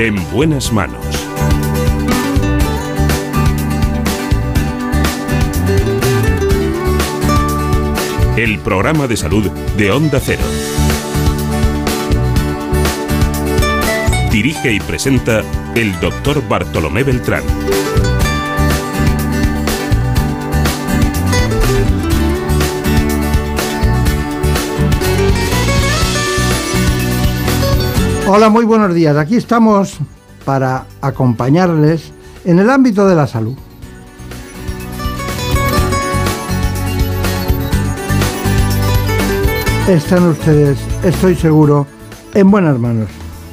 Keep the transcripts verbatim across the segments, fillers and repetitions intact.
En buenas manos. El programa de salud de Onda Cero. Dirige y presenta el doctor Bartolomé Beltrán. Hola, muy buenos días. Aquí estamos para acompañarles en el ámbito de la salud. Están ustedes, estoy seguro, en buenas manos.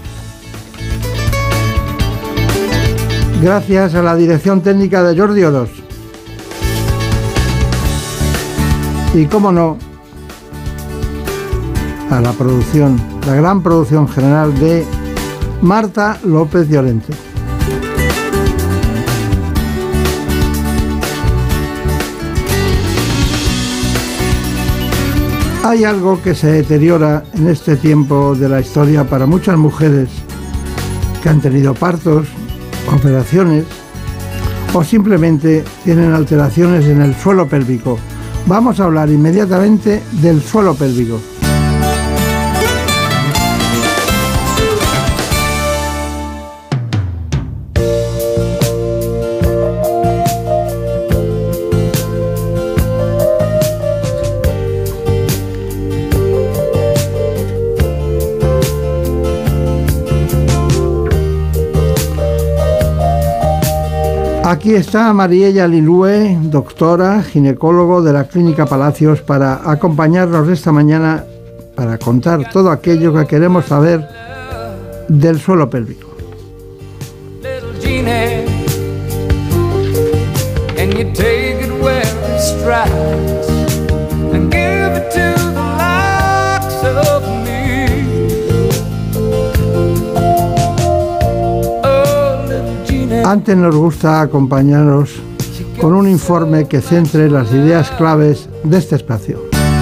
Gracias a la dirección técnica de Jordi Oroz. Y cómo no, a la producción, la gran producción general de Marta López Llorente. Hay algo que se deteriora en este tiempo de la historia para muchas mujeres que han tenido partos, operaciones o simplemente tienen alteraciones en el suelo pélvico. Vamos a hablar inmediatamente del suelo pélvico. Aquí está Mariella Lilue, doctora, ginecólogo de la Clínica Palacios, para acompañarnos esta mañana para contar todo aquello que queremos saber del suelo pélvico. Antes nos gusta acompañaros con un informe que centre las ideas claves de este espacio.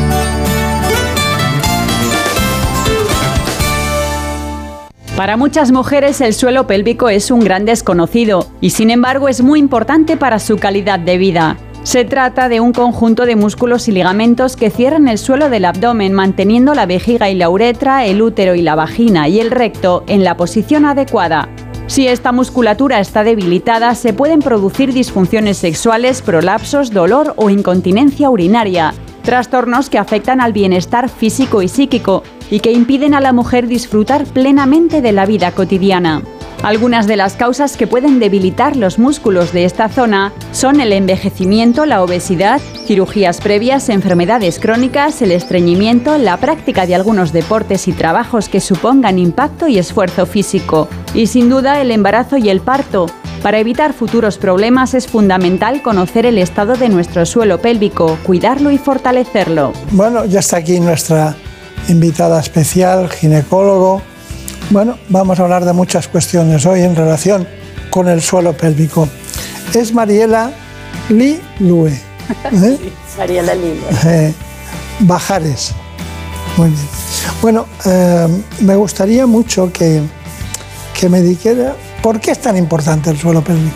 Para muchas mujeres el suelo pélvico es un gran desconocido y sin embargo es muy importante para su calidad de vida. Se trata de un conjunto de músculos y ligamentos que cierran el suelo del abdomen, manteniendo la vejiga y la uretra, el útero y la vagina y el recto en la posición adecuada. Si esta musculatura está debilitada, se pueden producir disfunciones sexuales, prolapsos, dolor o incontinencia urinaria, trastornos que afectan al bienestar físico y psíquico y que impiden a la mujer disfrutar plenamente de la vida cotidiana. Algunas de las causas que pueden debilitar los músculos de esta zona son el envejecimiento, la obesidad, cirugías previas, enfermedades crónicas, el estreñimiento, la práctica de algunos deportes y trabajos que supongan impacto y esfuerzo físico, y sin duda el embarazo y el parto. Para evitar futuros problemas es fundamental conocer el estado de nuestro suelo pélvico, cuidarlo y fortalecerlo. Bueno, ya está aquí nuestra invitada especial, ginecólogo. Bueno, vamos a hablar de muchas cuestiones hoy en relación con el suelo pélvico. Es Mariella Lilue. ¿eh? Sí, Mariella Lilue. Eh, Bajares. Muy bien. Bueno, eh, me gustaría mucho que, que me dijera por qué es tan importante el suelo pélvico.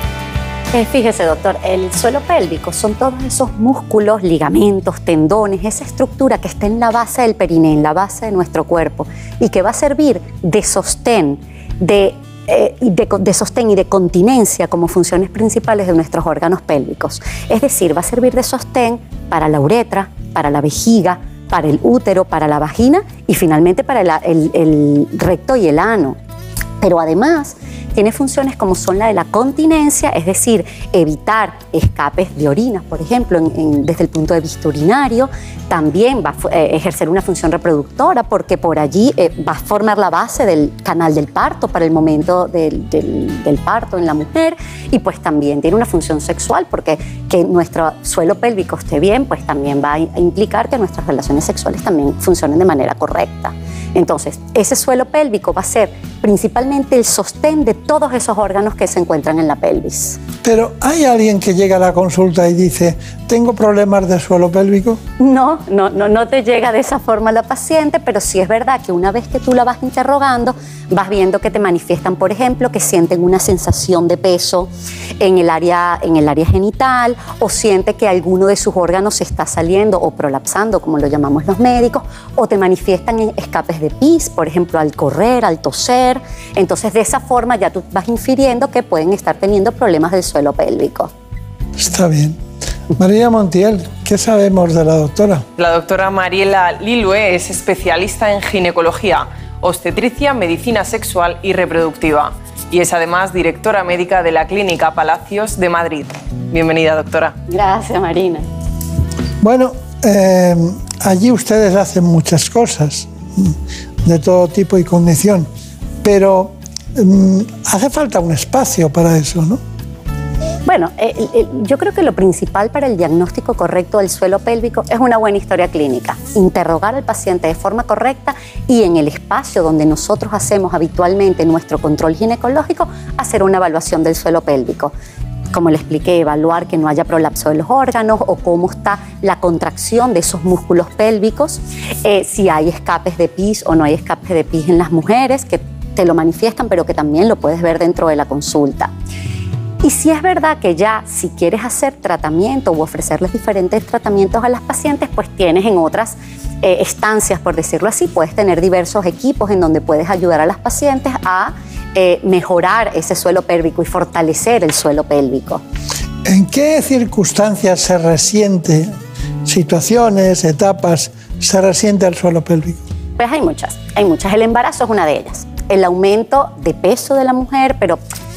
Eh, fíjese, doctor, el suelo pélvico son todos esos músculos, ligamentos, tendones, esa estructura que está en la base del periné, en la base de nuestro cuerpo, y que va a servir de sostén, de, eh, de, de sostén y de continencia como funciones principales de nuestros órganos pélvicos. Es decir, va a servir de sostén para la uretra, para la vejiga, para el útero, para la vagina y finalmente para el, el, el recto y el ano. Pero además tiene funciones como son la de la continencia, es decir, evitar escapes de orinas, por ejemplo, en, en, desde el punto de vista urinario. También va a eh, ejercer una función reproductora porque por allí eh, va a formar la base del canal del parto para el momento del, del, del parto en la mujer. Y pues también tiene una función sexual porque que nuestro suelo pélvico esté bien, pues también va a implicar que nuestras relaciones sexuales también funcionen de manera correcta. Entonces, ese suelo pélvico va a ser principalmente el sostén de todos esos órganos que se encuentran en la pelvis. Pero ¿hay alguien que llega a la consulta y dice, tengo problemas de suelo pélvico? No, no, no, no te llega de esa forma la paciente, pero sí es verdad que una vez que tú la vas interrogando, vas viendo que te manifiestan, por ejemplo, que sienten una sensación de peso en el área, en el área genital, o siente que alguno de sus órganos se está saliendo o prolapsando, como lo llamamos los médicos, o te manifiestan en escapes de pis, por ejemplo, al correr, al toser. Entonces, de esa forma ya tú vas infiriendo que pueden estar teniendo problemas del suelo pélvico. Está bien. María Montiel, ¿qué sabemos de la doctora? La doctora Mariela Lilue es especialista en ginecología, obstetricia, medicina sexual y reproductiva y es además directora médica de la Clínica Palacios de Madrid. Bienvenida, doctora. Gracias, Marina. Bueno, eh, allí ustedes hacen muchas cosas de todo tipo y condición, pero eh, hace falta un espacio para eso, ¿no? Bueno, eh, eh, yo creo que lo principal para el diagnóstico correcto del suelo pélvico es una buena historia clínica, interrogar al paciente de forma correcta y en el espacio donde nosotros hacemos habitualmente nuestro control ginecológico, hacer una evaluación del suelo pélvico. Como le expliqué, evaluar que no haya prolapso de los órganos o cómo está la contracción de esos músculos pélvicos, eh, si hay escapes de pis o no hay escapes de pis en las mujeres, que te lo manifiestan, pero que también lo puedes ver dentro de la consulta. Y si es verdad que ya si quieres hacer tratamiento o ofrecerles diferentes tratamientos a las pacientes, pues tienes en otras eh, estancias, por decirlo así, puedes tener diversos equipos en donde puedes ayudar a las pacientes a eh, mejorar ese suelo pélvico y fortalecer el suelo pélvico. ¿En qué circunstancias se resiente, situaciones, etapas, se resiente el suelo pélvico? Pues hay muchas, hay muchas. El embarazo es una de ellas. El aumento de peso de la mujer, pero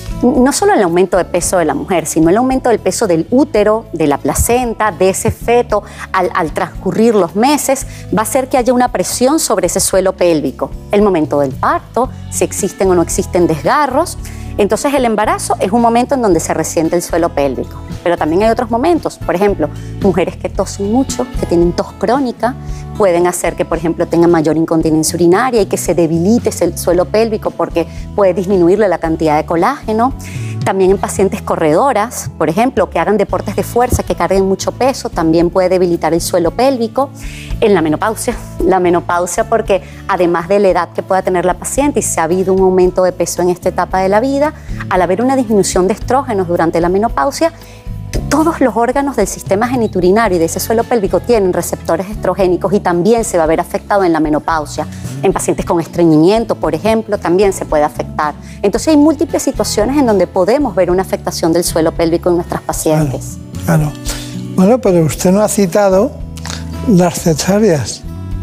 no solo el aumento de peso de la mujer, sino el aumento del peso del útero, de la placenta, de ese feto, al, al transcurrir los meses, va a hacer que haya una presión sobre ese suelo pélvico. El momento del parto, si existen o no existen desgarros. Entonces el embarazo es un momento en donde se resiente el suelo pélvico. Pero también hay otros momentos, por ejemplo, mujeres que tosen mucho, que tienen tos crónica, pueden hacer que, por ejemplo, tengan mayor incontinencia urinaria y que se debilite el suelo pélvico porque puede disminuirle la cantidad de colágeno. También en pacientes corredoras, por ejemplo, que hagan deportes de fuerza, que carguen mucho peso, también puede debilitar el suelo pélvico. En la menopausia, la menopausia porque además de la edad que pueda tener la paciente y si ha habido un aumento de peso en esta etapa de la vida, al haber una disminución de estrógenos durante la menopausia, todos los órganos del sistema geniturinario y de ese suelo pélvico tienen receptores estrogénicos y también se va a ver afectado en la menopausia. En pacientes con estreñimiento, por ejemplo, también se puede afectar. Entonces hay múltiples situaciones en donde podemos ver una afectación del suelo pélvico en nuestras pacientes. Claro, claro. Bueno, pero usted no ha citado las cesáreas.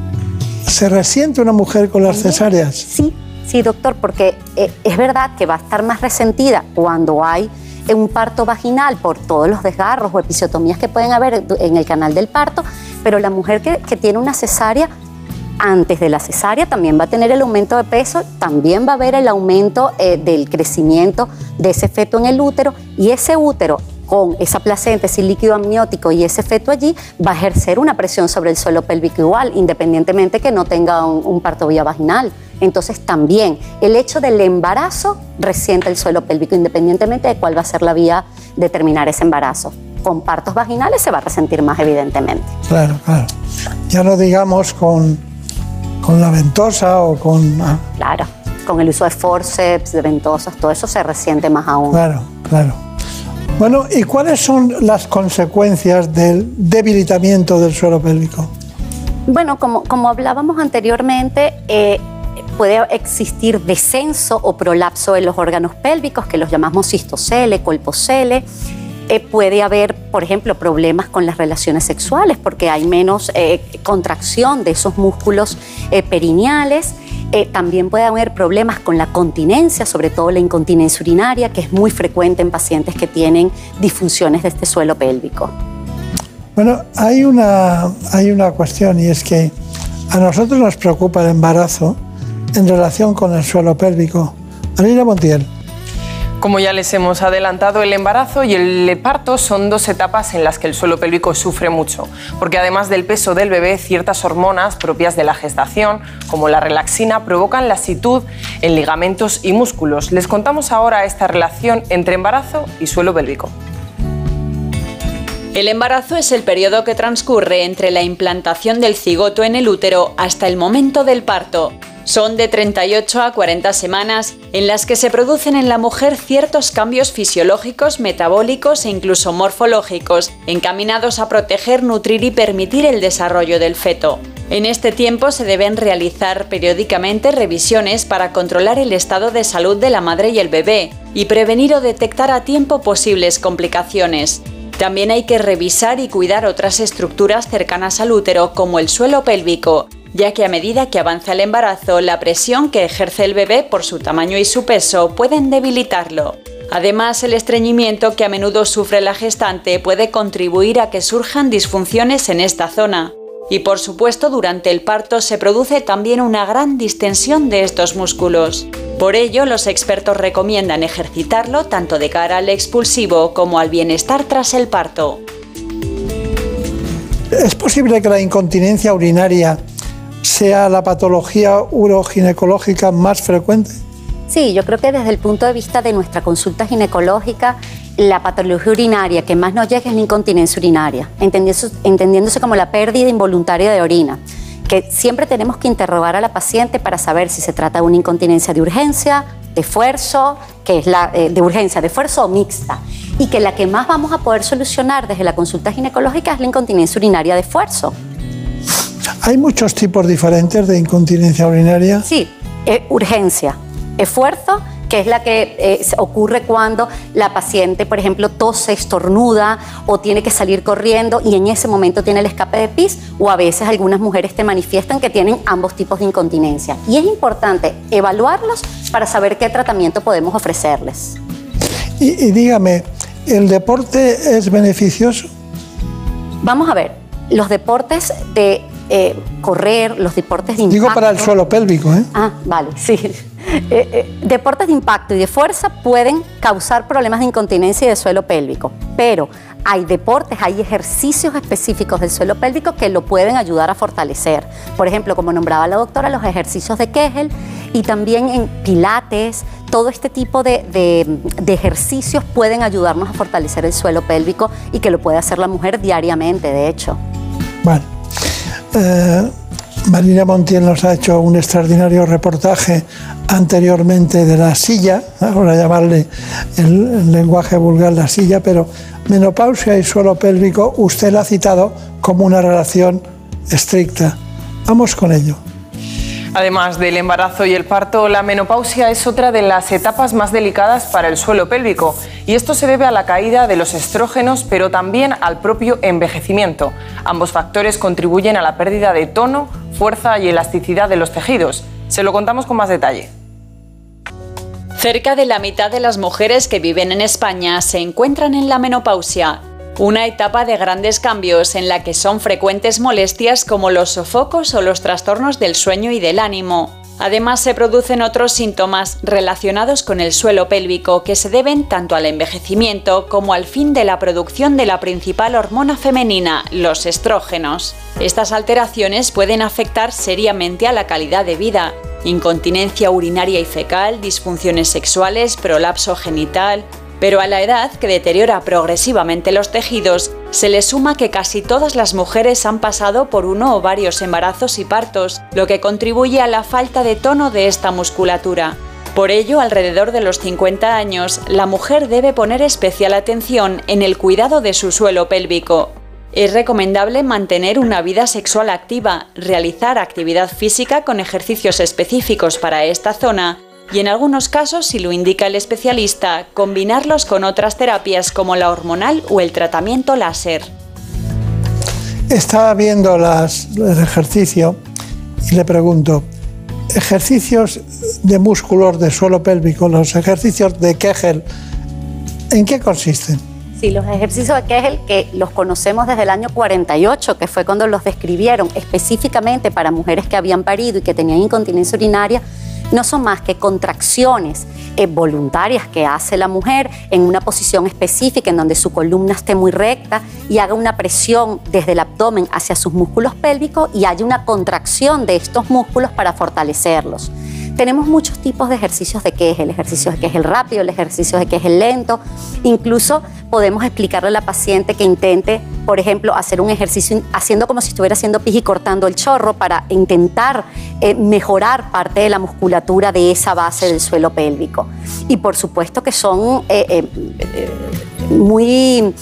¿Se resiente una mujer con las cesáreas? Sí, sí, doctor, porque eh, es verdad que va a estar más resentida cuando hay un parto vaginal por todos los desgarros o episiotomías que pueden haber en el canal del parto, pero la mujer que, que tiene una cesárea, antes de la cesárea también va a tener el aumento de peso, también va a haber el aumento eh, del crecimiento de ese feto en el útero y ese útero con esa placenta, ese líquido amniótico y ese feto allí va a ejercer una presión sobre el suelo pélvico igual, independientemente que no tenga un, un parto vía vaginal. Entonces también el hecho del embarazo resiente el suelo pélvico independientemente de cuál va a ser la vía de terminar ese embarazo. Con partos vaginales se va a resentir más evidentemente. Claro, claro. Ya no digamos con, con la ventosa o con... Ah. Claro, con el uso de forceps, de ventosas, todo eso se resiente más aún. Claro, claro. Bueno, ¿y cuáles son las consecuencias del debilitamiento del suelo pélvico? Bueno, como, como hablábamos anteriormente, eh, puede existir descenso o prolapso de los órganos pélvicos, que los llamamos cistocele, colpocele. Eh, puede haber, por ejemplo, problemas con las relaciones sexuales porque hay menos eh, contracción de esos músculos eh, perineales. Eh, también puede haber problemas con la continencia, sobre todo la incontinencia urinaria, que es muy frecuente en pacientes que tienen disfunciones de este suelo pélvico. Bueno, hay una, hay una cuestión y es que a nosotros nos preocupa el embarazo en relación con el suelo pélvico. Mariela Montiel. Como ya les hemos adelantado, el embarazo y el parto son dos etapas en las que el suelo pélvico sufre mucho, porque además del peso del bebé, ciertas hormonas propias de la gestación, como la relaxina, provocan lasitud en ligamentos y músculos. Les contamos ahora esta relación entre embarazo y suelo pélvico. El embarazo es el periodo que transcurre entre la implantación del cigoto en el útero hasta el momento del parto. Son de treinta y ocho a cuarenta semanas en las que se producen en la mujer ciertos cambios fisiológicos, metabólicos e incluso morfológicos, encaminados a proteger, nutrir y permitir el desarrollo del feto. En este tiempo se deben realizar periódicamente revisiones para controlar el estado de salud de la madre y el bebé y prevenir o detectar a tiempo posibles complicaciones. También hay que revisar y cuidar otras estructuras cercanas al útero, como el suelo pélvico, ya que a medida que avanza el embarazo, la presión que ejerce el bebé por su tamaño y su peso pueden debilitarlo. Además, el estreñimiento que a menudo sufre la gestante puede contribuir a que surjan disfunciones en esta zona. Y por supuesto, durante el parto se produce también una gran distensión de estos músculos. Por ello, los expertos recomiendan ejercitarlo tanto de cara al expulsivo como al bienestar tras el parto. ¿Es posible que la incontinencia urinaria sea la patología uroginecológica más frecuente? Sí, yo creo que desde el punto de vista de nuestra consulta ginecológica, la patología urinaria que más nos llega es la incontinencia urinaria, entendiéndose, entendiéndose como la pérdida involuntaria de orina, que siempre tenemos que interrogar a la paciente para saber si se trata de una incontinencia de urgencia, de esfuerzo, que es la eh, de urgencia, de esfuerzo o mixta, y que la que más vamos a poder solucionar desde la consulta ginecológica es la incontinencia urinaria de esfuerzo. ¿Hay muchos tipos diferentes de incontinencia urinaria? Sí, eh, urgencia, esfuerzo, que es la que eh, ocurre cuando la paciente, por ejemplo, tose, estornuda o tiene que salir corriendo y en ese momento tiene el escape de pis, o a veces algunas mujeres te manifiestan que tienen ambos tipos de incontinencia. Y es importante evaluarlos para saber qué tratamiento podemos ofrecerles. Y, y dígame, ¿el deporte es beneficioso? Vamos a ver, los deportes de eh, correr, los deportes de impacto... Digo para el suelo pélvico, ¿eh? Ah, vale, sí. Eh, eh, deportes de impacto y de fuerza pueden causar problemas de incontinencia y de suelo pélvico, pero hay deportes, hay ejercicios específicos del suelo pélvico que lo pueden ayudar a fortalecer. Por ejemplo, como nombraba la doctora, los ejercicios de Kegel y también en pilates, todo este tipo de, de, de ejercicios pueden ayudarnos a fortalecer el suelo pélvico y que lo puede hacer la mujer diariamente, de hecho. Bueno, eh, Marina Montiel nos ha hecho un extraordinario reportaje anteriormente de la silla, ahora llamarle el, el lenguaje vulgar la silla, pero menopausia y suelo pélvico usted la ha citado como una relación estricta. Vamos con ello. Además del embarazo y el parto, la menopausia es otra de las etapas más delicadas para el suelo pélvico, y esto se debe a la caída de los estrógenos, pero también al propio envejecimiento. Ambos factores contribuyen a la pérdida de tono, fuerza y elasticidad de los tejidos. Se lo contamos con más detalle. Cerca de la mitad de las mujeres que viven en España se encuentran en la menopausia, una etapa de grandes cambios en la que son frecuentes molestias como los sofocos o los trastornos del sueño y del ánimo. Además, se producen otros síntomas relacionados con el suelo pélvico que se deben tanto al envejecimiento como al fin de la producción de la principal hormona femenina, los estrógenos. Estas alteraciones pueden afectar seriamente a la calidad de vida. Incontinencia urinaria y fecal, disfunciones sexuales, prolapso genital... Pero a la edad, que deteriora progresivamente los tejidos, se le suma que casi todas las mujeres han pasado por uno o varios embarazos y partos, lo que contribuye a la falta de tono de esta musculatura. Por ello, alrededor de los cincuenta años, la mujer debe poner especial atención en el cuidado de su suelo pélvico. Es recomendable mantener una vida sexual activa, realizar actividad física con ejercicios específicos para esta zona, y en algunos casos, si lo indica el especialista, combinarlos con otras terapias como la hormonal o el tratamiento láser. Estaba viendo las, el ejercicio y le pregunto, ejercicios de músculos de suelo pélvico, los ejercicios de Kegel, ¿en qué consisten? Sí, los ejercicios de Kegel, que los conocemos desde el año cuarenta y ocho, que fue cuando los describieron específicamente para mujeres que habían parido y que tenían incontinencia urinaria, no son más que contracciones eh, voluntarias que hace la mujer en una posición específica en donde su columna esté muy recta y haga una presión desde el abdomen hacia sus músculos pélvicos y haya una contracción de estos músculos para fortalecerlos. Tenemos muchos tipos de ejercicios de Kegel, el ejercicio de Kegel rápido, el ejercicio de Kegel lento. Incluso podemos explicarle a la paciente que intente, por ejemplo, hacer un ejercicio haciendo como si estuviera haciendo pis y cortando el chorro para intentar eh, mejorar parte de la musculatura de esa base del suelo pélvico. Y por supuesto que son eh, eh, eh, muy...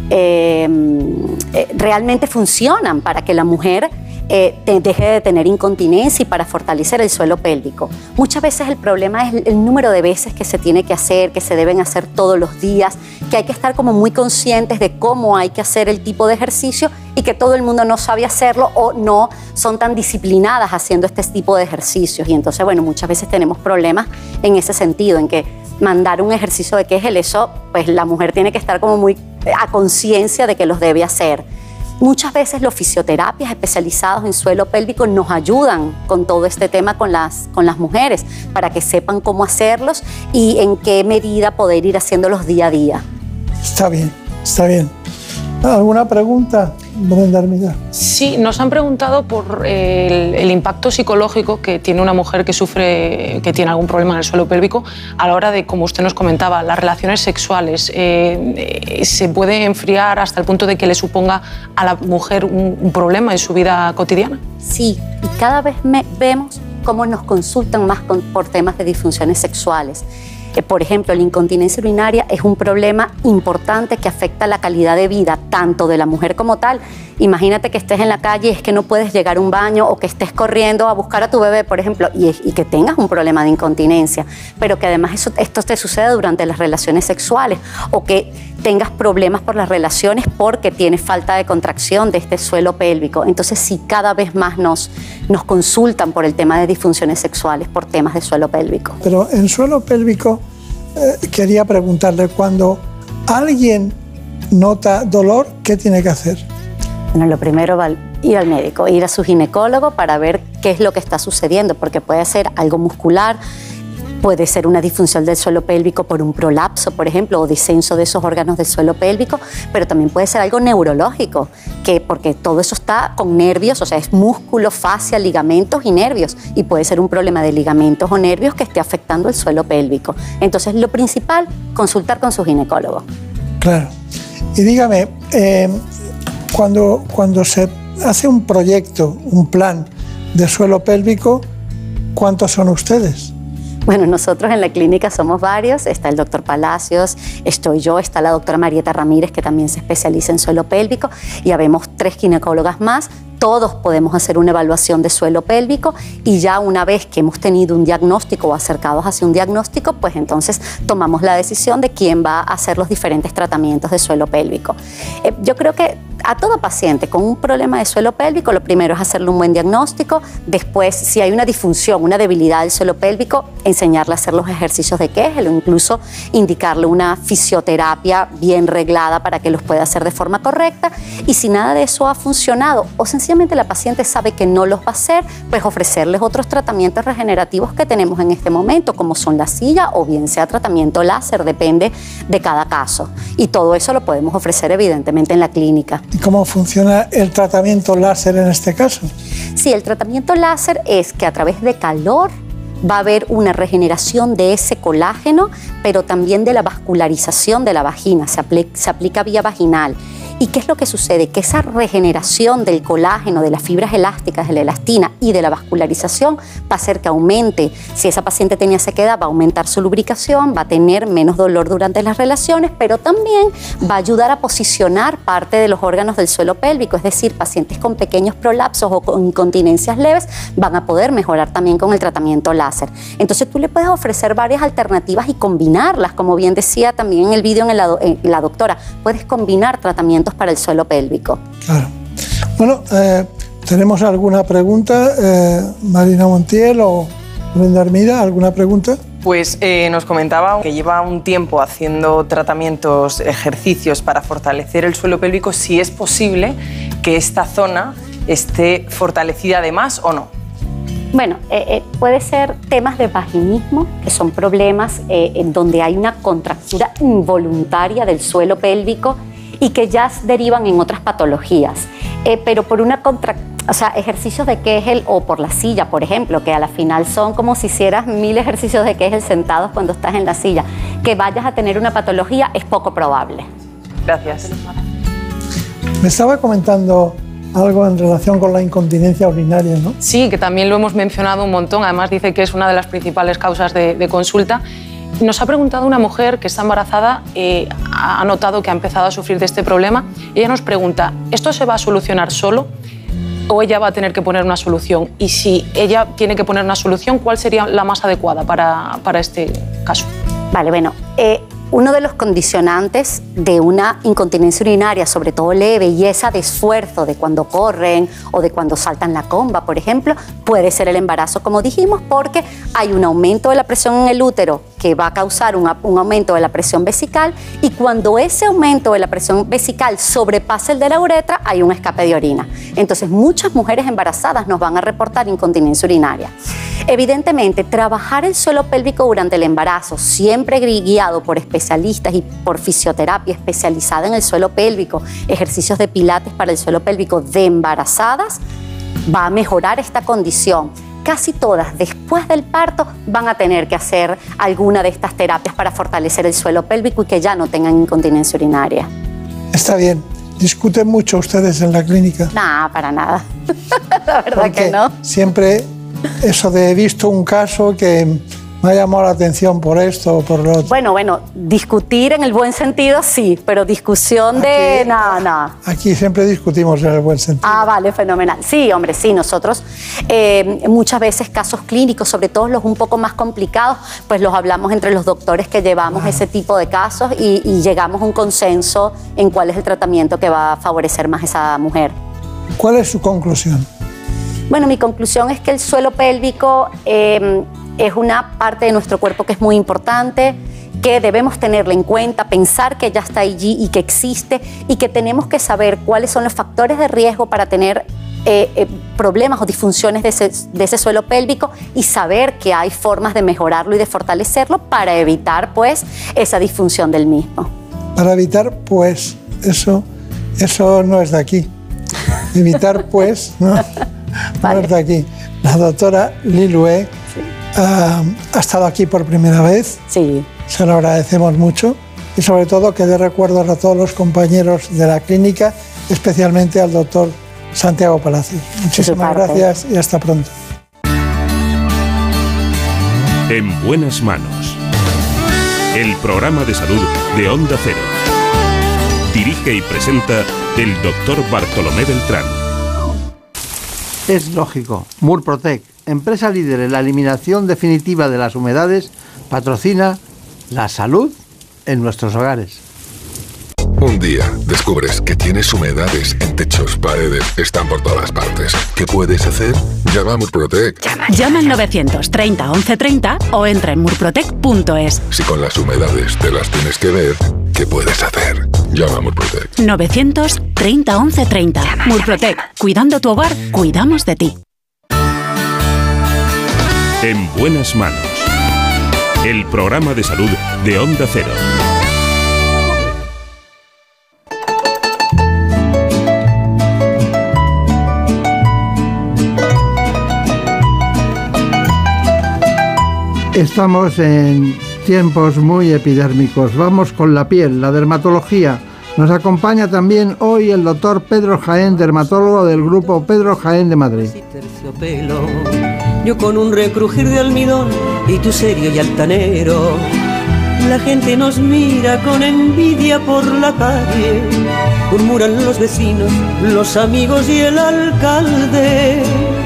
Eh, eh, realmente funcionan para que la mujer Eh, te, deje de tener incontinencia y para fortalecer el suelo pélvico. Muchas veces el problema es el, el número de veces que se tiene que hacer, que se deben hacer todos los días, que hay que estar como muy conscientes de cómo hay que hacer el tipo de ejercicio y que todo el mundo no sabe hacerlo o no son tan disciplinadas haciendo este tipo de ejercicios. Y entonces, bueno, muchas veces tenemos problemas en ese sentido, en que mandar un ejercicio de Kegel, eso, pues la mujer tiene que estar como muy a conciencia de que los debe hacer. Muchas veces los fisioterapias especializados en suelo pélvico nos ayudan con todo este tema con las, con las mujeres para que sepan cómo hacerlos y en qué medida poder ir haciéndolos día a día. Está bien, está bien. ¿Alguna pregunta, Brenda Hermida? Sí, nos han preguntado por el, el impacto psicológico que tiene una mujer que sufre, que tiene algún problema en el suelo pélvico a la hora de, como usted nos comentaba, las relaciones sexuales. Eh, ¿Se puede enfriar hasta el punto de que le suponga a la mujer un, un problema en su vida cotidiana? Sí, y cada vez me, vemos cómo nos consultan más con, por temas de disfunciones sexuales. Por ejemplo, la incontinencia urinaria es un problema importante que afecta la calidad de vida tanto de la mujer como tal. Imagínate que estés en la calle y es que no puedes llegar a un baño o que estés corriendo a buscar a tu bebé, por ejemplo, y, y que tengas un problema de incontinencia, pero que además eso, esto te suceda durante las relaciones sexuales o que tengas problemas por las relaciones porque tienes falta de contracción de este suelo pélvico. Entonces, sí, cada vez más nos, nos consultan por el tema de disfunciones sexuales, por temas de suelo pélvico. Pero en suelo pélvico eh, quería preguntarle, cuando alguien nota dolor, ¿qué tiene que hacer? Bueno, lo primero va ir al médico, ir a su ginecólogo para ver qué es lo que está sucediendo, porque puede ser algo muscular, puede ser una disfunción del suelo pélvico por un prolapso, por ejemplo, o descenso de esos órganos del suelo pélvico, pero también puede ser algo neurológico, que, porque todo eso está con nervios, o sea, es músculo, fascia, ligamentos y nervios, y puede ser un problema de ligamentos o nervios que esté afectando el suelo pélvico. Entonces, lo principal, consultar con su ginecólogo. Claro. Y dígame, eh, Cuando, cuando se hace un proyecto, un plan de suelo pélvico, ¿cuántos son ustedes? Bueno, nosotros en la clínica somos varios, está el doctor Palacios, estoy yo, está la doctora Marieta Ramírez, que también se especializa en suelo pélvico, y habemos tres ginecólogas más. Todos podemos hacer una evaluación de suelo pélvico y ya una vez que hemos tenido un diagnóstico o acercados hacia un diagnóstico, pues entonces tomamos la decisión de quién va a hacer los diferentes tratamientos de suelo pélvico. Eh, yo creo que a todo paciente con un problema de suelo pélvico, lo primero es hacerle un buen diagnóstico. Después, si hay una disfunción, una debilidad del suelo pélvico, enseñarle a hacer los ejercicios de Kegel o incluso indicarle una fisioterapia bien reglada para que los pueda hacer de forma correcta. Y si nada de eso ha funcionado o sencillamente la paciente sabe que no los va a hacer, pues ofrecerles otros tratamientos regenerativos que tenemos en este momento, como son la silla o bien sea tratamiento láser, depende de cada caso. Y todo eso lo podemos ofrecer evidentemente en la clínica. ¿Y cómo funciona el tratamiento láser en este caso? Sí, el tratamiento láser es que a través de calor va a haber una regeneración de ese colágeno, pero también de la vascularización de la vagina, se aplica, se aplica vía vaginal. ¿Y qué es lo que sucede? Que esa regeneración del colágeno, de las fibras elásticas, de la elastina y de la vascularización va a hacer que aumente. Si esa paciente tenía sequedad, va a aumentar su lubricación, va a tener menos dolor durante las relaciones, pero también va a ayudar a posicionar parte de los órganos del suelo pélvico. Es decir, pacientes con pequeños prolapsos o con incontinencias leves van a poder mejorar también con el tratamiento láser. Entonces tú le puedes ofrecer varias alternativas y combinarlas, como bien decía también en el vídeo en la, en la doctora, puedes combinar tratamientos para el suelo pélvico. Claro. Bueno, eh, ¿tenemos alguna pregunta? Eh, Marina Montiel o Brenda Hermida, ¿alguna pregunta? Pues eh, nos comentaba que lleva un tiempo haciendo tratamientos, ejercicios para fortalecer el suelo pélvico, si es posible que esta zona esté fortalecida además o no. Bueno, eh, eh, puede ser temas de vaginismo, que son problemas eh, en donde hay una contractura involuntaria del suelo pélvico y que ya derivan en otras patologías. Eh, pero por una contractura, o sea, ejercicios de Kegel o por la silla, por ejemplo, que a la final son como si hicieras mil ejercicios de Kegel sentados cuando estás en la silla, que vayas a tener una patología es poco probable. Gracias. Me estaba comentando algo en relación con la incontinencia urinaria, ¿no? Sí, que también lo hemos mencionado un montón. Además dice que es una de las principales causas de, de consulta. Nos ha preguntado una mujer que está embarazada, eh, ha notado que ha empezado a sufrir de este problema. Ella nos pregunta, ¿esto se va a solucionar solo o ella va a tener que poner una solución? Y si ella tiene que poner una solución, ¿cuál sería la más adecuada para, para este caso? Vale, bueno, eh, uno de los condicionantes de una incontinencia urinaria, sobre todo leve, y esa de esfuerzo de cuando corren o de cuando saltan la comba, por ejemplo, puede ser el embarazo, como dijimos, porque hay un aumento de la presión en el útero que va a causar un, un aumento de la presión vesical, y cuando ese aumento de la presión vesical sobrepasa el de la uretra, hay un escape de orina. Entonces, muchas mujeres embarazadas nos van a reportar incontinencia urinaria. Evidentemente, trabajar el suelo pélvico durante el embarazo, siempre guiado por especialistas y por fisioterapia especializada en el suelo pélvico, ejercicios de pilates para el suelo pélvico de embarazadas, va a mejorar esta condición. Casi todas, después del parto, van a tener que hacer alguna de estas terapias para fortalecer el suelo pélvico y que ya no tengan incontinencia urinaria. Está bien. ¿Discuten mucho ustedes en la clínica? No, para nada. La verdad Porque que no. Siempre eso de he visto un caso que me ha llamado la atención por esto o por lo otro. Bueno, bueno, discutir en el buen sentido sí, pero discusión de... Aquí- No, no. Aquí siempre discutimos en el buen sentido. Ah, vale, fenomenal. Sí, hombre, sí, nosotros eh, muchas veces casos clínicos, sobre todo los un poco más complicados, pues los hablamos entre los doctores que llevamos ese tipo de casos y, y llegamos a un consenso en cuál es el tratamiento que va a favorecer más a esa mujer. ¿Cuál es su conclusión? Bueno, mi conclusión es que el suelo pélvico eh, es una parte de nuestro cuerpo que es muy importante, que debemos tenerla en cuenta, pensar que ya está allí y que existe, y que tenemos que saber cuáles son los factores de riesgo para tener eh, eh, problemas o disfunciones de ese, de ese suelo pélvico, y saber que hay formas de mejorarlo y de fortalecerlo para evitar, pues, esa disfunción del mismo. Para evitar, pues, eso, eso no es de aquí. Evitar, pues, no, Vale. no es de aquí. La doctora Lilue ah, ha estado aquí por primera vez. Sí. Se lo agradecemos mucho y sobre todo que dé recuerdos a todos los compañeros de la clínica, especialmente al doctor Santiago Palacios. Muchísimas parte. gracias y hasta pronto. En buenas manos. El programa de salud de Onda Cero. Dirige y presenta el doctor Bartolomé Beltrán. Es lógico. Murprotec, empresa líder en la eliminación definitiva de las humedades, patrocina la salud en nuestros hogares. Un día descubres que tienes humedades en techos, paredes, están por todas partes. ¿Qué puedes hacer? Llama a Murprotec. Llama al novecientos treinta once treinta o entra en murprotec punto es. Si con las humedades te las tienes que ver, ¿qué puedes hacer? Llama a Murprotec. novecientos treinta once treinta. Murprotec. Cuidando tu hogar, cuidamos de ti. En buenas manos. El programa de salud de Onda Cero. Estamos en tiempos muy epidérmicos. Vamos con la piel, la dermatología. Nos acompaña también hoy el doctor Pedro Jaén, dermatólogo del grupo Pedro Jaén de Madrid. Yo con un recrujir de almidón y tú serio y altanero. La gente nos mira con envidia por la calle. Murmuran los vecinos, los amigos y el alcalde.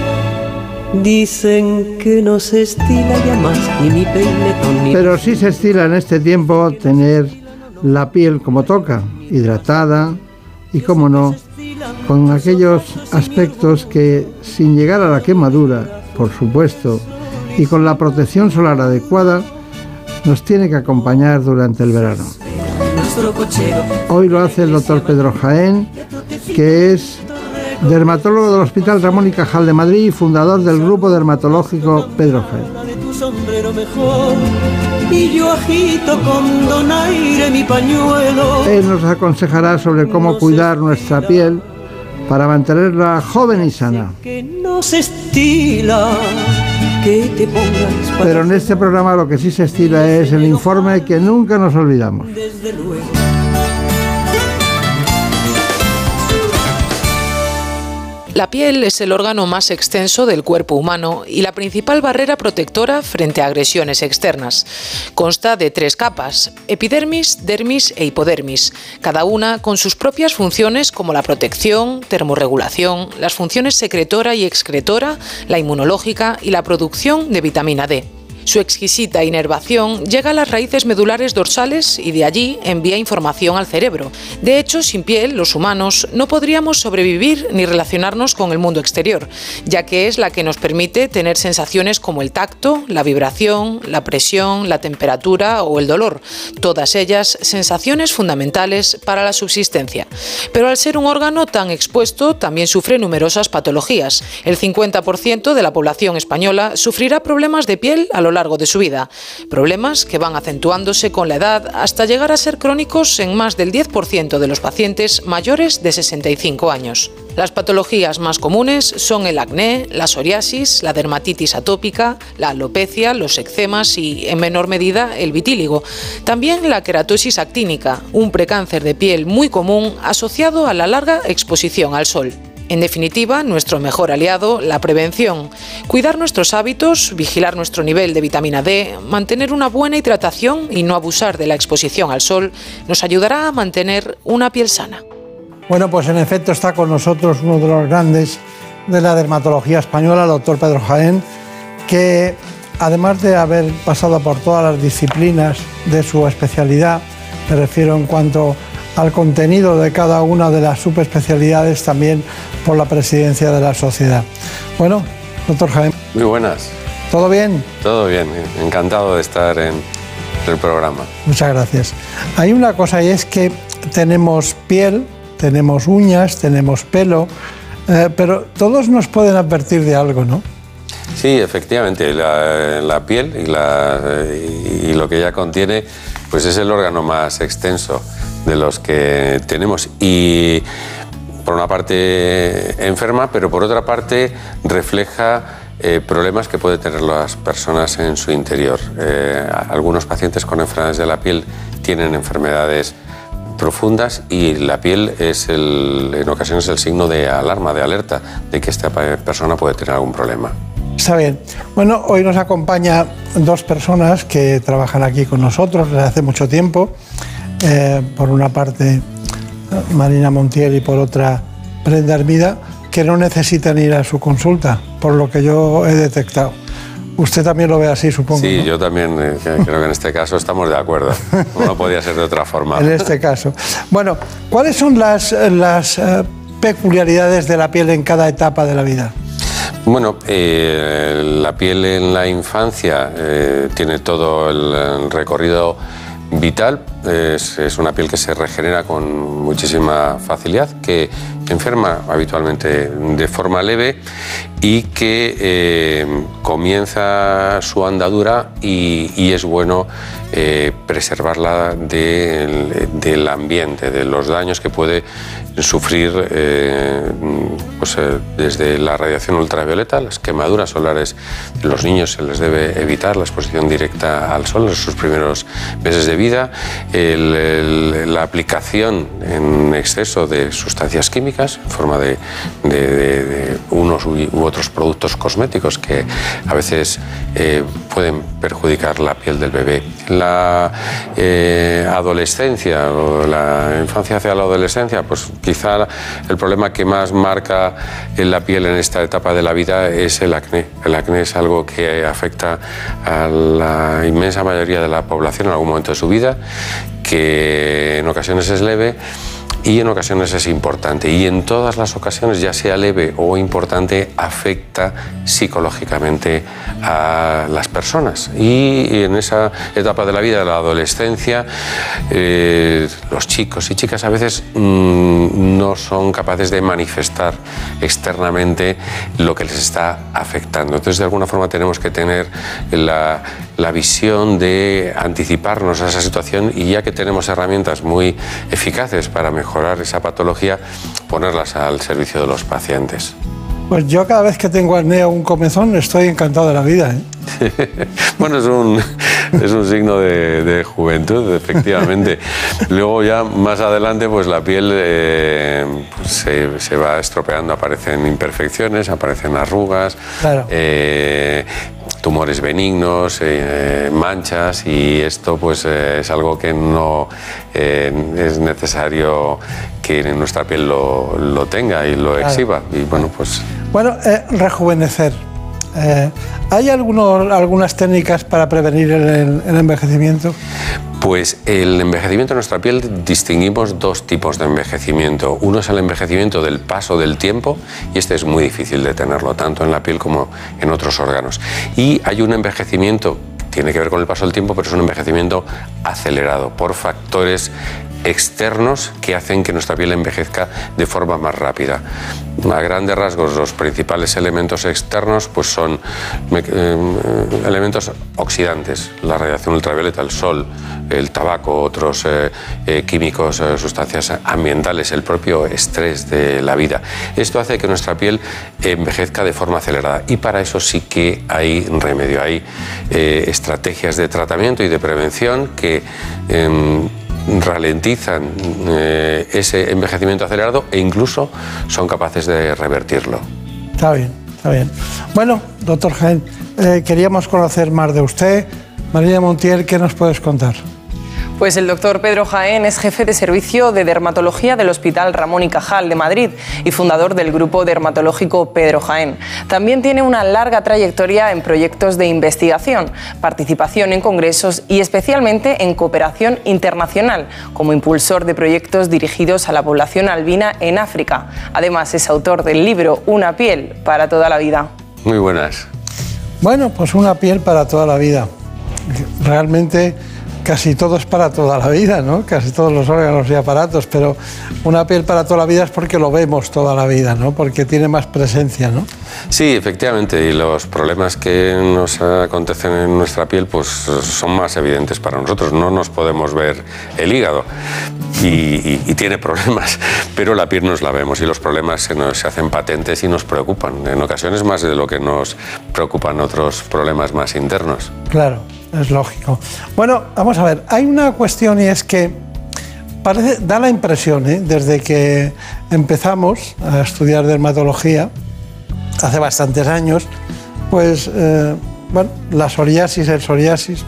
Dicen que no se estila ya más ni mi peinetón ni... Pero sí se estila en este tiempo tener la piel como toca, hidratada y, como no, con aquellos aspectos que, sin llegar a la quemadura, por supuesto, y con la protección solar adecuada, nos tiene que acompañar durante el verano. Hoy lo hace el doctor Pedro Jaén, que es dermatólogo del Hospital Ramón y Cajal de Madrid y fundador del grupo dermatológico Pedro Jaén. Y yo agito con donaire mi pañuelo. Él nos aconsejará sobre cómo cuidar nuestra piel para mantenerla joven y sana. Que no se estila que te pongas para... Pero en este programa lo que sí se estila es el informe que nunca nos olvidamos. Desde luego. La piel es el órgano más extenso del cuerpo humano y la principal barrera protectora frente a agresiones externas. Consta de tres capas: epidermis, dermis e hipodermis, cada una con sus propias funciones como la protección, termorregulación, las funciones secretora y excretora, la inmunológica y la producción de vitamina D. Su exquisita inervación llega a las raíces medulares dorsales y de allí envía información al cerebro. De hecho, sin piel, los humanos no podríamos sobrevivir ni relacionarnos con el mundo exterior, ya que es la que nos permite tener sensaciones como el tacto, la vibración, la presión, la temperatura o el dolor, todas ellas sensaciones fundamentales para la subsistencia. Pero al ser un órgano tan expuesto, también sufre numerosas patologías. El cincuenta por ciento de la población española sufrirá problemas de piel a lo largo de su vida, problemas que van acentuándose con la edad hasta llegar a ser crónicos en más del diez por ciento de los pacientes mayores de sesenta y cinco años. Las patologías más comunes son el acné, la psoriasis, la dermatitis atópica, la alopecia, los eczemas y, en menor medida, el vitíligo. También la queratosis actínica, un precáncer de piel muy común asociado a la larga exposición al sol. En definitiva, nuestro mejor aliado, la prevención. Cuidar nuestros hábitos, vigilar nuestro nivel de vitamina D, mantener una buena hidratación y no abusar de la exposición al sol nos ayudará a mantener una piel sana. Bueno, pues en efecto está con nosotros uno de los grandes de la dermatología española, el doctor Pedro Jaén, que además de haber pasado por todas las disciplinas de su especialidad, me refiero en cuanto al contenido de cada una de las subespecialidades, también por la presidencia de la sociedad. Bueno, doctor Jaén. Muy buenas. ¿Todo bien? Todo bien, encantado de estar en el programa. Muchas gracias. Hay una cosa y es que tenemos piel, tenemos uñas, tenemos pelo, eh, pero todos nos pueden advertir de algo, ¿no? Sí, efectivamente, la, la piel y, la, y lo que ella contiene pues es el órgano más extenso de los que tenemos y por una parte enferma, pero por otra parte refleja eh, problemas que pueden tener las personas en su interior. Eh, algunos pacientes con enfermedades de la piel tienen enfermedades profundas y la piel es el, en ocasiones el signo de alarma, de alerta, de que esta persona puede tener algún problema. Está bien. Bueno, hoy nos acompaña dos personas que trabajan aquí con nosotros desde hace mucho tiempo. Eh, por una parte Marina Montiel y por otra Brenda Hermida, que no necesitan ir a su consulta, por lo que yo he detectado. Usted también lo ve así, supongo. Sí, ¿no? Yo también eh, creo que en este caso estamos de acuerdo. No podía ser de otra forma. En este caso. Bueno, ¿cuáles son las, las eh, peculiaridades de la piel en cada etapa de la vida? Bueno, eh, la piel en la infancia eh, tiene todo el, el recorrido vital, es, es una piel que se regenera con muchísima facilidad, que enferma habitualmente de forma leve y que eh, comienza su andadura y, y es bueno eh, preservarla de, del ambiente, de los daños que puede sufrir eh, pues, eh, desde la radiación ultravioleta, las quemaduras solares de los niños se les debe evitar, la exposición directa al sol en sus primeros meses de vida, el, el, la aplicación en exceso de sustancias químicas en forma de, de, de, de unos u otros productos cosméticos que a veces eh, pueden perjudicar la piel del bebé. La eh, adolescencia o la infancia hacia la adolescencia, pues quizá el problema que más marca en la piel en esta etapa de la vida es el acné. El acné es algo que afecta a la inmensa mayoría de la población en algún momento de su vida, que en ocasiones es leve, y en ocasiones es importante. Y en todas las ocasiones, ya sea leve o importante, afecta psicológicamente a las personas. Y en esa etapa de la vida, de la adolescencia, eh, los chicos y chicas a veces mmm, no son capaces de manifestar externamente lo que les está afectando. Entonces, de alguna forma tenemos que tener la, la visión de anticiparnos a esa situación, y ya que tenemos herramientas muy eficaces para mejorar esa patología, ponerlas al servicio de los pacientes. Pues yo cada vez que tengo acné o un comezón estoy encantado de la vida, ¿eh? Bueno, es un, es un signo de, de juventud, efectivamente. Luego ya más adelante pues la piel eh, pues se, se va estropeando, aparecen imperfecciones, aparecen arrugas, claro. eh, tumores benignos, eh, manchas, y esto pues eh, es algo que no eh, es necesario que nuestra piel lo, lo tenga y lo claro. exhiba. Y bueno, pues... Bueno, eh, rejuvenecer. Eh, ¿Hay algunos, algunas técnicas para prevenir el, el envejecimiento? Pues el envejecimiento de nuestra piel distinguimos dos tipos de envejecimiento. Uno es el envejecimiento del paso del tiempo, y este es muy difícil de tenerlo, tanto en la piel como en otros órganos. Y hay un envejecimiento, tiene que ver con el paso del tiempo, pero es un envejecimiento acelerado por factores externos que hacen que nuestra piel envejezca de forma más rápida. A grandes rasgos, los principales elementos externos pues son eh, elementos oxidantes, la radiación ultravioleta, el sol, el tabaco, otros eh, eh, químicos, eh, sustancias ambientales, el propio estrés de la vida. Esto hace que nuestra piel envejezca de forma acelerada, y para eso sí que hay remedio. Hay eh, estrategias de tratamiento y de prevención que eh, ralentizan eh, ese envejecimiento acelerado, e incluso son capaces de revertirlo. Está bien, está bien. Bueno, doctor Jaén, eh, queríamos conocer más de usted. María Montiel, ¿qué nos puedes contar? Pues el doctor Pedro Jaén es jefe de servicio de dermatología del Hospital Ramón y Cajal de Madrid y fundador del grupo dermatológico Pedro Jaén. También tiene una larga trayectoria en proyectos de investigación, participación en congresos y especialmente en cooperación internacional, como impulsor de proyectos dirigidos a la población albina en África. Además, es autor del libro Una piel para toda la vida. Muy buenas. Bueno, pues una piel para toda la vida. Realmente casi todo es para toda la vida, ¿no? Casi todos los órganos y aparatos, pero una piel para toda la vida es porque lo vemos toda la vida, ¿no? Porque tiene más presencia, ¿no? Sí, efectivamente, y los problemas que nos acontecen en nuestra piel pues son más evidentes para nosotros. No nos podemos ver el hígado y, y, y tiene problemas, pero la piel nos la vemos, y los problemas se nos se hacen patentes y nos preocupan, en ocasiones más de lo que nos preocupan otros problemas más internos. Claro. Es lógico. Bueno, vamos a ver, hay una cuestión, y es que parece, da la impresión, ¿eh? Desde que empezamos a estudiar dermatología, hace bastantes años, pues, eh, bueno, la psoriasis, el psoriasis,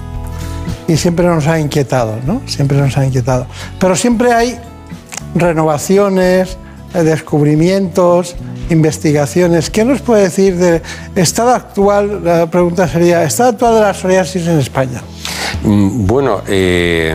y siempre nos ha inquietado, ¿no? Siempre nos ha inquietado. Pero siempre hay renovaciones, descubrimientos, investigaciones. ¿Qué nos puede decir del estado actual? La pregunta sería, ¿estado actual de la psoriasis en España? Bueno, eh,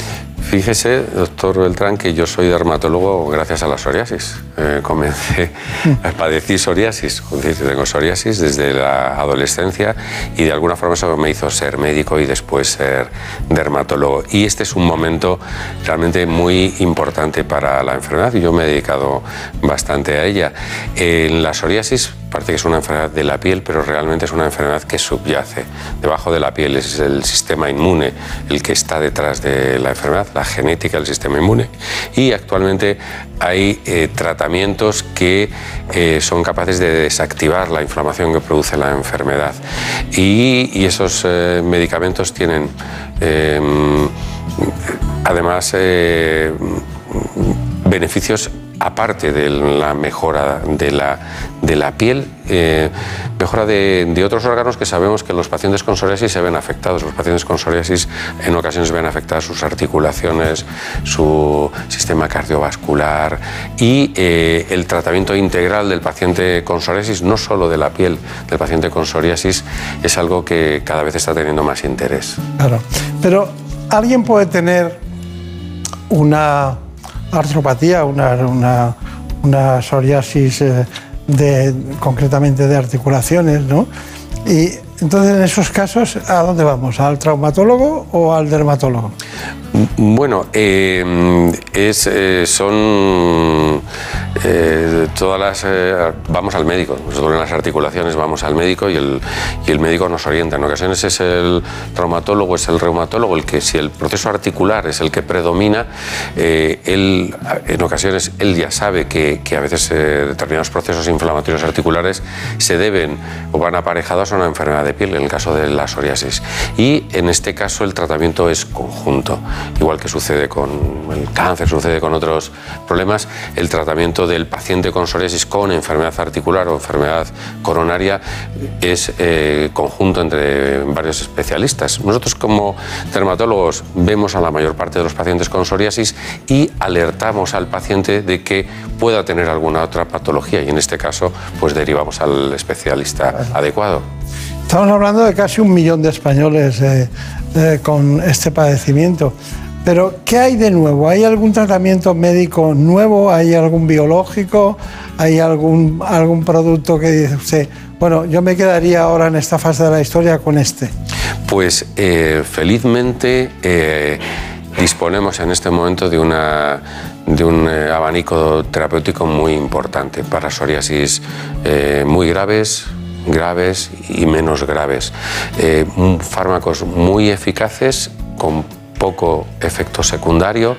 fíjese, doctor Beltrán, que yo soy dermatólogo gracias a la psoriasis. Eh, comencé, padecí psoriasis, tengo psoriasis desde la adolescencia, y de alguna forma eso me hizo ser médico y después ser dermatólogo. Y este es un momento realmente muy importante para la enfermedad, y yo me he dedicado bastante a ella. En la psoriasis parece que es una enfermedad de la piel, pero realmente es una enfermedad que subyace debajo de la piel. Es el sistema inmune el que está detrás de la enfermedad, la genética del sistema inmune, y actualmente hay eh, tratamientos que eh, son capaces de desactivar la inflamación que produce la enfermedad, y, y esos eh, medicamentos tienen eh, además eh, beneficios aparte de la mejora de la, de la piel, eh, mejora de, de otros órganos que sabemos que los pacientes con psoriasis se ven afectados. Los pacientes con psoriasis en ocasiones ven afectadas sus articulaciones, su sistema cardiovascular, y eh, el tratamiento integral del paciente con psoriasis, no solo de la piel del paciente con psoriasis, es algo que cada vez está teniendo más interés. Claro, pero ¿alguien puede tener una artropatía, una, una, una psoriasis eh, de, concretamente de articulaciones, ¿no? Y entonces, en esos casos, ¿a dónde vamos? ¿Al traumatólogo o al dermatólogo? Bueno, eh, es, eh, son eh, todas las... Eh, vamos al médico. Nosotros en las articulaciones vamos al médico y el, y el médico nos orienta. En ocasiones es el traumatólogo, es el reumatólogo, el que si el proceso articular es el que predomina, eh, él, en ocasiones él ya sabe que, que a veces eh, determinados procesos inflamatorios articulares se deben o van aparejados a una enfermedad de piel, en el caso de la psoriasis. Y en este caso el tratamiento es conjunto. Igual que sucede con el cáncer, sucede con otros problemas, el tratamiento del paciente con psoriasis con enfermedad articular o enfermedad coronaria es eh, conjunto entre varios especialistas. Nosotros como dermatólogos vemos a la mayor parte de los pacientes con psoriasis y alertamos al paciente de que pueda tener alguna otra patología y en este caso pues derivamos al especialista adecuado. Estamos hablando de casi un millón de españoles eh, eh, con este padecimiento. Pero, ¿qué hay de nuevo? ¿Hay algún tratamiento médico nuevo? ¿Hay algún biológico? ¿Hay algún, algún producto que dice usted, bueno, yo me quedaría ahora en esta fase de la historia con este? Pues eh, felizmente eh, disponemos en este momento de, una, de un eh, abanico terapéutico muy importante para psoriasis eh, muy graves, graves y menos graves. Eh, fármacos muy eficaces con poco efecto secundario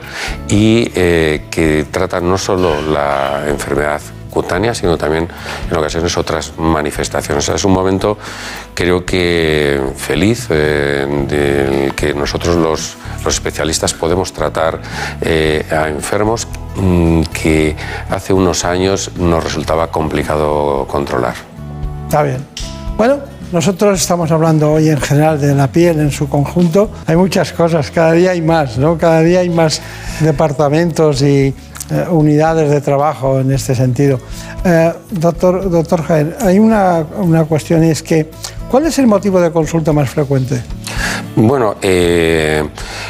y eh, que tratan no solo la enfermedad cutánea, sino también en ocasiones otras manifestaciones. Es un momento, creo que feliz, eh, de que nosotros los, los especialistas podemos tratar eh, a enfermos mmm, que hace unos años nos resultaba complicado controlar. Está bien. Bueno, nosotros estamos hablando hoy en general de la piel en su conjunto. Hay muchas cosas, cada día hay más, ¿no? Cada día hay más departamentos y eh, unidades de trabajo en este sentido. Eh, doctor, doctor Jaén, hay una, una cuestión y es que, ¿cuál es el motivo de consulta más frecuente? Bueno, eh,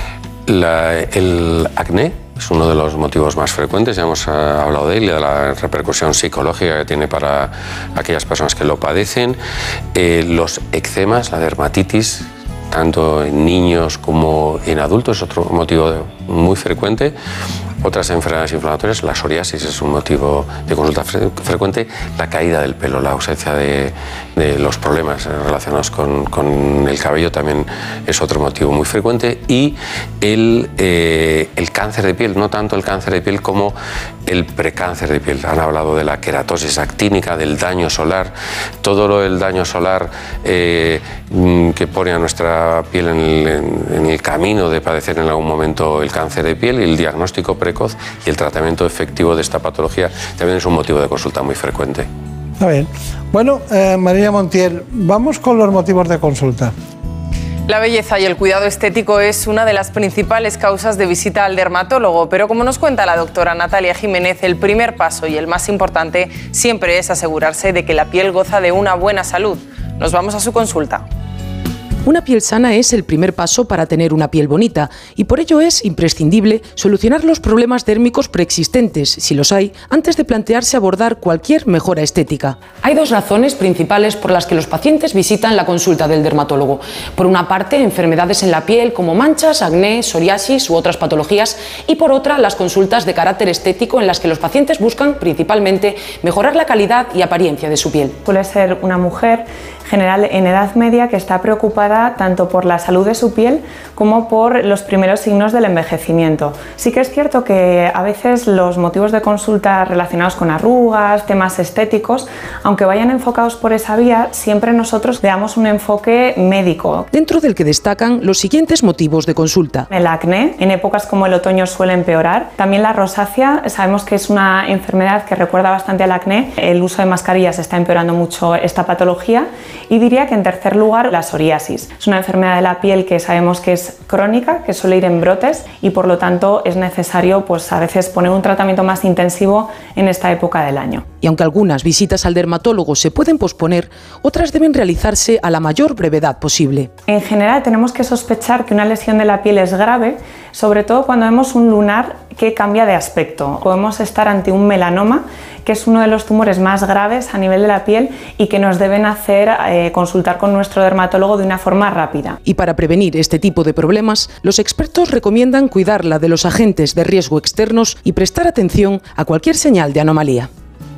la, el acné es uno de los motivos más frecuentes, ya hemos uh, hablado de él y de la repercusión psicológica que tiene para aquellas personas que lo padecen. Eh, los eczemas, la dermatitis, tanto en niños como en adultos, es otro motivo muy frecuente. Otras enfermedades inflamatorias, la psoriasis es un motivo de consulta fre frecuente, la caída del pelo, la ausencia de, de los problemas relacionados con, con el cabello también es otro motivo muy frecuente y el, eh, el cáncer de piel, no tanto el cáncer de piel como el precáncer de piel. Han hablado de la queratosis actínica, del daño solar, todo lo del daño solar eh, que pone a nuestra piel en el, en, en el camino de padecer en algún momento el cáncer de piel y el diagnóstico precoz y el tratamiento efectivo de esta patología también es un motivo de consulta muy frecuente. Está bien. Bueno, eh, María Montiel, vamos con los motivos de consulta. La belleza y el cuidado estético es una de las principales causas de visita al dermatólogo, pero como nos cuenta la doctora Natalia Jiménez, el primer paso y el más importante siempre es asegurarse de que la piel goza de una buena salud. Nos vamos a su consulta. Una piel sana es el primer paso para tener una piel bonita y por ello es imprescindible solucionar los problemas dérmicos preexistentes, si los hay, antes de plantearse abordar cualquier mejora estética. Hay dos razones principales por las que los pacientes visitan la consulta del dermatólogo. Por una parte, enfermedades en la piel como manchas, acné, psoriasis u otras patologías y por otra, las consultas de carácter estético en las que los pacientes buscan principalmente mejorar la calidad y apariencia de su piel. Suele ser una mujer general en edad media que está preocupada tanto por la salud de su piel como por los primeros signos del envejecimiento. Sí que es cierto que a veces los motivos de consulta relacionados con arrugas, temas estéticos, aunque vayan enfocados por esa vía, siempre nosotros le damos un enfoque médico. Dentro del que destacan los siguientes motivos de consulta. El acné, en épocas como el otoño suele empeorar. También la rosácea, sabemos que es una enfermedad que recuerda bastante al acné. El uso de mascarillas está empeorando mucho esta patología. Y diría que en tercer lugar la psoriasis. Es una enfermedad de la piel que sabemos que es crónica, que suele ir en brotes y por lo tanto es necesario pues, a veces poner un tratamiento más intensivo en esta época del año. y aunque algunas visitas al dermatólogo se pueden posponer, otras deben realizarse a la mayor brevedad posible. En general tenemos que sospechar que una lesión de la piel es grave, sobre todo cuando vemos un lunar que cambia de aspecto. Podemos estar ante un melanoma, que es uno de los tumores más graves a nivel de la piel y que nos deben hacer eh, consultar con nuestro dermatólogo de una forma rápida. Y para prevenir este tipo de problemas, los expertos recomiendan cuidarla de los agentes de riesgo externos y prestar atención a cualquier señal de anomalía.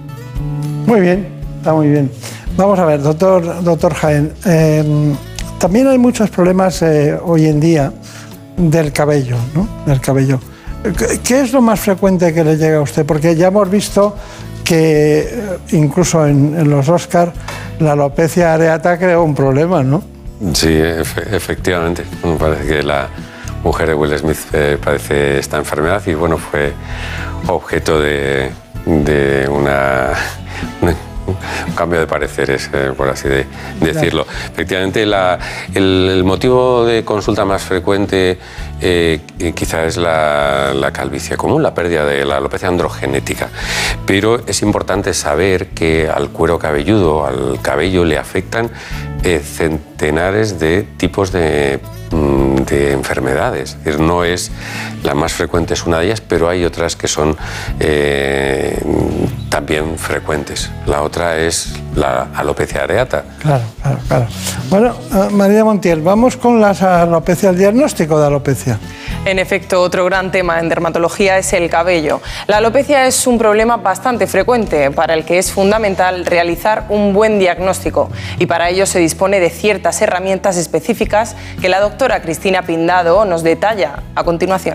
Muy bien, está muy bien. Vamos a ver, doctor, doctor Jaén, eh, también hay muchos problemas eh, hoy en día del cabello, ¿no? Del cabello. ¿Qué es lo más frecuente que le llega a usted? Porque ya hemos visto que incluso en, en los Oscars la alopecia areata creó un problema, ¿no? Sí, efe, efectivamente. Me parece que la mujer de Will Smith eh, padece esta enfermedad y bueno, fue objeto de, de una, una, un cambio de pareceres, eh, por así de, decirlo. Claro. Efectivamente, la, el, el motivo de consulta más frecuente eh, quizá es la, la calvicie común, la pérdida de la alopecia androgenética. Pero es importante saber que al cuero cabelludo, al cabello, le afectan eh, centenares de tipos de de enfermedades. Es decir, no es la más frecuente, es una de ellas, pero hay otras que son eh, también frecuentes. La otra es la alopecia areata. Claro, claro, claro. Bueno, uh, María Montiel, vamos con las alopecia, el diagnóstico de alopecia. En efecto, otro gran tema en dermatología es el cabello. La alopecia es un problema bastante frecuente para el que es fundamental realizar un buen diagnóstico y para ello se dispone de ciertas herramientas específicas que la doctora Cristina Pindado nos detalla a continuación.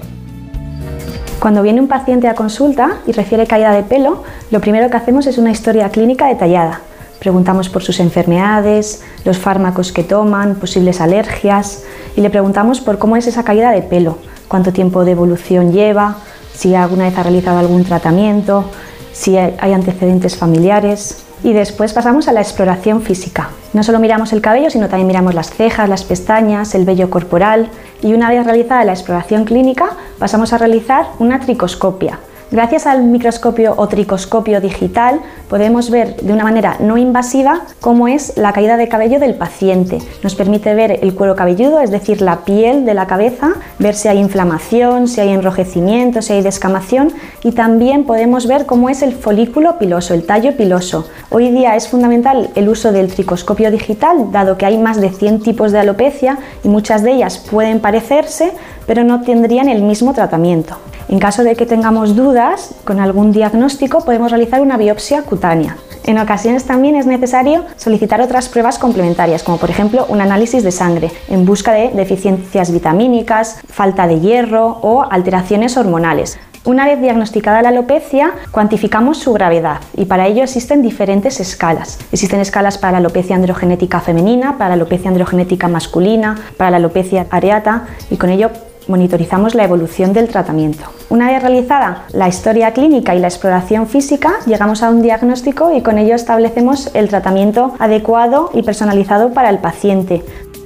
Cuando viene un paciente a consulta y refiere caída de pelo, lo primero que hacemos es una historia clínica detallada. Preguntamos por sus enfermedades, los fármacos que toman, posibles alergias y le preguntamos por cómo es esa caída de pelo, cuánto tiempo de evolución lleva, si alguna vez ha realizado algún tratamiento, si hay antecedentes familiares. Y después pasamos a la exploración física. No solo miramos el cabello, sino también miramos las cejas, las pestañas, el vello corporal. Y una vez realizada la exploración clínica, pasamos a realizar una tricoscopia. Gracias al microscopio o tricoscopio digital podemos ver de una manera no invasiva cómo es la caída de cabello del paciente. Nos permite ver el cuero cabelludo, es decir, la piel de la cabeza, ver si hay inflamación, si hay enrojecimiento, si hay descamación y también podemos ver cómo es el folículo piloso, el tallo piloso. Hoy día es fundamental el uso del tricoscopio digital, dado que hay más de cien tipos de alopecia y muchas de ellas pueden parecerse, pero no tendrían el mismo tratamiento. En caso de que tengamos dudas con algún diagnóstico, podemos realizar una biopsia cutánea. En ocasiones también es necesario solicitar otras pruebas complementarias, como por ejemplo un análisis de sangre, en busca de deficiencias vitamínicas, falta de hierro o alteraciones hormonales. Una vez diagnosticada la alopecia, cuantificamos su gravedad y para ello existen diferentes escalas. Existen escalas para la alopecia androgenética femenina, para la alopecia androgenética masculina, para la alopecia areata y con ello monitorizamos la evolución del tratamiento. Una vez realizada la historia clínica y la exploración física, llegamos a un diagnóstico y con ello establecemos el tratamiento adecuado y personalizado para el paciente.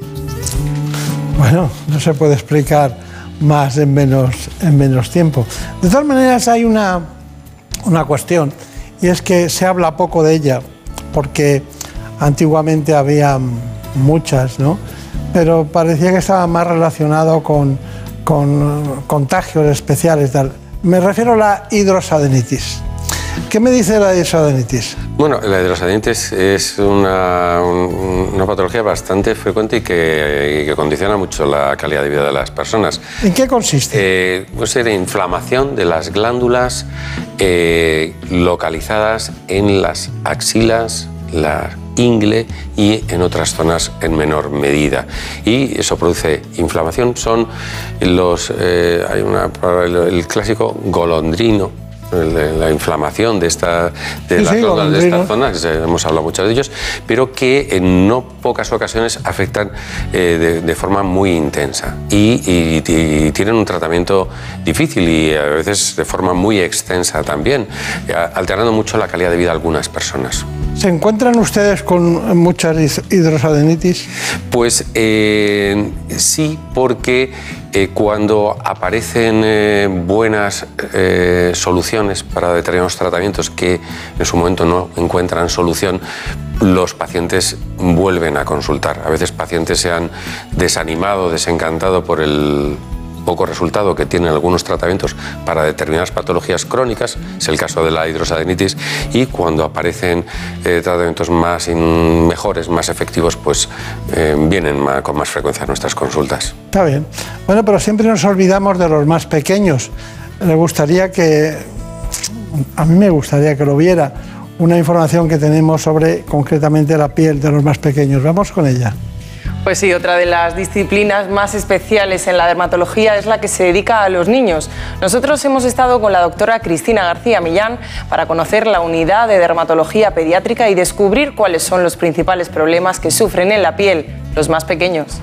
Bueno, no se puede explicar más en menos, en menos tiempo. De todas maneras hay una, una cuestión y es que se habla poco de ella porque antiguamente había muchas, ¿no? Pero parecía que estaba más relacionado con con contagios especiales. Tal. Me refiero a la hidrosadenitis. ¿Qué me dice la hidrosadenitis? Bueno, la hidrosadenitis es una, una patología bastante frecuente y que, y que condiciona mucho la calidad de vida de las personas. ¿En qué consiste? Eh, puede ser inflamación de las glándulas eh, localizadas en las axilas, la ingle y en otras zonas en menor medida. Y eso produce inflamación. Son los, eh, hay una, el clásico golondrino, la inflamación de, esta, de, sí, las sí, zonas, de estas zonas, hemos hablado mucho de ellos, pero que en no pocas ocasiones afectan eh, de, de forma muy intensa y, y, y tienen un tratamiento difícil y a veces de forma muy extensa también, alterando mucho la calidad de vida de algunas personas. ¿Se encuentran ustedes con muchas hidrosadenitis? Pues eh, sí, porque Eh, cuando aparecen eh, buenas eh, soluciones para determinados tratamientos que en su momento no encuentran solución, los pacientes vuelven a consultar. A veces pacientes se han desanimado, desencantado por el poco resultado que tienen algunos tratamientos para determinadas patologías crónicas, es el caso de la hidrosadenitis, y cuando aparecen eh, tratamientos más in, mejores, más efectivos, pues eh, vienen más, con más frecuencia a nuestras consultas. Está bien. Bueno, pero siempre nos olvidamos de los más pequeños. Le gustaría que, a mí me gustaría que lo viera, una información que tenemos sobre concretamente la piel de los más pequeños. Vamos con ella. Pues sí, otra de las disciplinas más especiales en la dermatología es la que se dedica a los niños. Nosotros hemos estado con la doctora Cristina García Millán para conocer la unidad de dermatología pediátrica y descubrir cuáles son los principales problemas que sufren en la piel los más pequeños.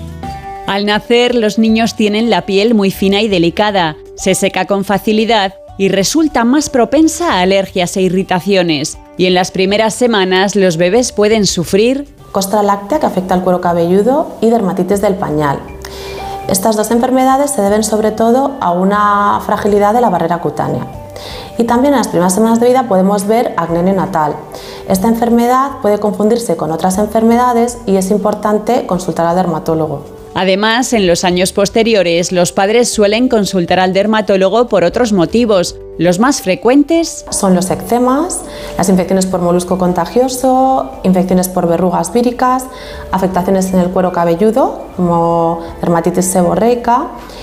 Al nacer, los niños tienen la piel muy fina y delicada, se seca con facilidad y resulta más propensa a alergias e irritaciones. Y en las primeras semanas los bebés pueden sufrir costra láctea, que afecta al cuero cabelludo, y dermatitis del pañal. Estas dos enfermedades se deben sobre todo a una fragilidad de la barrera cutánea. Y también en las primeras semanas de vida podemos ver acné neonatal. Esta enfermedad puede confundirse con otras enfermedades y es importante consultar al dermatólogo. Además, en los años posteriores, los padres suelen consultar al dermatólogo por otros motivos. Los más frecuentes son los eczemas, las infecciones por molusco contagioso, infecciones por verrugas víricas, afectaciones en el cuero cabelludo, como dermatitis seborreica,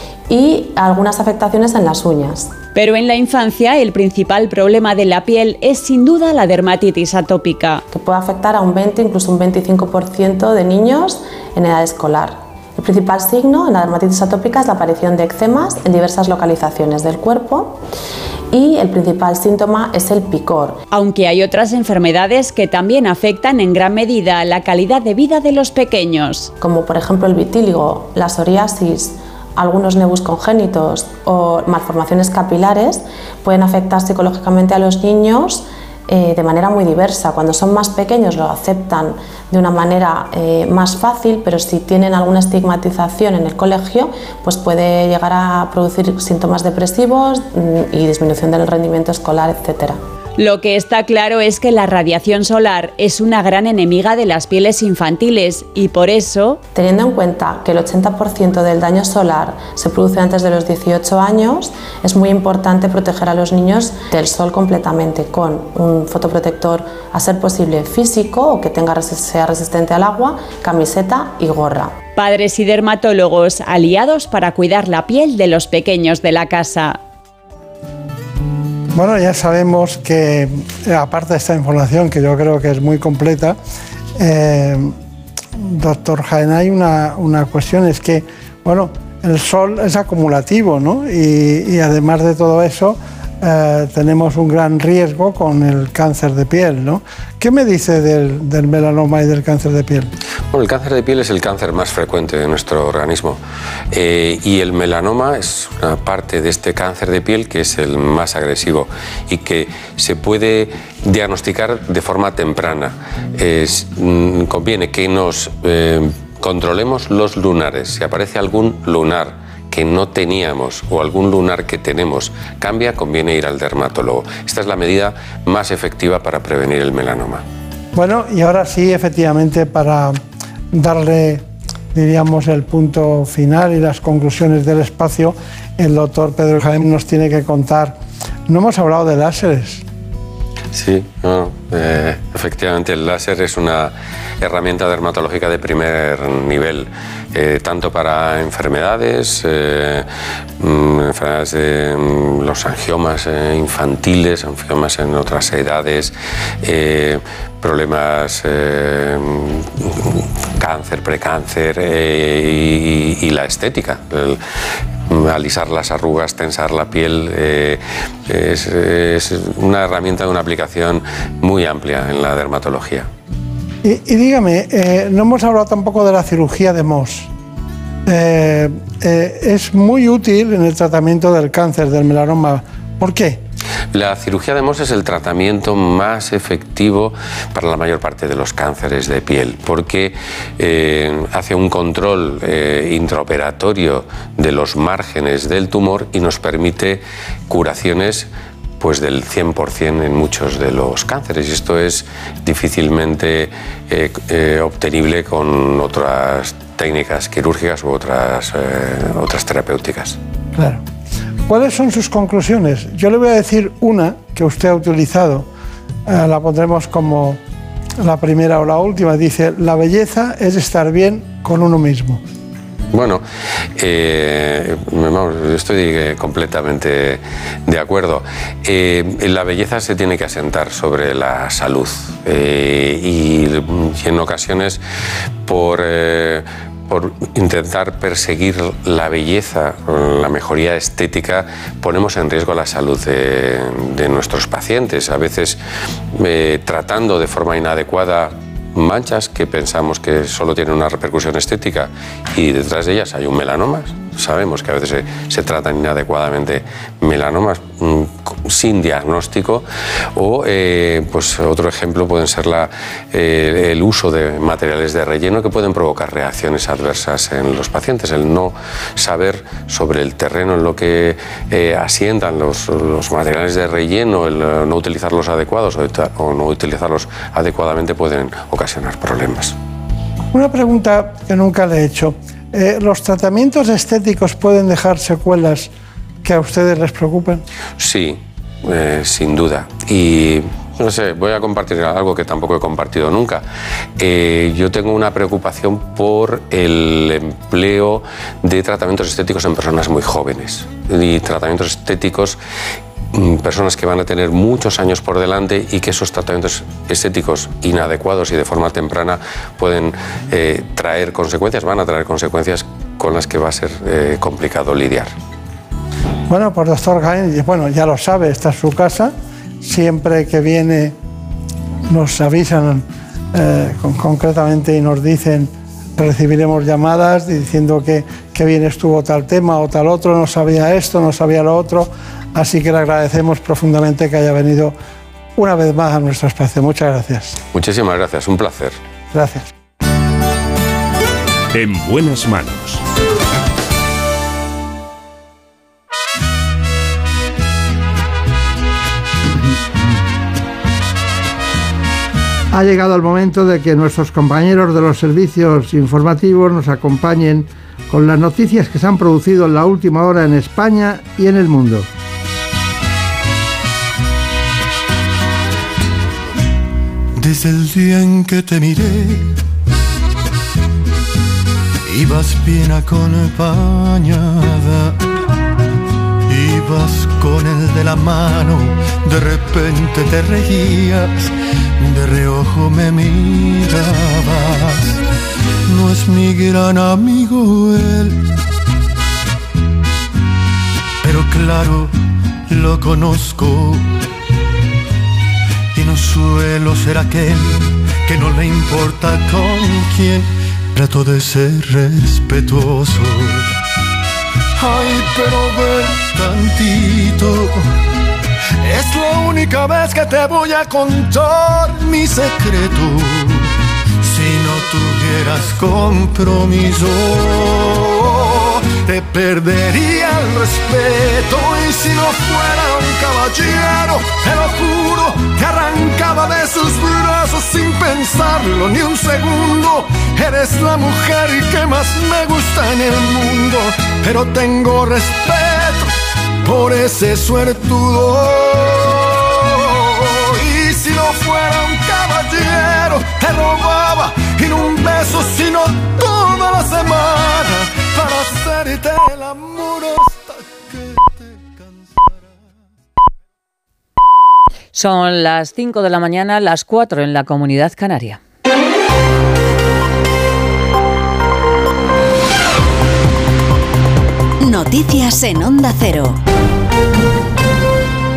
y algunas afectaciones en las uñas. Pero en la infancia, el principal problema de la piel es sin duda la dermatitis atópica, que puede afectar a un veinte, incluso un veinticinco por ciento de niños en edad escolar. El principal signo en la dermatitis atópica es la aparición de eczemas en diversas localizaciones del cuerpo y el principal síntoma es el picor. Aunque hay otras enfermedades que también afectan en gran medida la calidad de vida de los pequeños, como por ejemplo el vitíligo, la psoriasis, algunos nevus congénitos o malformaciones capilares, pueden afectar psicológicamente a los niños Eh, de manera muy diversa. Cuando son más pequeños lo aceptan de una manera eh, más fácil, pero si tienen alguna estigmatización en el colegio, pues puede llegar a producir síntomas depresivos y disminución del rendimiento escolar, etcétera. Lo que está claro es que la radiación solar es una gran enemiga de las pieles infantiles y por eso, teniendo en cuenta que el ochenta por ciento del daño solar se produce antes de los dieciocho años, es muy importante proteger a los niños del sol completamente con un fotoprotector, a ser posible físico o que tenga, sea resistente al agua, camiseta y gorra. Padres y dermatólogos aliados para cuidar la piel de los pequeños de la casa. Bueno, ya sabemos que, aparte de esta información, que yo creo que es muy completa, eh, doctor Jaén, hay una, una cuestión, es que, bueno, el sol es acumulativo, ¿no? Y, y además de todo eso, eh, tenemos un gran riesgo con el cáncer de piel, ¿no? ¿Qué me dice del, del melanoma y del cáncer de piel? Bueno, el cáncer de piel es el cáncer más frecuente de nuestro organismo eh, y el melanoma es una parte de este cáncer de piel que es el más agresivo y que se puede diagnosticar de forma temprana. Es, mm, conviene que nos eh, controlemos los lunares. Si aparece algún lunar que no teníamos o algún lunar que tenemos cambia, conviene ir al dermatólogo. Esta es la medida más efectiva para prevenir el melanoma. Bueno, y ahora sí, efectivamente, para darle, diríamos, el punto final y las conclusiones del espacio, el doctor Pedro Jaén nos tiene que contar. No hemos hablado de láseres. Sí, no, eh, efectivamente el láser es una herramienta dermatológica de primer nivel, eh, tanto para enfermedades, eh, enfermedades de mm, los angiomas eh, infantiles, angiomas en otras edades, eh, problemas, eh, cáncer, precáncer eh, y, y la estética. El, alisar las arrugas, tensar la piel, eh, es, es una herramienta, una aplicación muy amplia en la dermatología. Y, y dígame, eh, no hemos hablado tampoco de la cirugía de Mohs. Eh, eh, es muy útil en el tratamiento del cáncer, del melanoma. ¿Por qué? La cirugía de Mohs es el tratamiento más efectivo para la mayor parte de los cánceres de piel, porque eh, hace un control eh, intraoperatorio de los márgenes del tumor y nos permite curaciones pues del cien por cien en muchos de los cánceres, y esto es difícilmente eh, eh, obtenible con otras técnicas quirúrgicas u otras, eh, otras terapéuticas. Claro. ¿Cuáles son sus conclusiones? Yo le voy a decir una que usted ha utilizado, eh, la pondremos como la primera o la última. Dice, la belleza es estar bien con uno mismo. Bueno, eh, vamos, estoy eh, completamente de acuerdo. Eh, la belleza se tiene que asentar sobre la salud eh, y, y en ocasiones por... Eh, por intentar perseguir la belleza, la mejoría estética, ponemos en riesgo la salud de, de nuestros pacientes. A veces eh, tratando de forma inadecuada manchas que pensamos que solo tienen una repercusión estética y detrás de ellas hay un melanoma. Sabemos que a veces se, se tratan inadecuadamente melanomas mmm, sin diagnóstico, o eh, pues otro ejemplo pueden ser la, eh, el uso de materiales de relleno que pueden provocar reacciones adversas en los pacientes. El no saber sobre el terreno en lo que eh, asientan los, los materiales de relleno, el no utilizarlos adecuados o, o no utilizarlos adecuadamente pueden ocasionar problemas. Una pregunta que nunca le he hecho. Eh, ¿Los tratamientos estéticos pueden dejar secuelas que a ustedes les preocupen? Sí, eh, sin duda. Y no sé, voy a compartir algo que tampoco he compartido nunca. Eh, yo tengo una preocupación por el empleo de tratamientos estéticos en personas muy jóvenes y tratamientos estéticos personas que van a tener muchos años por delante y que esos tratamientos estéticos inadecuados y de forma temprana pueden eh, traer consecuencias, van a traer consecuencias con las que va a ser eh, complicado lidiar. Bueno, pues doctor Jaén, bueno, ya lo sabe, esta es su casa. Siempre que viene nos avisan eh, con, concretamente y nos dicen, recibiremos llamadas diciendo que, que bien estuvo tal tema o tal otro, no sabía esto, no sabía lo otro. Así que le agradecemos profundamente que haya venido una vez más a nuestro espacio. Muchas gracias. Muchísimas gracias, un placer. Gracias. En buenas manos. Ha llegado el momento de que nuestros compañeros de los servicios informativos nos acompañen con las noticias que se han producido en la última hora en España y en el mundo. Desde el día en que te miré, ibas bien acompañada, ibas con el de la mano, de repente te reías, de reojo me mirabas. No es mi gran amigo él, pero claro, lo conozco. Y no suelo ser aquel que no le importa con quién, trato de ser respetuoso. Ay, pero ven tantito, es la única vez que te voy a contar mi secreto. Si no tuvieras compromiso, te perdería el respeto. Y si no fuera un caballero, te lo juro, te arrancaba de sus brazos sin pensarlo ni un segundo. Eres la mujer que más me gusta en el mundo, pero tengo respeto por ese suertudo. Y si no fuera un caballero, te robaba y no un beso, sino toda la semana para hacerte el amor hasta que te cansara. Son las cinco de la mañana, las cuatro en la Comunidad Canaria. Noticias en Onda Cero.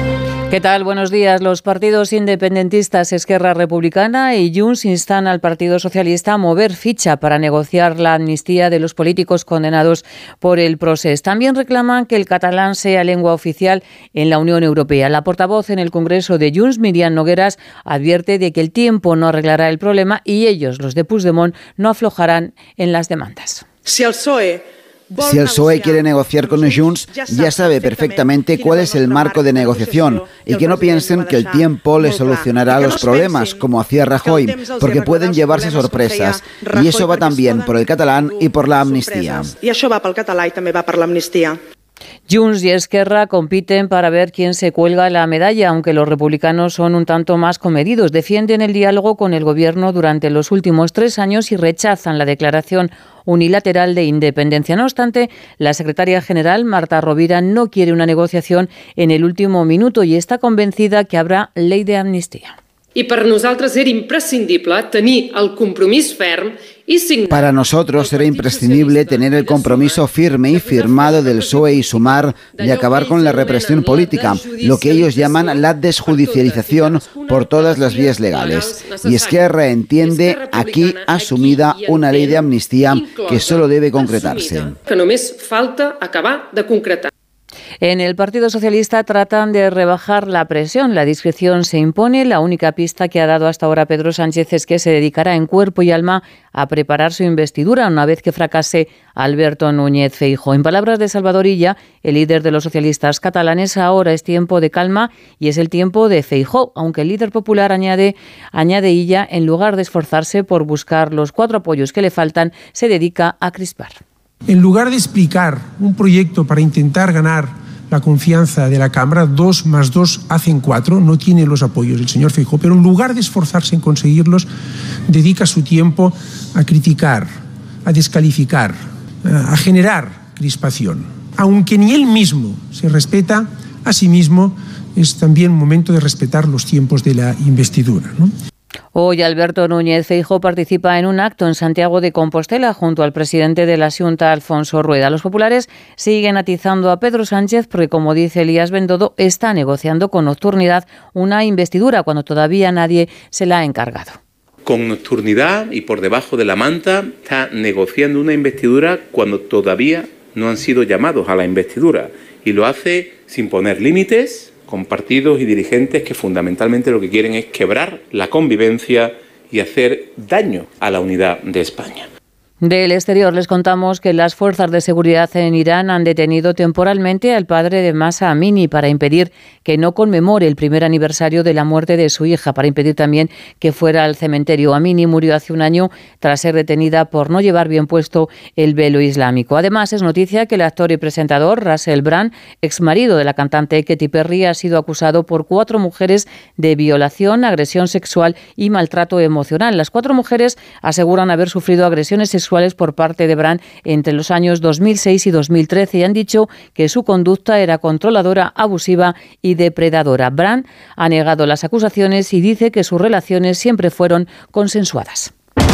¿Qué tal? Buenos días. Los partidos independentistas Esquerra Republicana y Junts instan al Partido Socialista a mover ficha para negociar la amnistía de los políticos condenados por el Procés. También reclaman que el catalán sea lengua oficial en la Unión Europea. La portavoz en el Congreso de Junts, Míriam Nogueras, advierte de que el tiempo no arreglará el problema y ellos, los de Puigdemont, no aflojarán en las demandas. Si el P S O E Si el P S O E quiere negociar con Junts, ya sabe perfectamente cuál es el marco de negociación y que no piensen que el tiempo les solucionará los problemas, como hacía Rajoy, porque pueden llevarse sorpresas. Y eso va también por el catalán y por la amnistía. I això va pel català i també va per l'amnistia. Junts y Esquerra compiten para ver quién se cuelga la medalla, aunque los republicanos son un tanto más comedidos. Defienden el diálogo con el gobierno durante los últimos tres años y rechazan la declaración unilateral de independencia. No obstante, la secretaria general, Marta Rovira, no quiere una negociación en el último minuto y está convencida que habrá ley de amnistía. I per nosaltres era imprescindible tenir el compromís ferm y signar. Para nosotros era imprescindible tener el compromiso firme y firmado del P S O E y Sumar de acabar con la represión política, lo que ellos llaman la desjudicialización por todas las vías legales. Y Esquerra entiende aquí asumida una ley de amnistía que solo debe concretarse. Que només falta acabar de concretar. En el Partido Socialista tratan de rebajar la presión. La discreción se impone. La única pista que ha dado hasta ahora Pedro Sánchez es que se dedicará en cuerpo y alma a preparar su investidura una vez que fracase Alberto Núñez Feijóo. En palabras de Salvador Illa, el líder de los socialistas catalanes, ahora es tiempo de calma y es el tiempo de Feijóo, aunque el líder popular añade, añade Illa, en lugar de esforzarse por buscar los cuatro apoyos que le faltan, se dedica a crispar. En lugar de explicar un proyecto para intentar ganar la confianza de la Cámara, dos más dos hacen cuatro, no tiene los apoyos del señor Feijóo, pero en lugar de esforzarse en conseguirlos, dedica su tiempo a criticar, a descalificar, a generar crispación. Aunque ni él mismo se respeta a sí mismo, es también momento de respetar los tiempos de la investidura, ¿no? Hoy Alberto Núñez Feijóo participa en un acto en Santiago de Compostela junto al presidente de la Xunta, Alfonso Rueda. Los populares siguen atizando a Pedro Sánchez porque, como dice Elías Bendodo, está negociando con nocturnidad una investidura cuando todavía nadie se la ha encargado. Con nocturnidad y por debajo de la manta está negociando una investidura cuando todavía no han sido llamados a la investidura y lo hace sin poner límites, con partidos y dirigentes que fundamentalmente lo que quieren es quebrar la convivencia y hacer daño a la unidad de España. Del exterior les contamos que las fuerzas de seguridad en Irán han detenido temporalmente al padre de Mahsa Amini para impedir que no conmemore el primer aniversario de la muerte de su hija, para impedir también que fuera al cementerio. Amini murió hace un año tras ser detenida por no llevar bien puesto el velo islámico. Además, es noticia que el actor y presentador Russell Brand, exmarido de la cantante Katy Perry, ha sido acusado por cuatro mujeres de violación, agresión sexual y maltrato emocional. Las cuatro mujeres aseguran haber sufrido agresiones sexuales por parte de Brand entre los años dos mil seis y dos mil trece y han dicho que su conducta era controladora, abusiva y depredadora. Brand ha negado las acusaciones y dice que sus relaciones siempre fueron consensuadas.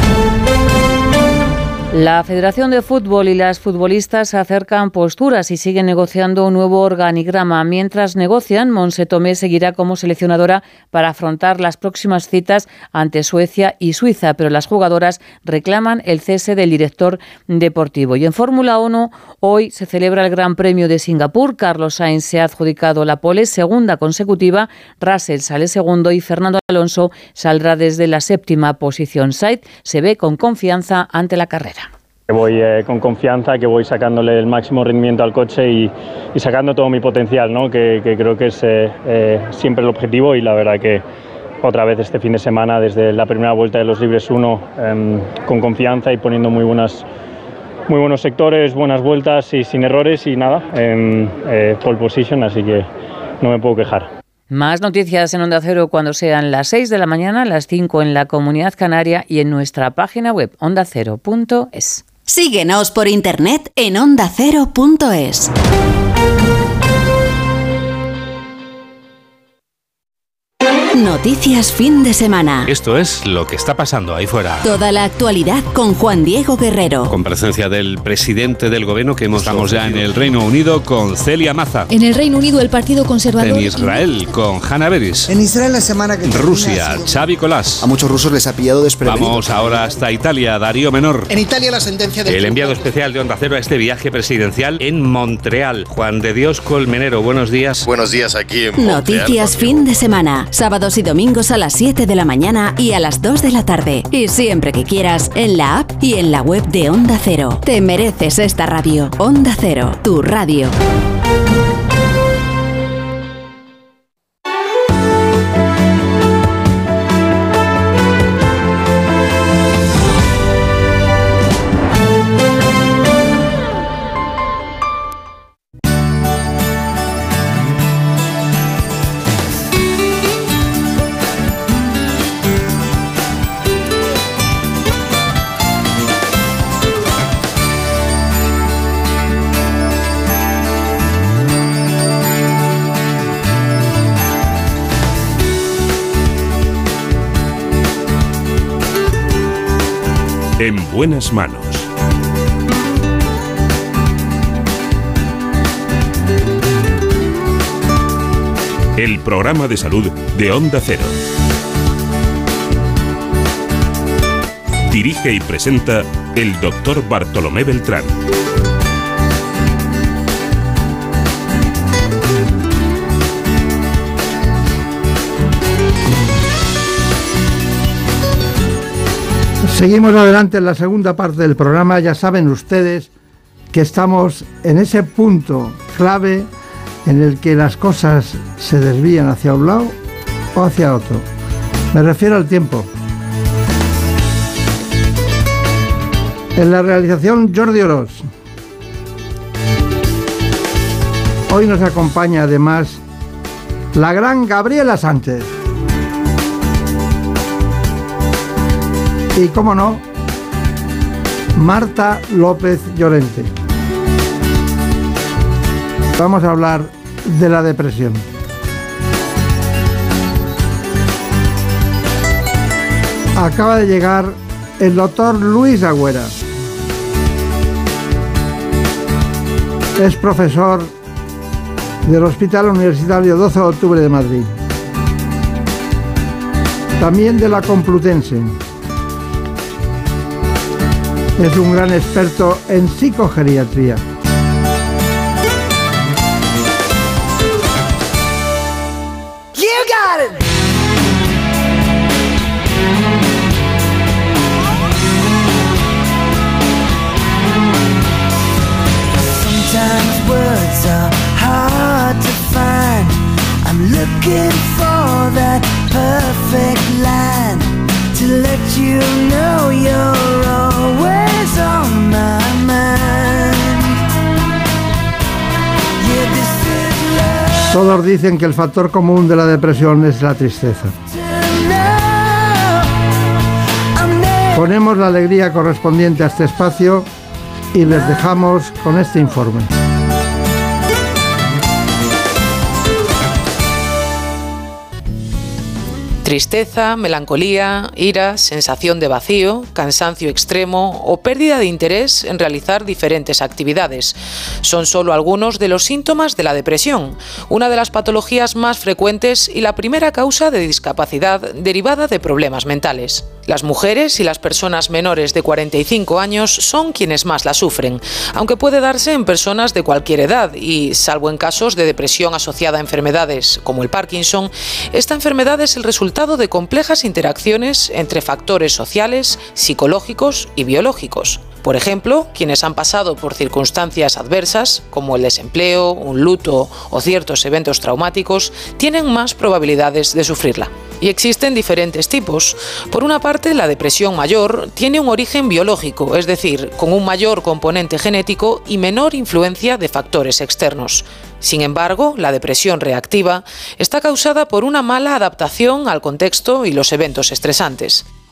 La Federación de Fútbol y las futbolistas acercan posturas y siguen negociando un nuevo organigrama. Mientras negocian, Montse Tomé seguirá como seleccionadora para afrontar las próximas citas ante Suecia y Suiza, pero las jugadoras reclaman el cese del director deportivo. Y en Fórmula uno, hoy se celebra el Gran Premio de Singapur. Carlos Sainz se ha adjudicado la pole, segunda consecutiva. Russell sale segundo y Fernando Alonso saldrá desde la séptima posición. Sainz se ve con confianza ante la carrera. Voy eh, con confianza, que voy sacándole el máximo rendimiento al coche y, y sacando todo mi potencial, ¿no? que, que creo que es eh, eh, siempre el objetivo, y la verdad que otra vez este fin de semana, desde la primera vuelta de los libres uno, eh, con confianza y poniendo muy buenas, muy buenos sectores, buenas vueltas y sin errores y nada, en eh, pole position, así que no me puedo quejar. Más noticias en Onda Cero cuando sean las seis de la mañana, las cinco en la Comunidad Canaria y en nuestra página web onda cero punto es. Síguenos por internet en onda cero punto es. Noticias fin de semana. Esto es lo que está pasando ahí fuera. Toda la actualidad con Juan Diego Guerrero. Con presencia del presidente del gobierno que hemos Estamos ya en el Reino Unido con Celia Maza. En el Reino Unido el Partido Conservador. En Israel con Hannah Beris. En Israel la semana que Rusia, Xavi Colás. A muchos rusos les ha pillado desprevenidos. Vamos ahora hasta Italia, Darío Menor. En Italia la sentencia del El enviado especial de Onda Cero a este viaje presidencial en Montreal. Juan de Dios Colmenero, buenos días. Buenos días aquí en Montreal. Noticias fin de semana. Sábados y domingos a las siete de la mañana y a las dos de la tarde. Y siempre que quieras, en la app y en la web de Onda Cero. Te mereces esta radio. Onda Cero, tu radio. En buenas manos. El programa de salud de Onda Cero. Dirige y presenta el doctor Bartolomé Beltrán. Seguimos adelante en la segunda parte del programa. Ya saben ustedes que estamos en ese punto clave en el que las cosas se desvían hacia un lado o hacia otro. Me refiero al tiempo. En la realización, Jordi Orós. Hoy nos acompaña además la gran Gabriela Sánchez. Y, cómo no, Marta López Llorente. Vamos a hablar de la depresión. Acaba de llegar el doctor Luis Agüera. Es profesor del Hospital Universitario doce de octubre de Madrid. También de la Complutense. Es un gran experto en psicogeriatría. You got it. Sometimes words are hard to find. I'm looking for that perfect line to let you know you're always on my mind. Yeah, this is love. Todos dicen que el factor común de la depresión es la tristeza. Ponemos la alegría correspondiente a este espacio y les dejamos con este informe. Tristeza, melancolía, ira, sensación de vacío, cansancio extremo o pérdida de interés en realizar diferentes actividades. Son solo algunos de los síntomas de la depresión, una de las patologías más frecuentes y la primera causa de discapacidad derivada de problemas mentales. Las mujeres y las personas menores de cuarenta y cinco años son quienes más la sufren, aunque puede darse en personas de cualquier edad y, salvo en casos de depresión asociada a enfermedades como el Parkinson, esta enfermedad es el resultado de complejas interacciones entre factores sociales, psicológicos y biológicos. Por ejemplo, quienes han pasado por circunstancias adversas, como el desempleo, un luto o ciertos eventos traumáticos, tienen más probabilidades de sufrirla. Y existen diferentes tipos. Por una parte, la depresión mayor tiene un origen biológico, es decir, con un mayor componente genético y menor influencia de factores externos. Sin embargo, la depresión reactiva está causada por una mala adaptación al contexto y los eventos estresantes.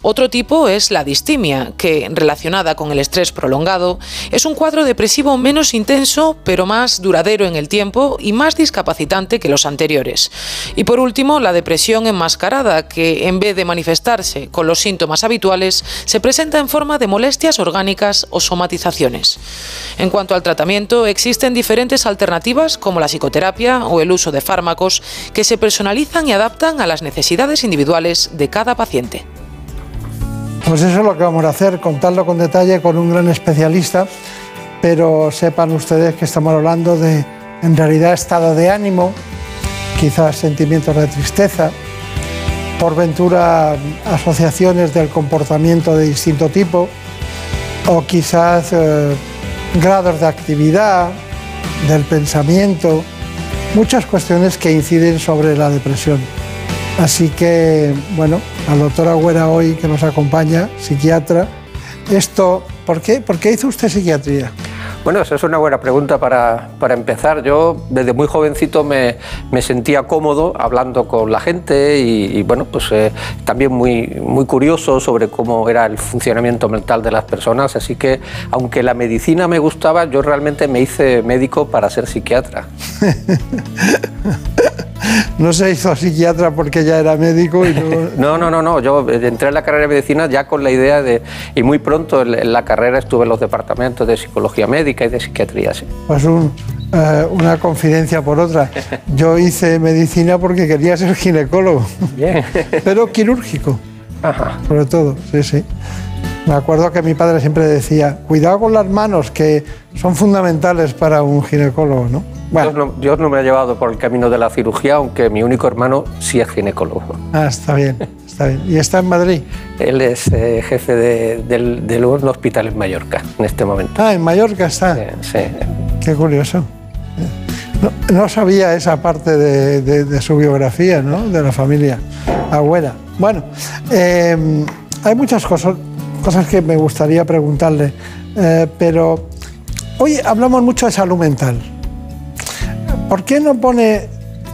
Otro tipo es la distimia, que, relacionada con el estrés prolongado, es un cuadro depresivo menos intenso, pero más duradero en el tiempo y más discapacitante que los anteriores. Y por último, la depresión enmascarada, que en vez de manifestarse con los síntomas habituales, se presenta en forma de molestias orgánicas o somatizaciones. En cuanto al tratamiento, existen diferentes alternativas como la psicoterapia o el uso de fármacos que se personalizan y adaptan a las necesidades individuales de cada paciente. Pues eso es lo que vamos a hacer, contarlo con detalle con un gran especialista, pero sepan ustedes que estamos hablando de, en realidad, estado de ánimo, quizás sentimientos de tristeza, por ventura asociaciones del comportamiento de distinto tipo, o quizás eh, grados de actividad, del pensamiento, muchas cuestiones que inciden sobre la depresión. Así que, bueno, la doctora Agüera hoy que nos acompaña, psiquiatra, esto, ¿por qué, ¿por qué hizo usted psiquiatría? Bueno, esa es una buena pregunta para, para empezar. Yo desde muy jovencito me, me sentía cómodo hablando con la gente y, y bueno, pues eh, también muy, muy curioso sobre cómo era el funcionamiento mental de las personas. Así que, aunque la medicina me gustaba, yo realmente me hice médico para ser psiquiatra. No se hizo psiquiatra porque ya era médico y no... no, no, no, no. Yo entré en la carrera de medicina ya con la idea de... Y muy pronto en, en la carrera estuve en los departamentos de psicología médica y de psiquiatría, sí. Pues un, eh, una confidencia por otra. Yo hice medicina porque quería ser ginecólogo. Bien. Pero quirúrgico. Ajá. Sobre todo, sí, sí. Me acuerdo que mi padre siempre decía, cuidado con las manos, que son fundamentales para un ginecólogo, ¿no? Bueno. Dios, no, Dios no me ha llevado por el camino de la cirugía, aunque mi único hermano sí es ginecólogo. Ah, está bien, está bien. ¿Y está en Madrid? Él es eh, jefe de, de, de un hospital en Mallorca, en este momento. Ah, en Mallorca está. Sí. sí. Qué curioso. No, no sabía esa parte de, de, de su biografía, ¿no? De la familia Agüera. Bueno, eh, hay muchas cosas, cosas que me gustaría preguntarle, eh, pero hoy hablamos mucho de salud mental. ¿Por qué no pone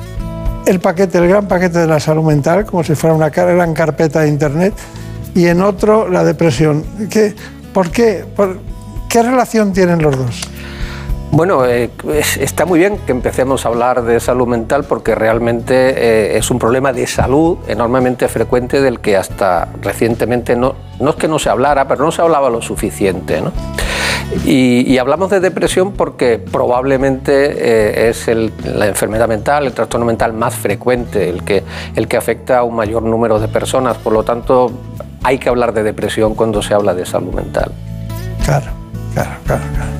el paquete, el gran paquete de la salud mental, como si fuera una gran carpeta de internet, y en otro la depresión? ¿Qué, ¿Por qué? ¿Por, ¿Qué relación tienen los dos? Bueno, eh, está muy bien que empecemos a hablar de salud mental porque realmente eh, es un problema de salud enormemente frecuente del que hasta recientemente no, no es que no se hablara, pero no se hablaba lo suficiente, ¿no? Y, y hablamos de depresión porque probablemente eh, es el, la enfermedad mental, el trastorno mental más frecuente, el que, el que afecta a un mayor número de personas. Por lo tanto, hay que hablar de depresión cuando se habla de salud mental. Claro, claro, claro, claro.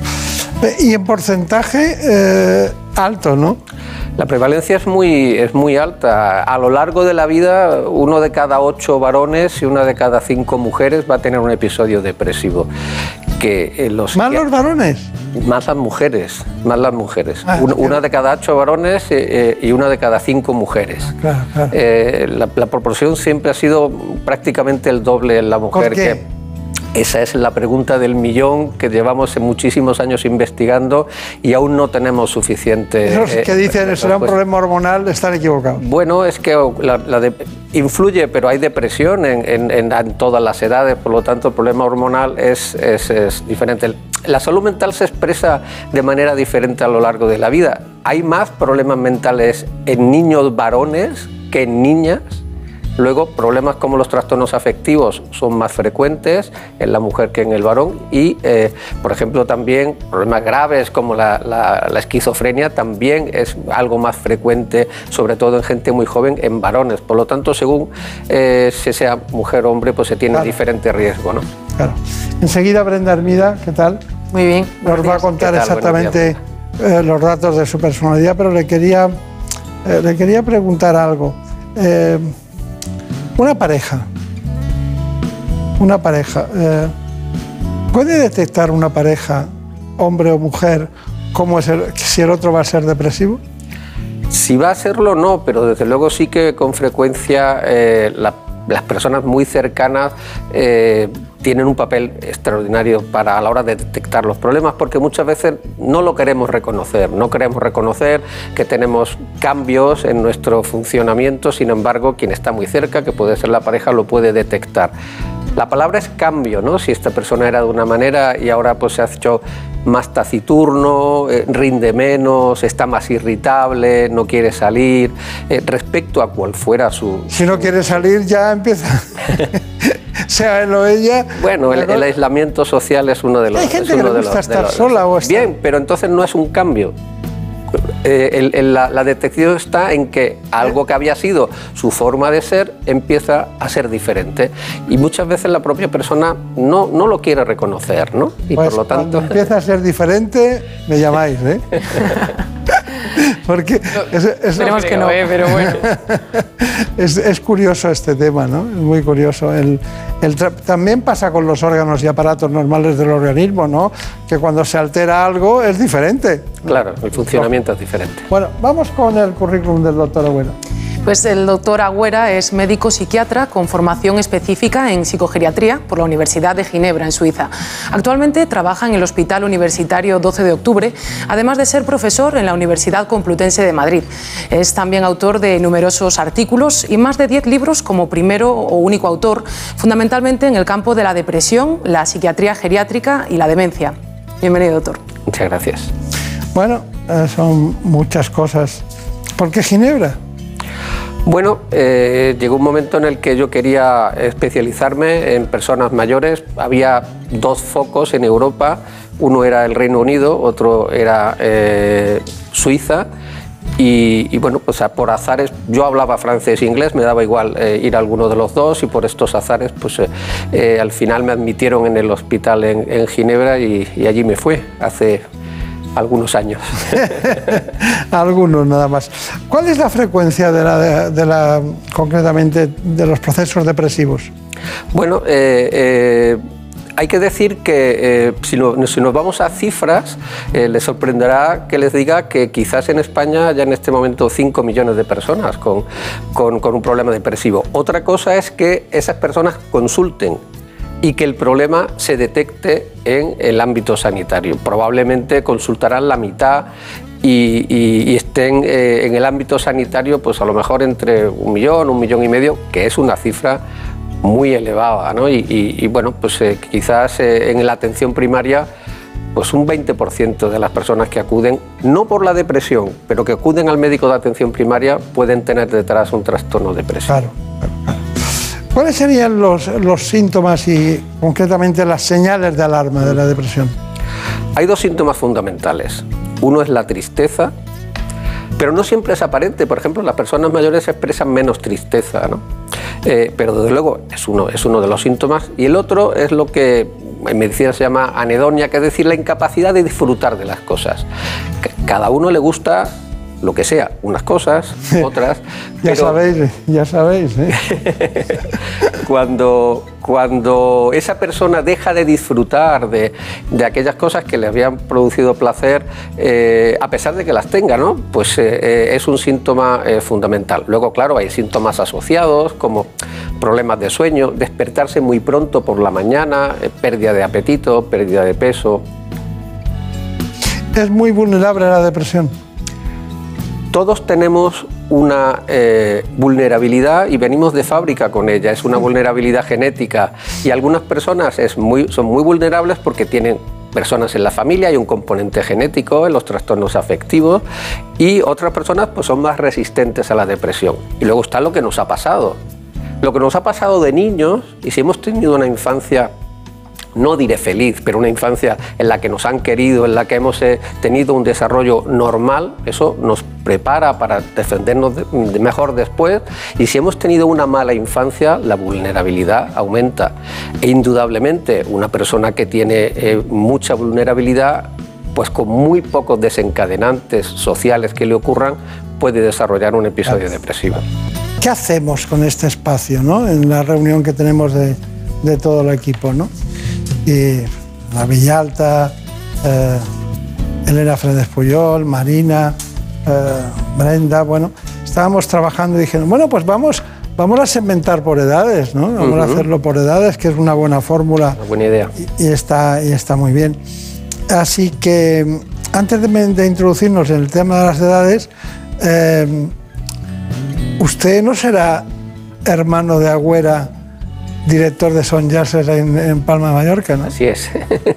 Y en porcentaje eh, alto, ¿no? La prevalencia es muy, es muy alta. A lo largo de la vida, uno de cada ocho varones y una de cada cinco mujeres va a tener un episodio depresivo. Que, eh, los ¿Más los varones? Más las mujeres, más las mujeres. Ah, una, claro. una de cada ocho varones eh, y una de cada cinco mujeres. Claro, claro. Eh, la, la proporción siempre ha sido prácticamente el doble en la mujer. ¿Por qué? Que, esa es la pregunta del millón que llevamos muchísimos años investigando y aún no tenemos suficiente... Esos que eh, dicen será un problema hormonal están equivocados. Bueno, es que la, la de, influye, pero hay depresión en, en, en, en todas las edades, por lo tanto el problema hormonal es, es, es diferente. La salud mental se expresa de manera diferente a lo largo de la vida. Hay más problemas mentales en niños varones que en niñas. Luego, problemas como los trastornos afectivos son más frecuentes en la mujer que en el varón y, eh, por ejemplo, también problemas graves como la, la, la esquizofrenia también es algo más frecuente, sobre todo en gente muy joven, en varones. Por lo tanto, según eh, si sea mujer o hombre, pues se tiene claro. diferente riesgo, ¿no? Claro. Enseguida Brenda Hermida, ¿qué tal? Muy bien. Nos va a contar exactamente eh, los datos de su personalidad, pero le quería, eh, le quería preguntar algo. Eh, Una pareja, una pareja, eh, ¿puede detectar una pareja, hombre o mujer, cómo es el, si el otro va a ser depresivo? Si va a serlo, no, pero desde luego sí que con frecuencia eh, la, las personas muy cercanas eh, tienen un papel extraordinario para a la hora de detectar los problemas, porque muchas veces no lo queremos reconocer, no queremos reconocer que tenemos cambios en nuestro funcionamiento, sin embargo, quien está muy cerca, que puede ser la pareja, lo puede detectar. La palabra es cambio, ¿no? Si esta persona era de una manera y ahora pues se ha hecho más taciturno, eh, rinde menos, está más irritable, no quiere salir, eh, respecto a cual fuera su... Si no quiere salir ya empieza... sea él o ella... Bueno, el, el aislamiento social es uno de los... Hay gente que le gusta estar sola o estar... Bien, pero entonces no es un cambio. Eh, el, el, la, la detección está en que algo que había sido su forma de ser empieza a ser diferente y muchas veces la propia persona no, no lo quiere reconocer, ¿no? Y pues por lo tanto... cuando empieza a ser diferente, me llamáis, ¿eh? Porque es, es, esperemos que no, ¿eh? Pero bueno. es, es curioso este tema, ¿no? Es muy curioso. El, el también pasa con los órganos y aparatos normales del organismo, ¿no? Que cuando se altera algo es diferente. Claro, el funcionamiento no. es diferente. Bueno, vamos con el currículum del doctor Agüera. Pues el doctor Agüera es médico psiquiatra con formación específica en psicogeriatría por la Universidad de Ginebra, en Suiza. Actualmente trabaja en el Hospital Universitario doce de octubre, además de ser profesor en la Universidad Complutense de Madrid. Es también autor de numerosos artículos y más de diez libros como primero o único autor, fundamentalmente en el campo de la depresión, la psiquiatría geriátrica y la demencia. Bienvenido, doctor. Muchas gracias. Bueno, eh, son muchas cosas. ¿Por qué Ginebra? Bueno, eh, llegó un momento en el que yo quería especializarme en personas mayores. Había dos focos en Europa, uno era el Reino Unido, otro era eh, Suiza. Y, y bueno, pues por azares, yo hablaba francés e inglés, me daba igual eh, ir a alguno de los dos y por estos azares, pues eh, eh, al final me admitieron en el hospital en, en Ginebra y, y allí me fue hace algunos años. Algunos nada más. ¿Cuál es la frecuencia de la, de, de la concretamente de los procesos depresivos? Bueno, eh, eh, hay que decir que eh, si, no, si nos vamos a cifras, eh, les sorprenderá que les diga que quizás en España haya en este momento cinco millones de personas con, con, con un problema depresivo. Otra cosa es que esas personas consulten y que el problema se detecte en el ámbito sanitario. Probablemente consultarán la mitad y, y, y estén eh, en el ámbito sanitario pues a lo mejor entre un millón, un millón y medio, que es una cifra muy elevada, ¿no? Y, y, y bueno, pues eh, quizás eh, en la atención primaria pues un veinte por ciento de las personas que acuden, no por la depresión, pero que acuden al médico de atención primaria pueden tener detrás un trastorno depresivo. Claro, claro, claro. ¿Cuáles serían los, los síntomas y concretamente las señales de alarma de la depresión? Hay dos síntomas fundamentales. Uno es la tristeza, pero no siempre es aparente. Por ejemplo, las personas mayores expresan menos tristeza, ¿no? Eh, pero desde luego es uno, es uno de los síntomas. Y el otro es lo que en medicina se llama anedonia, que es decir, la incapacidad de disfrutar de las cosas. Cada uno le gusta lo que sea, unas cosas, otras... ya pero sabéis, ya sabéis. ¿eh? cuando, cuando esa persona deja de disfrutar de, de aquellas cosas que le habían producido placer, eh, a pesar de que las tenga, ¿no? Pues eh, es un síntoma eh, fundamental. Luego, claro, hay síntomas asociados como problemas de sueño, despertarse muy pronto por la mañana, eh, pérdida de apetito, pérdida de peso. ¿Es muy vulnerable a la depresión? Todos tenemos una eh, vulnerabilidad y venimos de fábrica con ella, es una vulnerabilidad genética y algunas personas es muy, son muy vulnerables porque tienen personas en la familia, hay un componente genético en los trastornos afectivos y otras personas pues, son más resistentes a la depresión. Y luego está lo que nos ha pasado, lo que nos ha pasado de niños y si hemos tenido una infancia, no diré feliz, pero una infancia en la que nos han querido, en la que hemos eh, tenido un desarrollo normal, eso nos prepara para defendernos de, de mejor después y si hemos tenido una mala infancia, la vulnerabilidad aumenta e indudablemente una persona que tiene eh, mucha vulnerabilidad, pues con muy pocos desencadenantes sociales que le ocurran, puede desarrollar un episodio depresivo. ¿Qué hacemos con este espacio, ¿no? En la reunión que tenemos de, de todo el equipo, ¿no? Y la Villalta, eh, Elena Fredes Puyol, Marina, eh, Brenda, bueno, estábamos trabajando y dijeron, bueno, pues vamos, vamos a segmentar por edades, ¿no? Vamos uh-huh. a hacerlo por edades, que es una buena fórmula. Una buena idea. Y, y, está, y está muy bien. Así que, antes de, de introducirnos en el tema de las edades, eh, ¿usted no será hermano de Agüera director de Son Llaces en, en Palma de Mallorca, ¿no? Así es.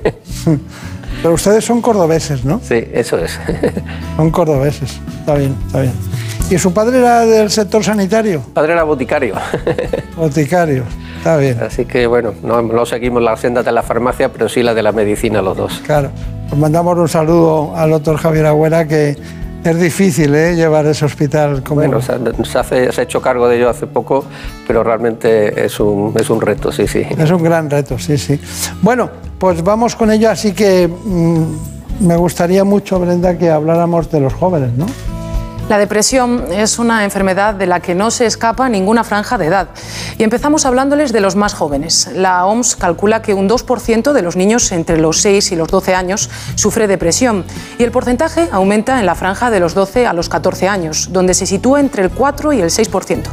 Pero ustedes son cordobeses, ¿no? Sí, eso es. Son cordobeses, está bien, está bien. ¿Y su padre era del sector sanitario? Padre era boticario. Boticario, está bien. Así que bueno, no, no seguimos la senda de la farmacia, pero sí la de la medicina los dos. Claro. Pues mandamos un saludo al doctor Javier Agüera, que es difícil, ¿eh?, llevar ese hospital como... Bueno, se, se, hace, se ha hecho cargo de ello hace poco, pero realmente es un, es un reto, sí, sí. Es un gran reto, sí, sí. Bueno, pues vamos con ello, así que mmm, me gustaría mucho, Brenda, que habláramos de los jóvenes, ¿no? La depresión es una enfermedad de la que no se escapa ninguna franja de edad. Y empezamos hablándoles de los más jóvenes. La O M S calcula que un dos por ciento de los niños entre los seis y los doce años sufre depresión. Y el porcentaje aumenta en la franja de los doce a los catorce años, donde se sitúa entre el cuatro y el seis por ciento.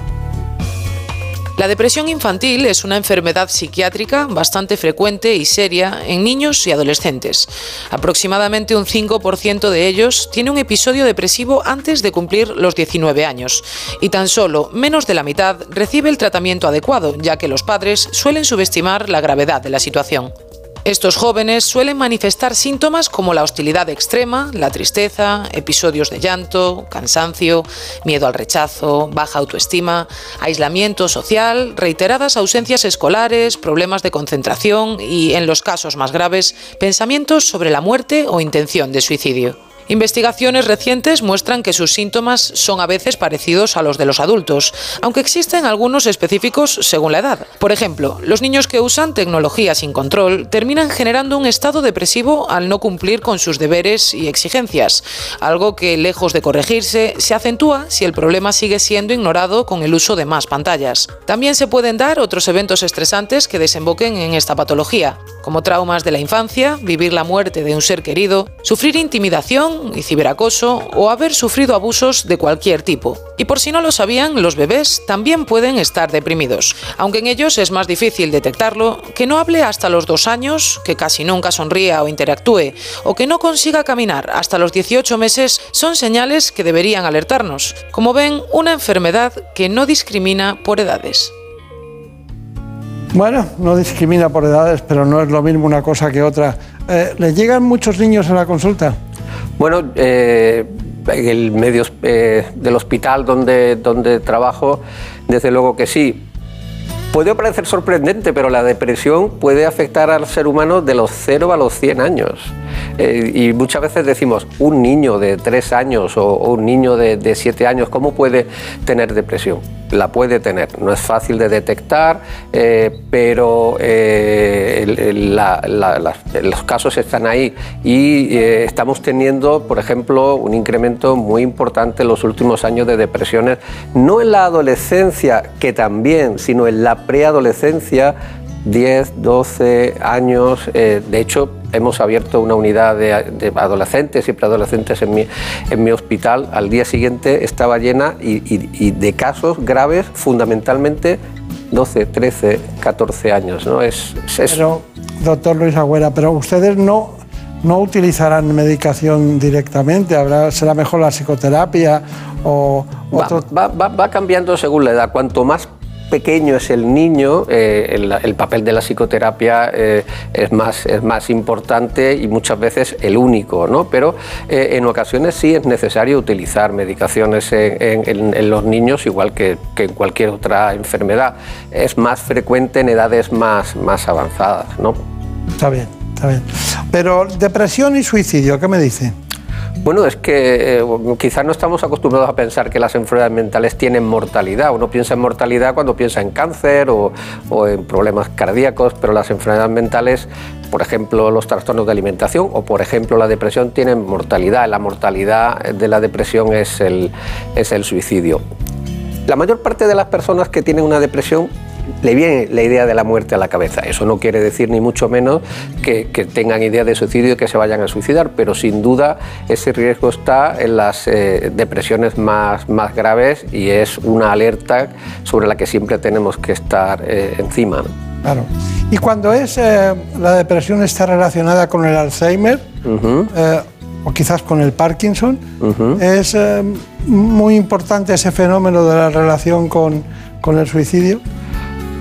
La depresión infantil es una enfermedad psiquiátrica bastante frecuente y seria en niños y adolescentes. Aproximadamente un cinco por ciento de ellos tiene un episodio depresivo antes de cumplir los diecinueve años y tan solo menos de la mitad recibe el tratamiento adecuado, ya que los padres suelen subestimar la gravedad de la situación. Estos jóvenes suelen manifestar síntomas como la hostilidad extrema, la tristeza, episodios de llanto, cansancio, miedo al rechazo, baja autoestima, aislamiento social, reiteradas ausencias escolares, problemas de concentración y, en los casos más graves, pensamientos sobre la muerte o intención de suicidio. Investigaciones recientes muestran que sus síntomas son a veces parecidos a los de los adultos, aunque existen algunos específicos según la edad. Por ejemplo, los niños que usan tecnología sin control terminan generando un estado depresivo al no cumplir con sus deberes y exigencias, algo que, lejos de corregirse, se acentúa si el problema sigue siendo ignorado con el uso de más pantallas. También se pueden dar otros eventos estresantes que desemboquen en esta patología, como traumas de la infancia, vivir la muerte de un ser querido, sufrir intimidación y ciberacoso o haber sufrido abusos de cualquier tipo. Y por si no lo sabían, los bebés también pueden estar deprimidos, aunque en ellos es más difícil detectarlo, que no hable hasta los dos años, que casi nunca sonría o interactúe, o que no consiga caminar hasta los dieciocho meses son señales que deberían alertarnos. Como ven, una enfermedad que no discrimina por edades. Bueno, no discrimina por edades, pero no es lo mismo una cosa que otra. Eh, ¿Le llegan muchos niños a la consulta? Bueno, eh, en el medio eh, del hospital donde, donde trabajo, desde luego que sí. Puede parecer sorprendente, pero la depresión puede afectar al ser humano de los cero a los cien años. Eh, y muchas veces decimos, un niño de tres años o, o un niño de, de siete años, ¿cómo puede tener depresión? La puede tener, no es fácil de detectar, eh, pero eh, el, el, la, la, la, los casos están ahí y eh, estamos teniendo, por ejemplo, un incremento muy importante en los últimos años de depresiones, no en la adolescencia, que también, sino en la preadolescencia, diez, doce años. Eh, de hecho, hemos abierto una unidad de, de adolescentes y preadolescentes en mi, en mi hospital. Al día siguiente estaba llena y, y, y de casos graves, fundamentalmente doce, trece, catorce años, ¿no? Es, es... Pero, doctor Luis Agüera, pero ustedes no, no utilizarán medicación directamente, habrá, será mejor la psicoterapia o otro... Va, va, va, va cambiando según la edad. Cuanto más pequeño es el niño, eh, el, el papel de la psicoterapia eh, es, más, es más importante y muchas veces el único, ¿no? Pero eh, en ocasiones sí es necesario utilizar medicaciones en, en, en los niños, igual que, que en cualquier otra enfermedad. Es más frecuente en edades más, más avanzadas, ¿no? Está bien, está bien. Pero depresión y suicidio, ¿qué me dice? Bueno, es que eh, quizás no estamos acostumbrados a pensar que las enfermedades mentales tienen mortalidad. Uno piensa en mortalidad cuando piensa en cáncer o, o en problemas cardíacos, pero las enfermedades mentales, por ejemplo, los trastornos de alimentación o, por ejemplo, la depresión, tienen mortalidad. La mortalidad de la depresión es el, es el suicidio. La mayor parte de las personas que tienen una depresión le viene la idea de la muerte a la cabeza. Eso no quiere decir ni mucho menos que, que tengan idea de suicidio y que se vayan a suicidar, pero sin duda ese riesgo está en las eh, depresiones más, más graves y es una alerta sobre la que siempre tenemos que estar eh, encima, ¿no? Claro. Y cuando es eh, la depresión está relacionada con el Alzheimer, uh-huh. eh, o quizás con el Parkinson, uh-huh. es eh, muy importante ese fenómeno de la relación con, con el suicidio.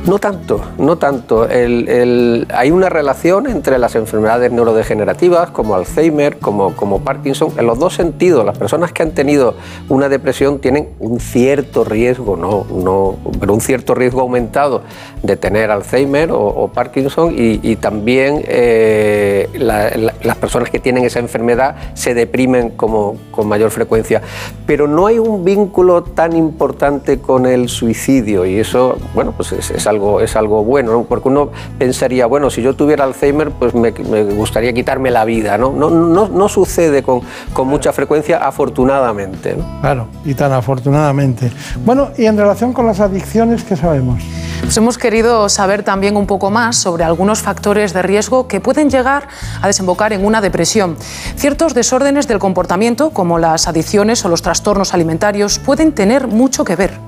No tanto, no tanto. El, el, hay una relación entre las enfermedades neurodegenerativas como Alzheimer, como, como Parkinson, en los dos sentidos. Las personas que han tenido una depresión tienen un cierto riesgo, no, no, pero un cierto riesgo aumentado de tener Alzheimer o, o Parkinson y, y también eh, la, la, las personas que tienen esa enfermedad se deprimen como, con mayor frecuencia. Pero no hay un vínculo tan importante con el suicidio y eso, bueno, pues es, es algo, es algo bueno, ¿no? Porque uno pensaría, bueno, si yo tuviera Alzheimer, pues me, me gustaría quitarme la vida, ¿no? No, no, no sucede con, con mucha frecuencia, afortunadamente, ¿no? Claro, y tan afortunadamente. Bueno, y en relación con las adicciones, ¿qué sabemos? Pues hemos querido saber también un poco más sobre algunos factores de riesgo que pueden llegar a desembocar en una depresión. Ciertos desórdenes del comportamiento, como las adicciones o los trastornos alimentarios, pueden tener mucho que ver.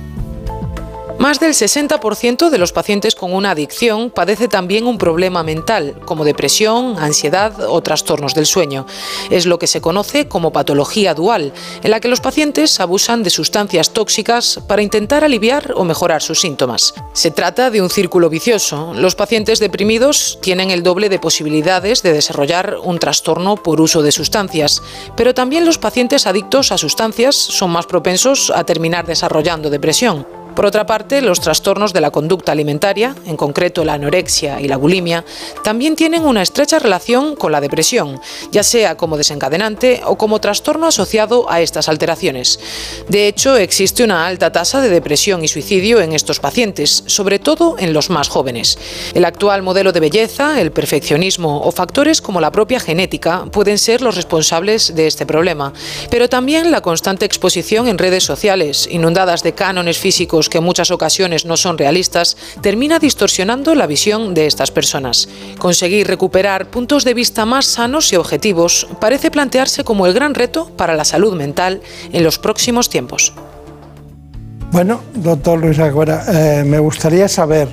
Más del sesenta por ciento de los pacientes con una adicción padece también un problema mental, como depresión, ansiedad o trastornos del sueño. Es lo que se conoce como patología dual, en la que los pacientes abusan de sustancias tóxicas para intentar aliviar o mejorar sus síntomas. Se trata de un círculo vicioso. Los pacientes deprimidos tienen el doble de posibilidades de desarrollar un trastorno por uso de sustancias, pero también los pacientes adictos a sustancias son más propensos a terminar desarrollando depresión. Por otra parte, los trastornos de la conducta alimentaria, en concreto la anorexia y la bulimia, también tienen una estrecha relación con la depresión, ya sea como desencadenante o como trastorno asociado a estas alteraciones. De hecho, existe una alta tasa de depresión y suicidio en estos pacientes, sobre todo en los más jóvenes. El actual modelo de belleza, el perfeccionismo o factores como la propia genética pueden ser los responsables de este problema, pero también la constante exposición en redes sociales, inundadas de cánones físicos que en muchas ocasiones no son realistas, termina distorsionando la visión de estas personas. Conseguir recuperar puntos de vista más sanos y objetivos parece plantearse como el gran reto para la salud mental en los próximos tiempos. Bueno, doctor Luis Agüera, eh, me gustaría saber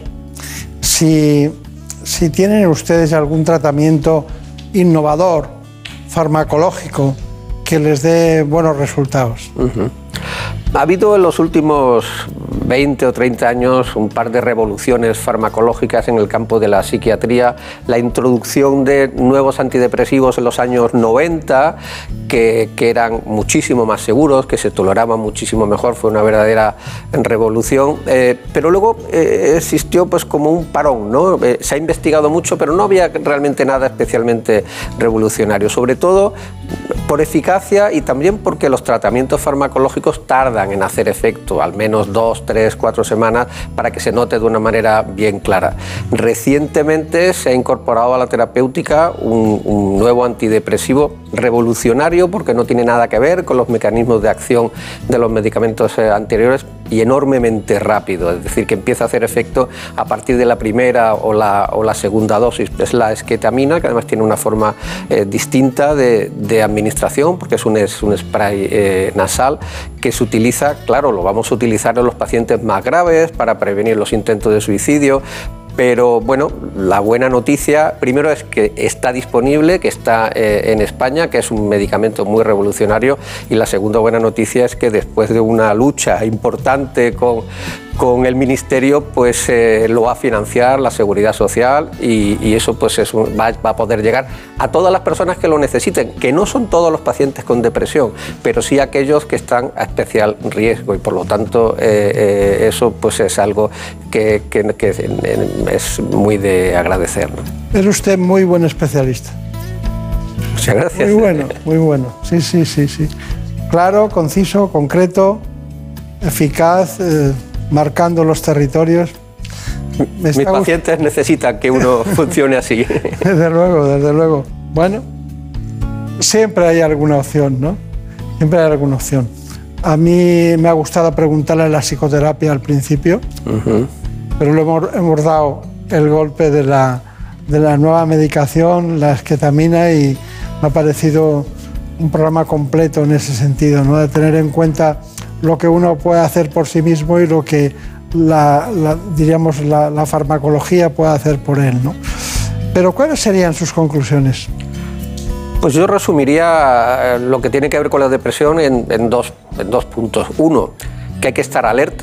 si, si tienen ustedes algún tratamiento innovador, farmacológico, que les dé buenos resultados. Uh-huh. Ha habido en los últimos veinte o treinta años un par de revoluciones farmacológicas en el campo de la psiquiatría. La introducción de nuevos antidepresivos en los años noventa, que, que eran muchísimo más seguros, que se toleraban muchísimo mejor, fue una verdadera revolución. Eh, pero luego eh, existió pues como un parón, ¿no? Eh, se ha investigado mucho, pero no había realmente nada especialmente revolucionario, sobre todo por eficacia y también porque los tratamientos farmacológicos tardan en hacer efecto, al menos dos, tres, cuatro semanas, para que se note de una manera bien clara. Recientemente se ha incorporado a la terapéutica un, un nuevo antidepresivo revolucionario, porque no tiene nada que ver con los mecanismos de acción de los medicamentos eh, anteriores, y enormemente rápido, es decir, que empieza a hacer efecto a partir de la primera o la, o la segunda dosis. Es la esketamina, que además tiene una forma eh, distinta de, de administración, porque es un, es un spray eh, nasal que se utiliza, claro, lo vamos a utilizar en los pacientes más graves para prevenir los intentos de suicidio. Pero bueno, la buena noticia primero es que está disponible, que está eh, en España, que es un medicamento muy revolucionario, y la segunda buena noticia es que después de una lucha importante con, con el Ministerio, pues eh, lo va a financiar la Seguridad Social y, y eso pues es un, va, va a poder llegar a todas las personas que lo necesiten, que no son todos los pacientes con depresión, pero sí aquellos que están a especial riesgo, y por lo tanto eh, eh, eso pues es algo que, que, que es muy de agradecer, ¿no? Es usted muy buen especialista. Muchas gracias. Muy bueno, muy bueno. Sí, sí, sí, sí. Claro, conciso, concreto, eficaz, eh, marcando los territorios. Me Mis pacientes gust... necesitan que uno funcione así. Desde luego, desde luego. Bueno, siempre hay alguna opción, ¿no? Siempre hay alguna opción. A mí me ha gustado preguntarle la psicoterapia al principio, uh-huh. pero luego hemos, hemos dado el golpe de la, de la nueva medicación, la esketamina, y me ha parecido un programa completo en ese sentido, ¿no? De tener en cuenta lo que uno puede hacer por sí mismo y lo que la, la, diríamos, la, la farmacología puede hacer por él, ¿no? Pero ¿cuáles serían sus conclusiones? Pues yo resumiría lo que tiene que ver con la depresión en, en, dos, en dos puntos. Uno, que hay que estar alerta,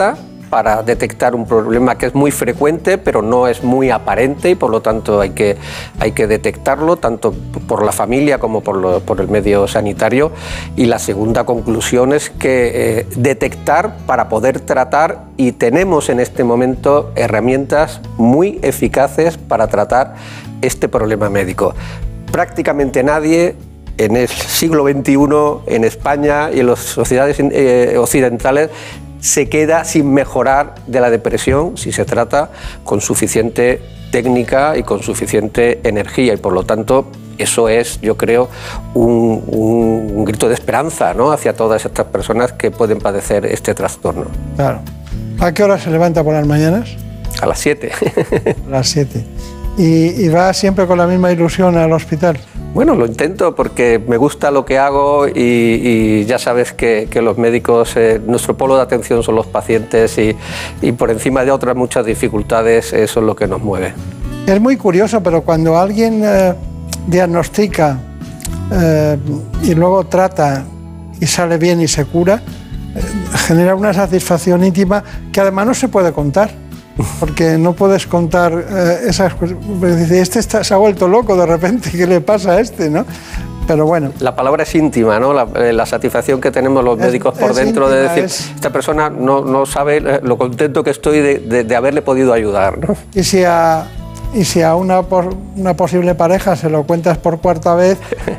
para detectar un problema que es muy frecuente, pero no es muy aparente y por lo tanto hay que, hay que detectarlo tanto por la familia como por, lo, por el medio sanitario. Y la segunda conclusión es que eh, detectar para poder tratar, y tenemos en este momento herramientas muy eficaces para tratar este problema médico. Prácticamente nadie en el siglo veintiuno en España y en las sociedades eh, occidentales se queda sin mejorar de la depresión si se trata con suficiente técnica y con suficiente energía, y por lo tanto eso es, yo creo, un, un, un grito de esperanza, ¿no?, hacia todas estas personas que pueden padecer este trastorno. Claro. ¿A qué hora se levanta por las mañanas? A las siete. A las siete. ¿Y, ¿Y va siempre con la misma ilusión al hospital? Bueno, lo intento porque me gusta lo que hago y, y ya sabes que, que los médicos, eh, nuestro polo de atención son los pacientes y, y por encima de otras muchas dificultades eso es lo que nos mueve. Es muy curioso, pero cuando alguien eh, diagnostica eh, y luego trata y sale bien y se cura, eh, genera una satisfacción íntima que además no se puede contar. Porque no puedes contar eh, esas cosas. Dice, este está, se ha vuelto loco de repente, ¿qué le pasa a este, no? Pero bueno. La palabra es íntima, ¿no? La, eh, la satisfacción que tenemos los médicos es, por es dentro íntima, de decir, es... esta persona no, no sabe lo contento que estoy de, de, de haberle podido ayudar, ¿no? Y si a, y si a una, por, una posible pareja se lo cuentas por cuarta vez,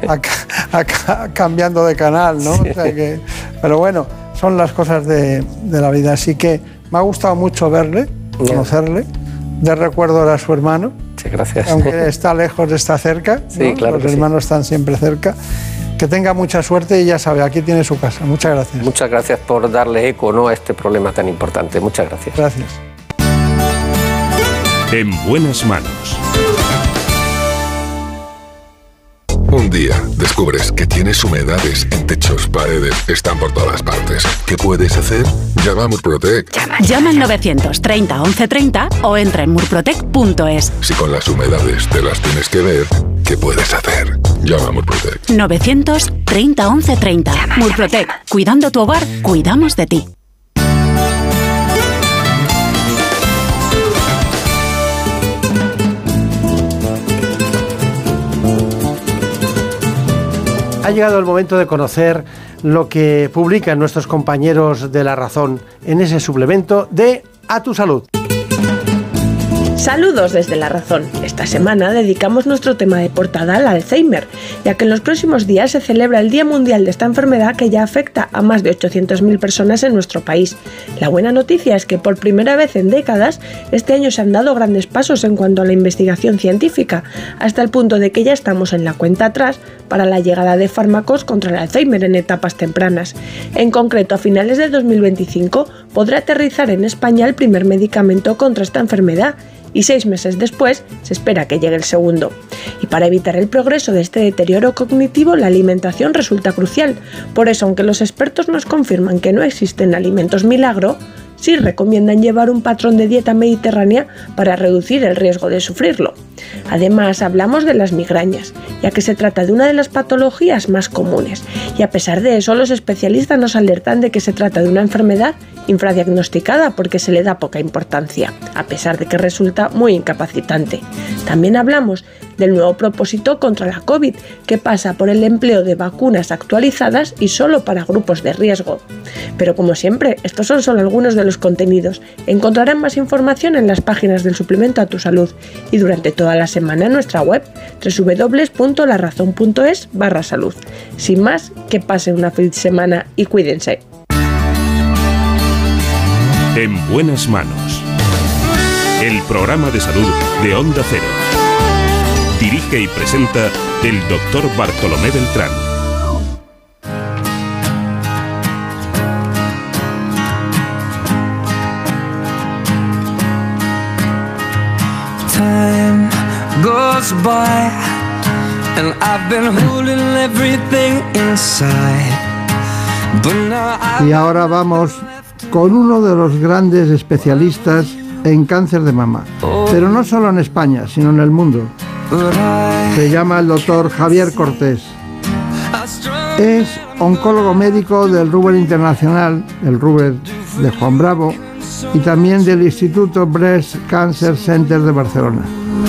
a, a, a, cambiando de canal, ¿no? Sí. O sea que, pero bueno, son las cosas de, de la vida. Así que me ha gustado mucho verle, conocerle. De recuerdo era su hermano. Sí, gracias. Aunque está lejos, está cerca. Sí, ¿no? Claro. Los hermanos sí. Están siempre cerca. Que tenga mucha suerte y ya sabe, aquí tiene su casa. Muchas gracias. Muchas gracias por darle eco, ¿no?, a este problema tan importante. Muchas gracias. Gracias. En buenas manos. Un día descubres que tienes humedades en techos, paredes, están por todas partes. ¿Qué puedes hacer? Llama a Murprotec. Llama, Llama al novecientos treinta once treinta o entra en murprotec punto es. Si con las humedades te las tienes que ver, ¿qué puedes hacer? Llama a Murprotec. novecientos treinta once treinta. Murprotec. Cuidando tu hogar, cuidamos de ti. Ha llegado el momento de conocer lo que publican nuestros compañeros de La Razón en ese suplemento de A Tu Salud. Saludos desde La Razón. Esta semana dedicamos nuestro tema de portada al Alzheimer, ya que en los próximos días se celebra el Día Mundial de esta enfermedad que ya afecta a más de ochocientas mil personas en nuestro país. La buena noticia es que por primera vez en décadas, este año se han dado grandes pasos en cuanto a la investigación científica, hasta el punto de que ya estamos en la cuenta atrás para la llegada de fármacos contra el Alzheimer en etapas tempranas. En concreto, a finales de dos mil veinticinco podrá aterrizar en España el primer medicamento contra esta enfermedad, y seis meses después se espera que llegue el segundo. Y para evitar el progreso de este deterioro cognitivo, la alimentación resulta crucial. Por eso, aunque los expertos nos confirman que no existen alimentos milagro, sí recomiendan llevar un patrón de dieta mediterránea para reducir el riesgo de sufrirlo. Además, hablamos de las migrañas, ya que se trata de una de las patologías más comunes, y a pesar de eso, los especialistas nos alertan de que se trata de una enfermedad infradiagnosticada porque se le da poca importancia, a pesar de que resulta muy incapacitante. También hablamos del nuevo propósito contra la COVID, que pasa por el empleo de vacunas actualizadas y solo para grupos de riesgo. Pero como siempre, estos son solo algunos de los contenidos. Encontrarán más información en las páginas del suplemento A Tu Salud y durante toda la semana en nuestra web doble u doble u doble u punto la razón punto es barra salud. Sin más, que pasen una feliz semana y cuídense. En buenas manos. El programa de salud de Onda Cero. Dirige y presenta el doctor Bartolomé Beltrán. Time goes by and I've been holding everything inside. But now I... Y ahora vamos con uno de los grandes especialistas en cáncer de mama, pero no solo en España, sino en el mundo. Se llama el doctor Javier Cortés. Es oncólogo médico del Ruber Internacional, el Ruber de Juan Bravo, y también del Instituto Breast Cancer Center de Barcelona.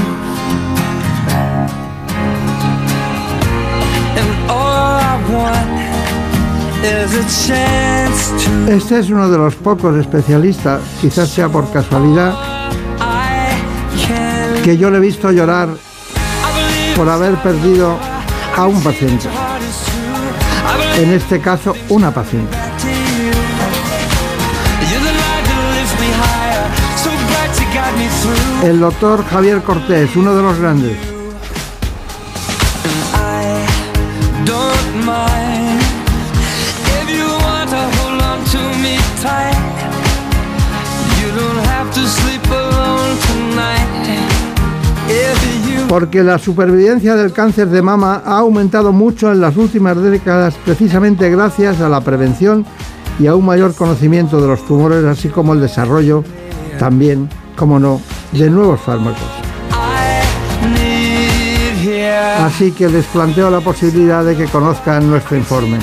Este es uno de los pocos especialistas, quizás sea por casualidad, que yo le he visto llorar por haber perdido a un paciente. En este caso, una paciente. El doctor Javier Cortés, uno de los grandes. Porque la supervivencia del cáncer de mama ha aumentado mucho en las últimas décadas precisamente gracias a la prevención y a un mayor conocimiento de los tumores, así como el desarrollo también, como no, de nuevos fármacos. Así que les planteo la posibilidad de que conozcan nuestro informe.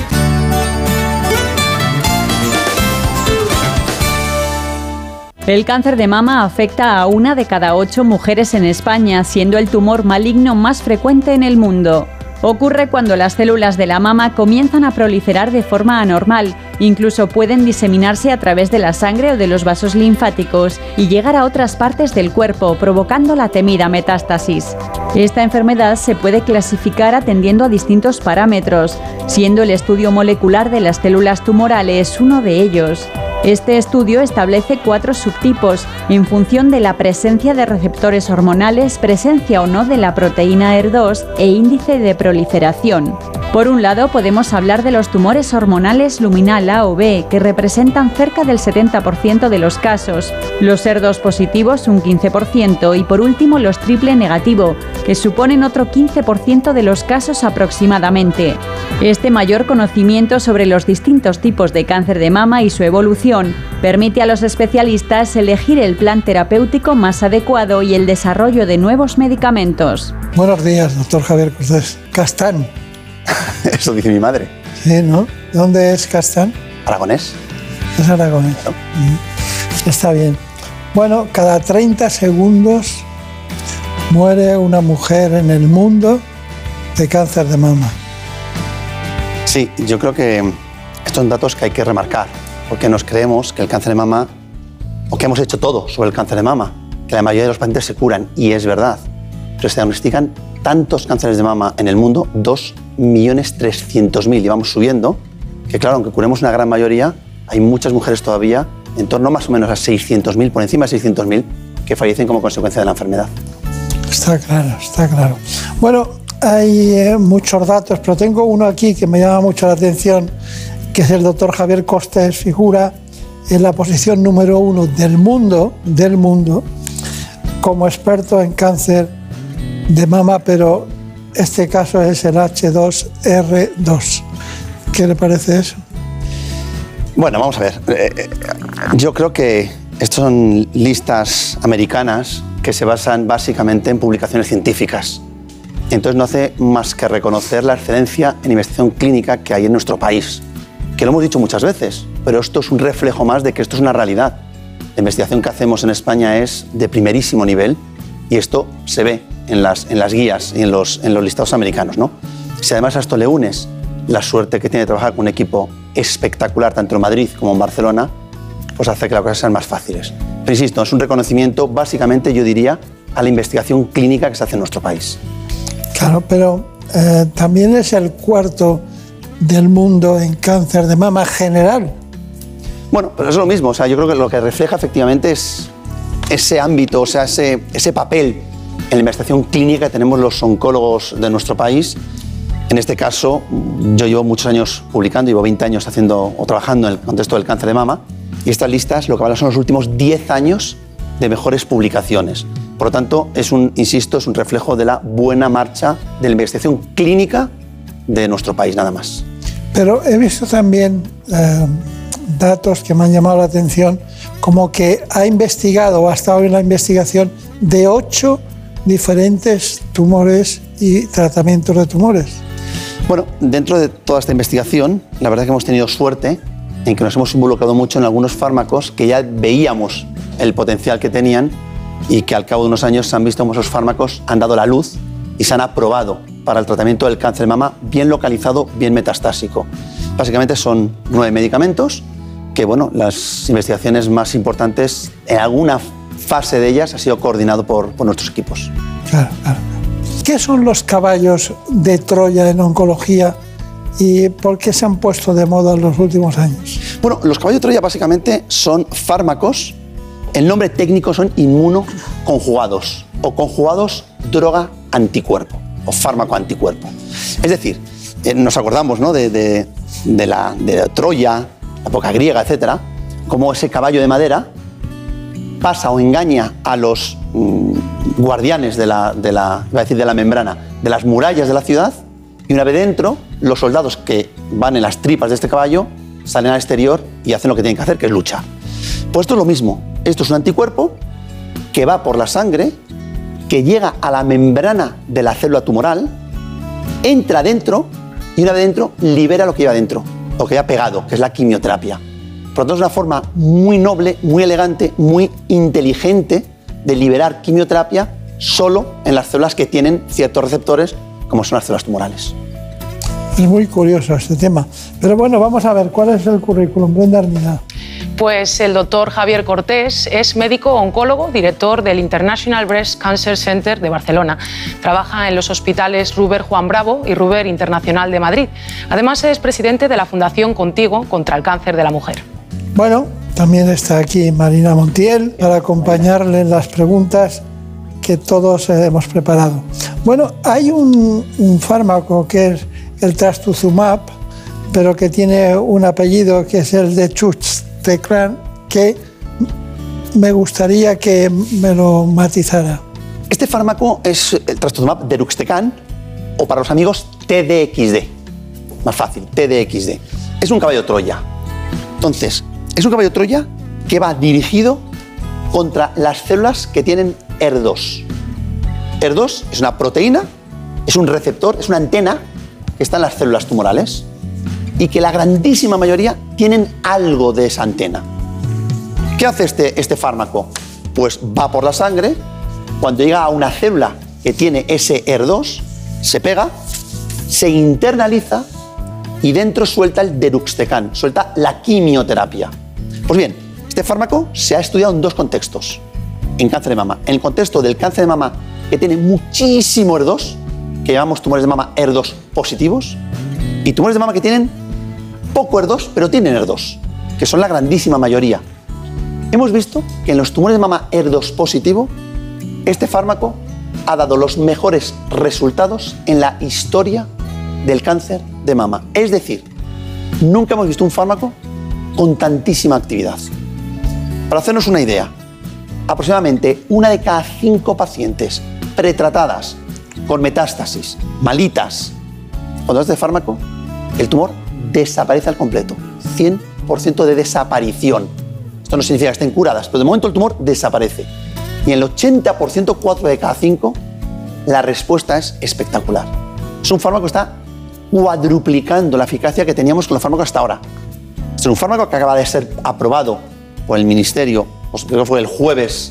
El cáncer de mama afecta a una de cada ocho mujeres en España, siendo el tumor maligno más frecuente en el mundo. Ocurre cuando las células de la mama comienzan a proliferar de forma anormal, incluso pueden diseminarse a través de la sangre o de los vasos linfáticos y llegar a otras partes del cuerpo, provocando la temida metástasis. Esta enfermedad se puede clasificar atendiendo a distintos parámetros, siendo el estudio molecular de las células tumorales uno de ellos. Este estudio establece cuatro subtipos en función de la presencia de receptores hormonales, presencia o no de la proteína E R dos e índice de proliferación. Por un lado, podemos hablar de los tumores hormonales luminal A o B, que representan cerca del setenta por ciento de los casos, los E R dos positivos un quince por ciento y por último los triple negativo, que suponen otro quince por ciento de los casos aproximadamente. Este mayor conocimiento sobre los distintos tipos de cáncer de mama y su evolución permite a los especialistas elegir el plan terapéutico más adecuado y el desarrollo de nuevos medicamentos. Buenos días, doctor Javier Cortés. Castán. Eso dice mi madre. Sí, ¿no? ¿De dónde es Castán? Aragonés. Es aragonés. Claro. Está bien. Bueno, cada treinta segundos muere una mujer en el mundo de cáncer de mama. Sí, yo creo que estos son datos que hay que remarcar, porque nos creemos que el cáncer de mama, o que hemos hecho todo sobre el cáncer de mama, que la mayoría de los pacientes se curan, y es verdad, pero se diagnostican tantos cánceres de mama en el mundo, dos millones trescientos mil, y vamos subiendo, que claro, aunque curemos una gran mayoría, hay muchas mujeres todavía, en torno más o menos a seiscientos mil, por encima de seiscientos mil, que fallecen como consecuencia de la enfermedad. Está claro, está claro. Bueno, hay eh, muchos datos, pero tengo uno aquí que me llama mucho la atención, que es el doctor Javier Cortés, figura en la posición número uno del mundo, del mundo, como experto en cáncer de mama, pero este caso es el H dos R dos. ¿Qué le parece eso? Bueno, vamos a ver. Eh, yo creo que estas son listas americanas que se basan básicamente en publicaciones científicas. Entonces no hace más que reconocer la excelencia en investigación clínica que hay en nuestro país, que lo hemos dicho muchas veces, pero esto es un reflejo más de que esto es una realidad. La investigación que hacemos en España es de primerísimo nivel y esto se ve en las, en las guías y en los, en los listados americanos, ¿no? Si además a esto le unes la suerte que tiene de trabajar con un equipo espectacular, tanto en Madrid como en Barcelona, pues hace que las cosas sean más fáciles. Pero insisto, es un reconocimiento básicamente, yo diría, a la investigación clínica que se hace en nuestro país. Claro, pero eh, también es el cuarto del mundo en cáncer de mama general. Bueno, pero es lo mismo, o sea, yo creo que lo que refleja efectivamente es ese ámbito, o sea, ese, ese papel en la investigación clínica que tenemos los oncólogos de nuestro país. En este caso, yo llevo muchos años publicando, llevo veinte años haciendo o trabajando en el contexto del cáncer de mama, y estas listas lo que hablan son los últimos diez años de mejores publicaciones. Por lo tanto, es un, insisto, es un reflejo de la buena marcha de la investigación clínica de nuestro país, nada más. Pero he visto también eh, datos que me han llamado la atención, como que ha investigado o ha estado en la investigación de ocho diferentes tumores y tratamientos de tumores. Bueno, dentro de toda esta investigación, la verdad es que hemos tenido suerte en que nos hemos involucrado mucho en algunos fármacos que ya veíamos el potencial que tenían y que al cabo de unos años se han visto como esos fármacos han dado la luz y se han aprobado para el tratamiento del cáncer de mama bien localizado, bien metastásico. Básicamente son nueve medicamentos que, bueno, las investigaciones más importantes, en alguna fase de ellas ha sido coordinado por, por nuestros equipos. Claro, claro. ¿Qué son los caballos de Troya en oncología y por qué se han puesto de moda en los últimos años? Bueno, los caballos de Troya básicamente son fármacos, el nombre técnico son inmunoconjugados o conjugados droga anticuerpo o fármaco anticuerpo. Es decir, eh, nos acordamos, ¿no?, de, de, de, la, de Troya, la época griega, etcétera, como ese caballo de madera pasa o engaña a los mmm, guardianes de la, de la, iba a decir de la membrana, de las murallas de la ciudad, y una vez dentro, los soldados que van en las tripas de este caballo salen al exterior y hacen lo que tienen que hacer, que es luchar. Pues esto es lo mismo. Esto es un anticuerpo que va por la sangre, que llega a la membrana de la célula tumoral, entra dentro y una vez dentro libera lo que lleva dentro, lo que lleva pegado, que es la quimioterapia. Por lo tanto, es una forma muy noble, muy elegante, muy inteligente de liberar quimioterapia solo en las células que tienen ciertos receptores, como son las células tumorales. Es muy curioso este tema. Pero bueno, vamos a ver, ¿cuál es el currículum? Brenda Armida. Pues el doctor Javier Cortés es médico oncólogo, director del International Breast Cancer Center de Barcelona. Trabaja en los hospitales Ruber Juan Bravo y Ruber Internacional de Madrid. Además es presidente de la Fundación Contigo contra el Cáncer de la Mujer. Bueno, también está aquí Marina Montiel para acompañarle en las preguntas que todos hemos preparado. Bueno, hay un, un fármaco que es el trastuzumab, pero que tiene un apellido que es el de Deruxtecan, que me gustaría que me lo matizara. Este fármaco es el trastuzumab deruxtecan, o para los amigos T D X D. Más fácil, T D X D. Es un caballo Troya. Entonces, es un caballo Troya que va dirigido contra las células que tienen E R dos. E R dos es una proteína, es un receptor, es una antena que está en las células tumorales y que la grandísima mayoría tienen algo de esa antena. ¿Qué hace este, este fármaco? Pues va por la sangre, cuando llega a una célula que tiene ese E R dos, se pega, se internaliza y dentro suelta el deruxtecan, suelta la quimioterapia. Pues bien, este fármaco se ha estudiado en dos contextos en cáncer de mama. En el contexto del cáncer de mama que tiene muchísimo E R dos, que llamamos tumores de mama E R dos positivos, y tumores de mama que tienen poco E R dos, pero tienen E R dos, que son la grandísima mayoría. Hemos visto que en los tumores de mama E R dos positivo, este fármaco ha dado los mejores resultados en la historia del cáncer de mama. Es decir, nunca hemos visto un fármaco con tantísima actividad. Para hacernos una idea, aproximadamente una de cada cinco pacientes pretratadas con metástasis, malitas, cuando das este fármaco, el tumor desaparece al completo. cien por ciento de desaparición. Esto no significa que estén curadas, pero de momento el tumor desaparece. Y en el ochenta por ciento, cuatro de cada cinco, la respuesta es espectacular. Es un fármaco que está cuadruplicando la eficacia que teníamos con los fármacos hasta ahora. Es un fármaco que acaba de ser aprobado por el Ministerio, pues creo que fue el jueves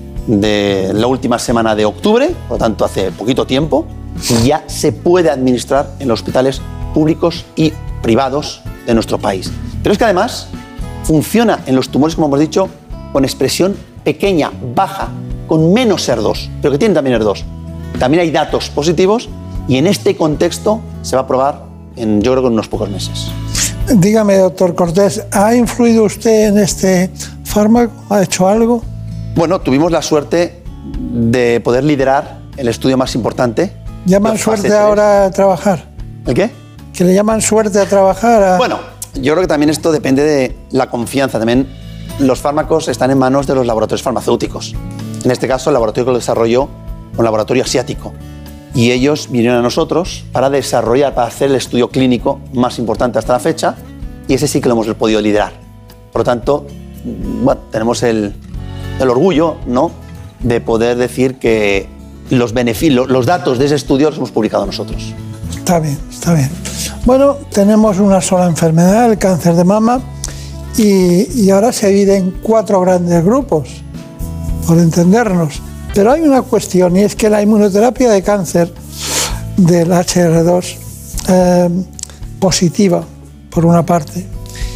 de la última semana de octubre, por lo tanto hace poquito tiempo, y ya se puede administrar en los hospitales públicos y privados de nuestro país. Pero es que además funciona en los tumores, como hemos dicho, con expresión pequeña, baja, con menos E R dos, pero que tienen también E R dos. También hay datos positivos y en este contexto se va a aprobar en, yo creo que en unos pocos meses. Dígame, doctor Cortés, ¿ha influido usted en este fármaco? ¿Ha hecho algo? Bueno, tuvimos la suerte de poder liderar el estudio más importante. ¿Llaman suerte ahora a trabajar? ¿El qué? ¿Que le llaman suerte a trabajar? A... Bueno, yo creo que también esto depende de la confianza. También los fármacos están en manos de los laboratorios farmacéuticos. En este caso, el laboratorio que lo desarrolló, un laboratorio asiático. Y ellos vinieron a nosotros para desarrollar, para hacer el estudio clínico más importante hasta la fecha, y ese sí que lo hemos podido liderar. Por lo tanto, bueno, tenemos el, el orgullo, ¿no?, de poder decir que los beneficios, los datos de ese estudio los hemos publicado nosotros. Está bien, está bien. Bueno, tenemos una sola enfermedad, el cáncer de mama, y, y ahora se divide en cuatro grandes grupos, por entendernos. Pero hay una cuestión, y es que la inmunoterapia de cáncer del H R dos eh, positiva, por una parte,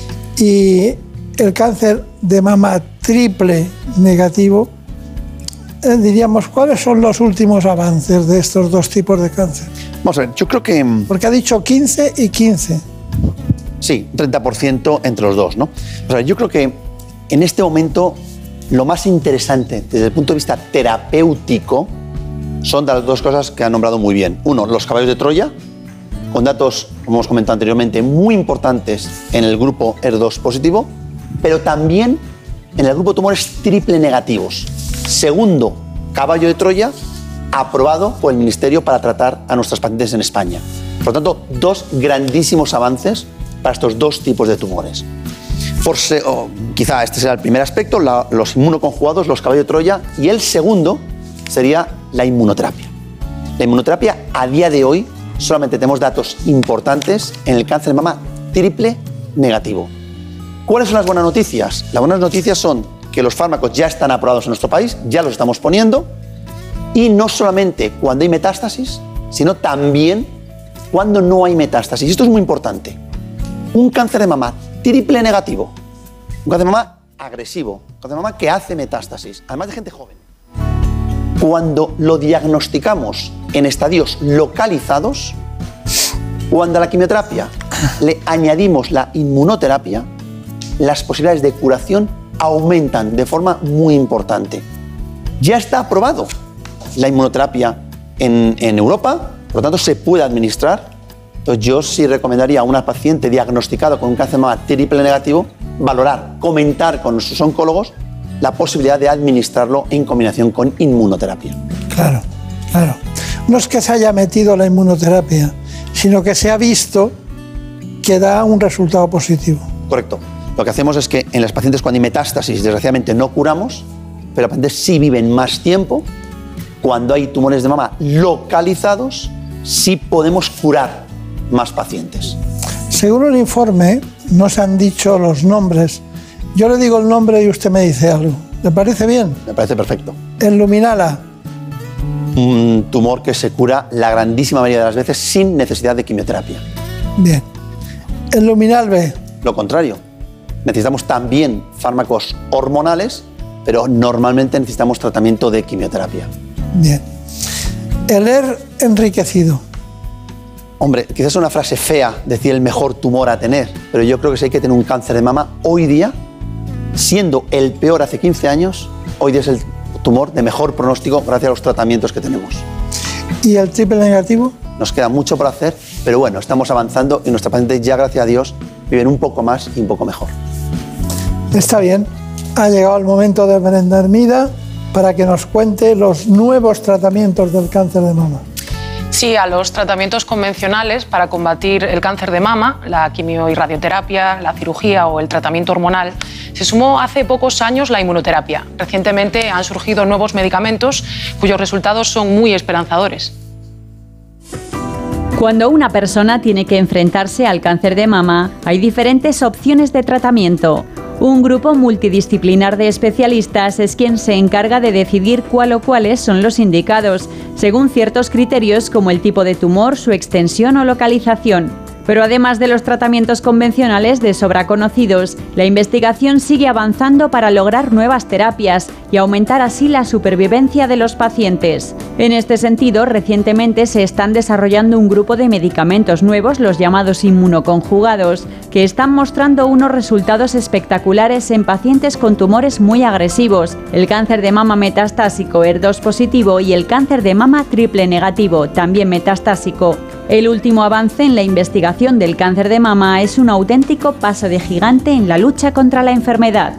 y el cáncer de mama triple negativo, eh, diríamos, ¿cuáles son los últimos avances de estos dos tipos de cáncer? Vamos a ver, yo creo que... Porque ha dicho quince y quince. Sí, treinta por ciento entre los dos, ¿no? O sea, yo creo que en este momento lo más interesante desde el punto de vista terapéutico son de las dos cosas que han nombrado muy bien. Uno, los caballos de Troya, con datos, como hemos comentado anteriormente, muy importantes en el grupo E R dos positivo, pero también en el grupo de tumores triple negativos. Segundo caballo de Troya aprobado por el Ministerio para tratar a nuestras pacientes en España. Por lo tanto, dos grandísimos avances para estos dos tipos de tumores. Por se, oh, quizá este será el primer aspecto, la, los inmunoconjugados, los caballos de Troya, y el segundo sería la inmunoterapia. La inmunoterapia a día de hoy solamente tenemos datos importantes en el cáncer de mama triple negativo. ¿Cuáles son las buenas noticias? Las buenas noticias son que los fármacos ya están aprobados en nuestro país, ya los estamos poniendo, y no solamente cuando hay metástasis, sino también cuando no hay metástasis. Y esto es muy importante. Un cáncer de mama triple negativo, un cáncer de mama agresivo, un cáncer de mama que hace metástasis, además de gente joven. Cuando lo diagnosticamos en estadios localizados, cuando a la quimioterapia le añadimos la inmunoterapia, las posibilidades de curación aumentan de forma muy importante. Ya está aprobado la inmunoterapia en, en Europa, por lo tanto se puede administrar. Entonces yo sí recomendaría a una paciente diagnosticada con un cáncer de mama triple negativo valorar, comentar con sus oncólogos la posibilidad de administrarlo en combinación con inmunoterapia. Claro, claro. No es que se haya metido la inmunoterapia, sino que se ha visto que da un resultado positivo. Correcto. Lo que hacemos es que en las pacientes cuando hay metástasis, desgraciadamente no curamos, pero las pacientes sí viven más tiempo. Cuando hay tumores de mama localizados, sí podemos curar más pacientes. Según el informe, no se han dicho los nombres. Yo le digo el nombre y usted me dice algo. ¿Le parece bien? Me parece perfecto. El luminala. Un tumor que se cura la grandísima mayoría de las veces sin necesidad de quimioterapia. Bien. El luminal B. Lo contrario. Necesitamos también fármacos hormonales, pero normalmente necesitamos tratamiento de quimioterapia. Bien. El E R enriquecido. Hombre, quizás es una frase fea decir el mejor tumor a tener, pero yo creo que si hay que tener un cáncer de mama hoy día, siendo el peor hace quince años, hoy día es el tumor de mejor pronóstico gracias a los tratamientos que tenemos. ¿Y el triple negativo? Nos queda mucho por hacer, pero bueno, estamos avanzando y nuestras pacientes ya, gracias a Dios, viven un poco más y un poco mejor. Está bien. Ha llegado el momento de Brenda Hermida para que nos cuente los nuevos tratamientos del cáncer de mama. Sí, a los tratamientos convencionales para combatir el cáncer de mama, la quimio y radioterapia, la cirugía o el tratamiento hormonal, se sumó hace pocos años la inmunoterapia. Recientemente han surgido nuevos medicamentos cuyos resultados son muy esperanzadores. Cuando una persona tiene que enfrentarse al cáncer de mama, hay diferentes opciones de tratamiento. Un grupo multidisciplinar de especialistas es quien se encarga de decidir cuál o cuáles son los indicados, según ciertos criterios como el tipo de tumor, su extensión o localización. Pero además de los tratamientos convencionales de sobra conocidos, la investigación sigue avanzando para lograr nuevas terapias y aumentar así la supervivencia de los pacientes. En este sentido, recientemente se están desarrollando un grupo de medicamentos nuevos, los llamados inmunoconjugados, que están mostrando unos resultados espectaculares en pacientes con tumores muy agresivos, el cáncer de mama metastásico E R dos positivo y el cáncer de mama triple negativo, también metastásico. El último avance en la investigación del cáncer de mama es un auténtico paso de gigante en la lucha contra la enfermedad.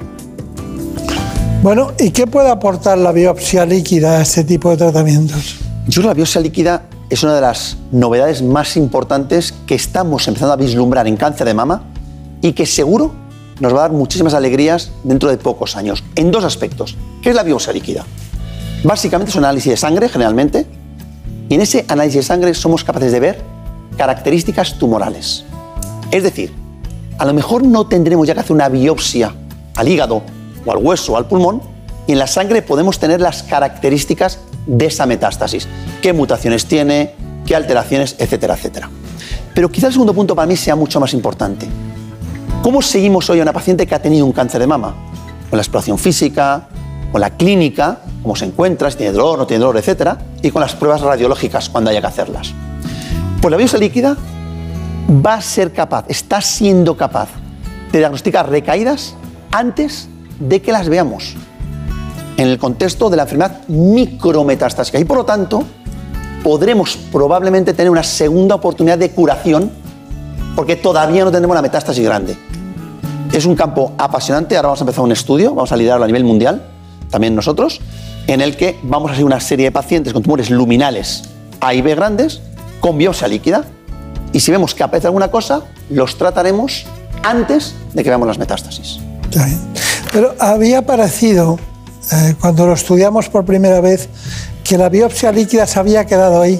Bueno, ¿y qué puede aportar la biopsia líquida a este tipo de tratamientos? Yo creo que la biopsia líquida es una de las novedades más importantes que estamos empezando a vislumbrar en cáncer de mama y que seguro nos va a dar muchísimas alegrías dentro de pocos años, en dos aspectos. ¿Qué es la biopsia líquida? Básicamente es un análisis de sangre, generalmente, y en ese análisis de sangre somos capaces de ver características tumorales. Es decir, a lo mejor no tendremos ya que hacer una biopsia al hígado o al hueso o al pulmón, y en la sangre podemos tener las características de esa metástasis, qué mutaciones tiene, qué alteraciones, etcétera, etcétera. Pero quizá el segundo punto para mí sea mucho más importante. ¿Cómo seguimos hoy a una paciente que ha tenido un cáncer de mama? Con la exploración física, con la clínica, cómo se encuentra, si tiene dolor, no tiene dolor, etcétera, y con las pruebas radiológicas cuando haya que hacerlas. Pues la biopsia líquida va a ser capaz, está siendo capaz de diagnosticar recaídas antes de que las veamos, en el contexto de la enfermedad micrometastásica, y por lo tanto podremos probablemente tener una segunda oportunidad de curación porque todavía no tenemos la metástasis grande. Es un campo apasionante. Ahora vamos a empezar un estudio, vamos a liderarlo a nivel mundial, también nosotros, en el que vamos a hacer una serie de pacientes con tumores luminales A y B grandes, con biopsia líquida, y si vemos que aparece alguna cosa, los trataremos antes de que veamos las metástasis. Está bien. Pero había parecido, eh, cuando lo estudiamos por primera vez, que la biopsia líquida se había quedado ahí.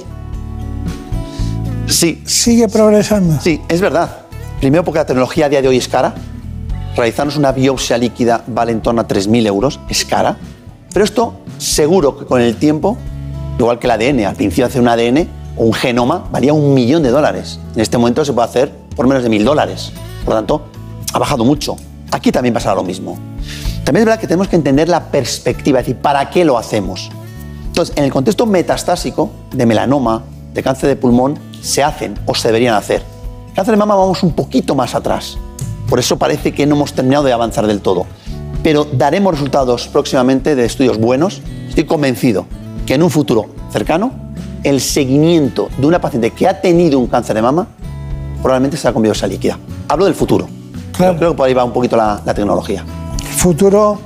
Sí. ¿Sigue progresando? Sí, es verdad. Primero porque la tecnología a día de hoy es cara. Realizarnos una biopsia líquida vale en torno a tres mil euros, es cara. Pero esto seguro que con el tiempo, igual que el A D N, al principio hacer un A D N o un genoma valía un millón de dólares. En este momento se puede hacer por menos de mil dólares. Por lo tanto, ha bajado mucho. Aquí también pasará lo mismo. También es verdad que tenemos que entender la perspectiva, es decir, ¿para qué lo hacemos? Entonces, en el contexto metastásico de melanoma, de cáncer de pulmón, se hacen o se deberían hacer. Cáncer de mama vamos un poquito más atrás. Por eso parece que no hemos terminado de avanzar del todo. Pero daremos resultados próximamente de estudios buenos. Estoy convencido que en un futuro cercano, el seguimiento de una paciente que ha tenido un cáncer de mama probablemente será con biopsia líquida. Hablo del futuro. Claro. Creo que por ahí va un poquito la, la tecnología. Futuro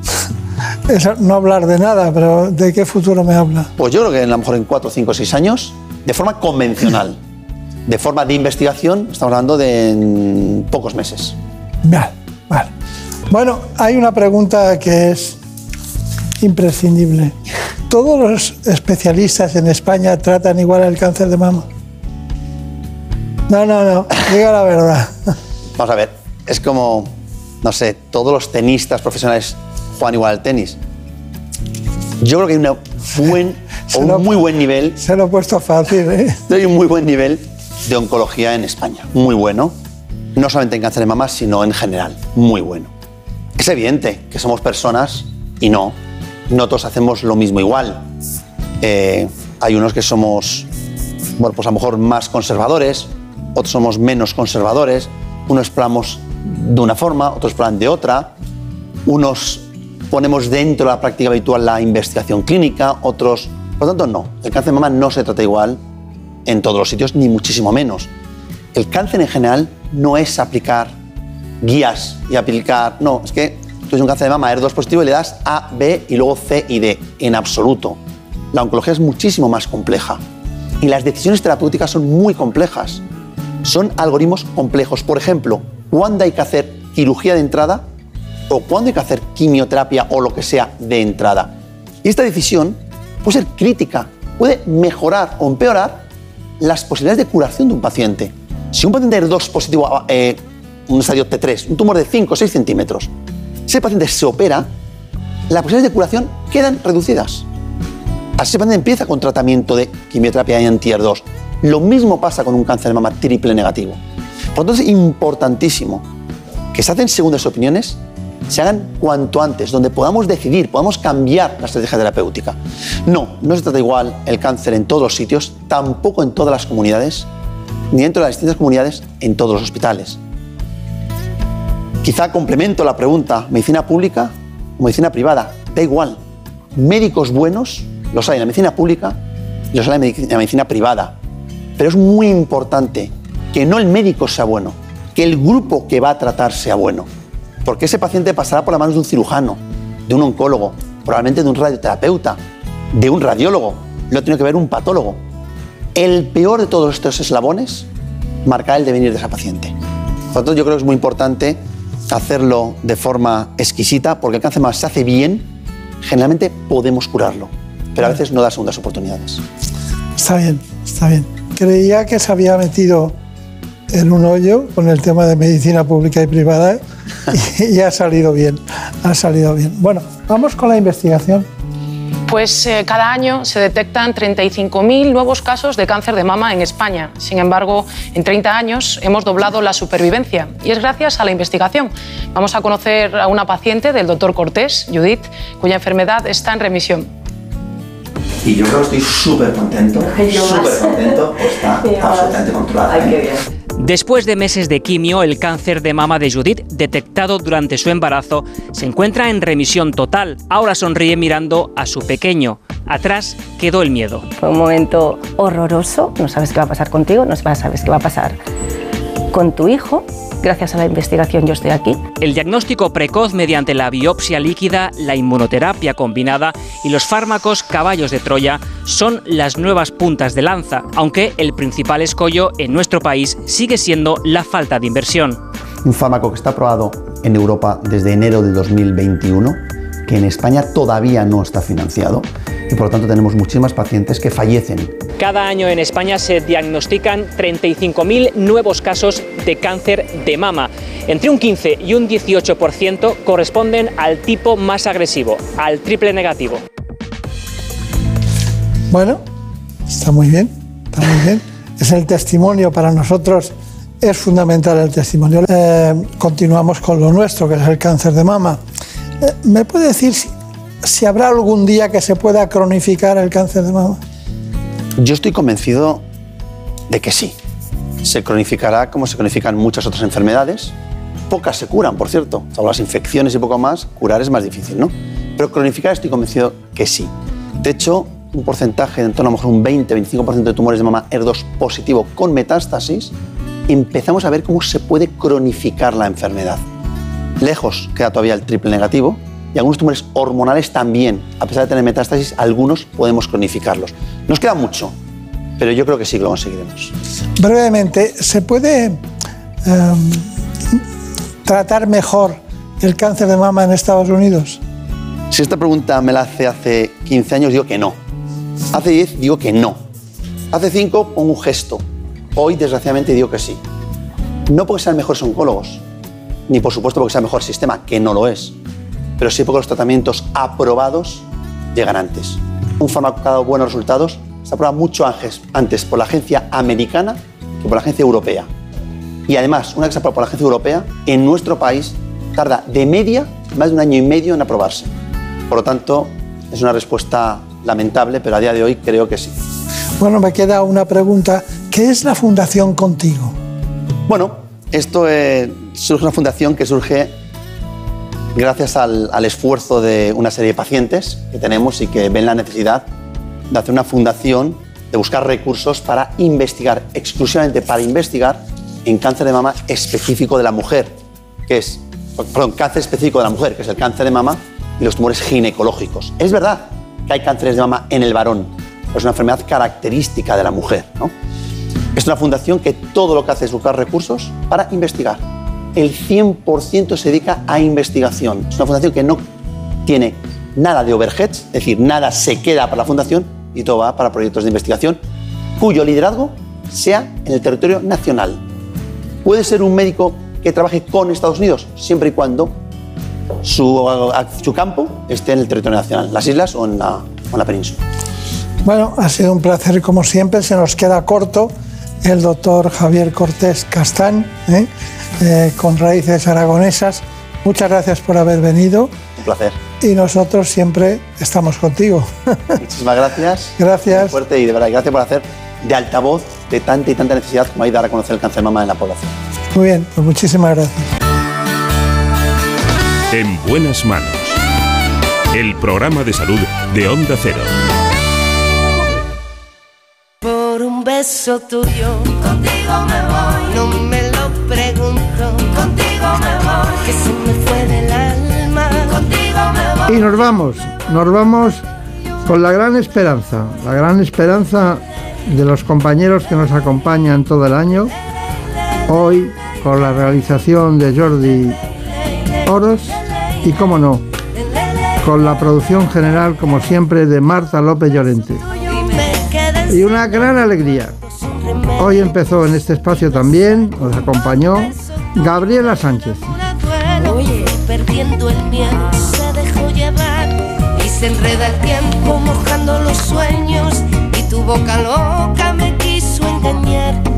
es no hablar de nada, pero ¿de qué futuro me habla? Pues yo creo que a lo mejor en cuatro, cinco, seis años, de forma convencional, de forma de investigación, estamos hablando de en pocos meses. Vale, vale. Bueno, hay una pregunta que es imprescindible. ¿Todos los especialistas en España tratan igual el cáncer de mama? No, no, no, diga la verdad. Vamos a ver, es como, no sé, todos los tenistas profesionales juegan igual al tenis. Yo creo que hay una buen, o un lo, muy buen nivel. Se lo he puesto fácil, ¿eh? Hay un muy buen nivel de oncología en España. Muy bueno. No solamente en cáncer de mama, sino en general. Muy bueno. Es evidente que somos personas y no. No todos hacemos lo mismo igual. Eh, hay unos que somos, bueno, pues a lo mejor más conservadores, otros somos menos conservadores. Unos exploramos de una forma, otros exploran de otra. Unos ponemos dentro de la práctica habitual la investigación clínica, otros... Por lo tanto, no. El cáncer de mama no se trata igual en todos los sitios, ni muchísimo menos. El cáncer en general no es aplicar guías y aplicar... No, es que tú tienes un cáncer de mama E R dos positivo y le das A, B y luego C y D. En absoluto. La oncología es muchísimo más compleja. Y las decisiones terapéuticas son muy complejas. Son algoritmos complejos. Por ejemplo, ¿cuándo hay que hacer cirugía de entrada o cuándo hay que hacer quimioterapia o lo que sea de entrada? Y esta decisión puede ser crítica, puede mejorar o empeorar las posibilidades de curación de un paciente. Si un paciente E R dos positivo, eh, un estadio T tres, un tumor de cinco o seis centímetros, ese paciente se opera, las posibilidades de curación quedan reducidas. Así ese paciente empieza con tratamiento de quimioterapia y anti-E R dos. Lo mismo pasa con un cáncer de mama triple negativo. Por lo tanto, es importantísimo que se hacen segundas opiniones, se hagan cuanto antes, donde podamos decidir, podamos cambiar la estrategia terapéutica. No, no se trata igual el cáncer en todos los sitios, tampoco en todas las comunidades, ni dentro de las distintas comunidades, en todos los hospitales. Quizá complemento la pregunta, ¿medicina pública o medicina privada? Da igual. Médicos buenos los hay en la medicina pública y los hay en la medicina privada. Pero es muy importante que no el médico sea bueno, que el grupo que va a tratar sea bueno. Porque ese paciente pasará por las manos de un cirujano, de un oncólogo, probablemente de un radioterapeuta, de un radiólogo, lo tiene que ver un patólogo. El peor de todos estos eslabones marcará el devenir de esa paciente. Por lo tanto, yo creo que es muy importante hacerlo de forma exquisita, porque el cáncer más se hace bien, generalmente podemos curarlo, pero a veces no da segundas oportunidades. Está bien, está bien. Creía que se había metido en un hoyo con el tema de medicina pública y privada y, y ha salido bien, ha salido bien. Bueno, vamos con la investigación. Pues eh, cada año se detectan treinta y cinco mil nuevos casos de cáncer de mama en España. Sin embargo, en treinta años hemos doblado la supervivencia y es gracias a la investigación. Vamos a conocer a una paciente del doctor Cortés, Judith, cuya enfermedad está en remisión. Y yo creo que estoy súper contento, súper contento, pues está absolutamente controlado. Ay, qué bien. Después de meses de quimio, el cáncer de mama de Judith, detectado durante su embarazo, se encuentra en remisión total. Ahora sonríe mirando a su pequeño. Atrás quedó el miedo. Fue un momento horroroso. No sabes qué va a pasar contigo, no sabes qué va a pasar con tu hijo. Gracias a la investigación yo estoy aquí. El diagnóstico precoz mediante la biopsia líquida, la inmunoterapia combinada y los fármacos caballos de Troya son las nuevas puntas de lanza, aunque el principal escollo en nuestro país sigue siendo la falta de inversión. Un fármaco que está aprobado en Europa desde enero de dos mil veintiuno, que en España todavía no está financiado y por lo tanto tenemos muchísimas pacientes que fallecen. Cada año en España se diagnostican treinta y cinco mil nuevos casos de cáncer de mama. Entre un quince y un dieciocho por ciento corresponden al tipo más agresivo, al triple negativo. Bueno, está muy bien, está muy bien. Es el testimonio para nosotros, es fundamental el testimonio. Eh, continuamos con lo nuestro, que es el cáncer de mama. Eh, ¿Me puede decir si, si habrá algún día que se pueda cronificar el cáncer de mama? Yo estoy convencido de que sí. Se cronificará como se cronifican muchas otras enfermedades. Pocas se curan, por cierto. Salvo las infecciones y poco más, curar es más difícil, ¿no? Pero cronificar estoy convencido que sí. De hecho, un porcentaje de en torno a lo mejor un veinte a veinticinco por ciento de tumores de mama E R dos positivo con metástasis, empezamos a ver cómo se puede cronificar la enfermedad. Lejos queda todavía el triple negativo y algunos tumores hormonales también, a pesar de tener metástasis, algunos podemos cronificarlos. Nos queda mucho, pero yo creo que sí que lo conseguiremos. Brevemente, ¿se puede eh, tratar mejor el cáncer de mama en Estados Unidos? Si esta pregunta me la hace hace quince años, digo que no. Hace diez, digo que no. Hace cinco, pongo un gesto. Hoy, desgraciadamente, digo que sí. No porque sean mejores oncólogos, ni por supuesto porque sea el mejor sistema, que no lo es, pero sí porque los tratamientos aprobados llegan antes. Un fármaco que ha dado buenos resultados se aprueba mucho antes por la agencia americana que por la agencia europea. Y además, una vez que se aprueba por la agencia europea, en nuestro país tarda de media más de un año y medio en aprobarse. Por lo tanto, es una respuesta lamentable, pero a día de hoy creo que sí. Bueno, me queda una pregunta. ¿Qué es la Fundación Contigo? Bueno, esto es una fundación que surge gracias al, al esfuerzo de una serie de pacientes que tenemos y que ven la necesidad de hacer una fundación, de buscar recursos para investigar, exclusivamente para investigar en cáncer de mama específico de la mujer, que es, perdón, cáncer específico de la mujer, que es el cáncer de mama y los tumores ginecológicos. Es verdad que hay cánceres de mama en el varón, pero es una enfermedad característica de la mujer, ¿no? Es una fundación que todo lo que hace es buscar recursos para investigar. El cien por ciento se dedica a investigación. Es una fundación que no tiene nada de overheads, es decir, nada se queda para la fundación y todo va para proyectos de investigación cuyo liderazgo sea en el territorio nacional. Puede ser un médico que trabaje con Estados Unidos, siempre y cuando su, su campo esté en el territorio nacional, las islas o en la, o en la península. Bueno, ha sido un placer como siempre, se nos queda corto el doctor Javier Cortés Castán, ¿eh? Eh, con raíces aragonesas. Muchas gracias por haber venido. Un placer. Y nosotros siempre estamos contigo. Muchísimas gracias. Gracias. Muy fuerte y de verdad, gracias por hacer de altavoz de tanta y tanta necesidad como hay de dar a conocer el cáncer de mama en la población. Muy bien, pues muchísimas gracias. En buenas manos. El programa de salud de Onda Cero. Por un beso tuyo, contigo me voy. No me lo pregunto, contigo me voy. Que se me fue del alma, contigo me voy. Y nos vamos, nos vamos con la gran esperanza, la gran esperanza de los compañeros que nos acompañan todo el año. Hoy con la realización de Jordi Oros y, cómo no, con la producción general, como siempre, de Marta López Llorente. Y una gran alegría Hoy empezó en este espacio también, nos acompañó Gabriela Sánchez. Oye, perdiendo el miedo se dejó llevar y se enreda el tiempo mojando los sueños y tu boca loca me quiso engañar.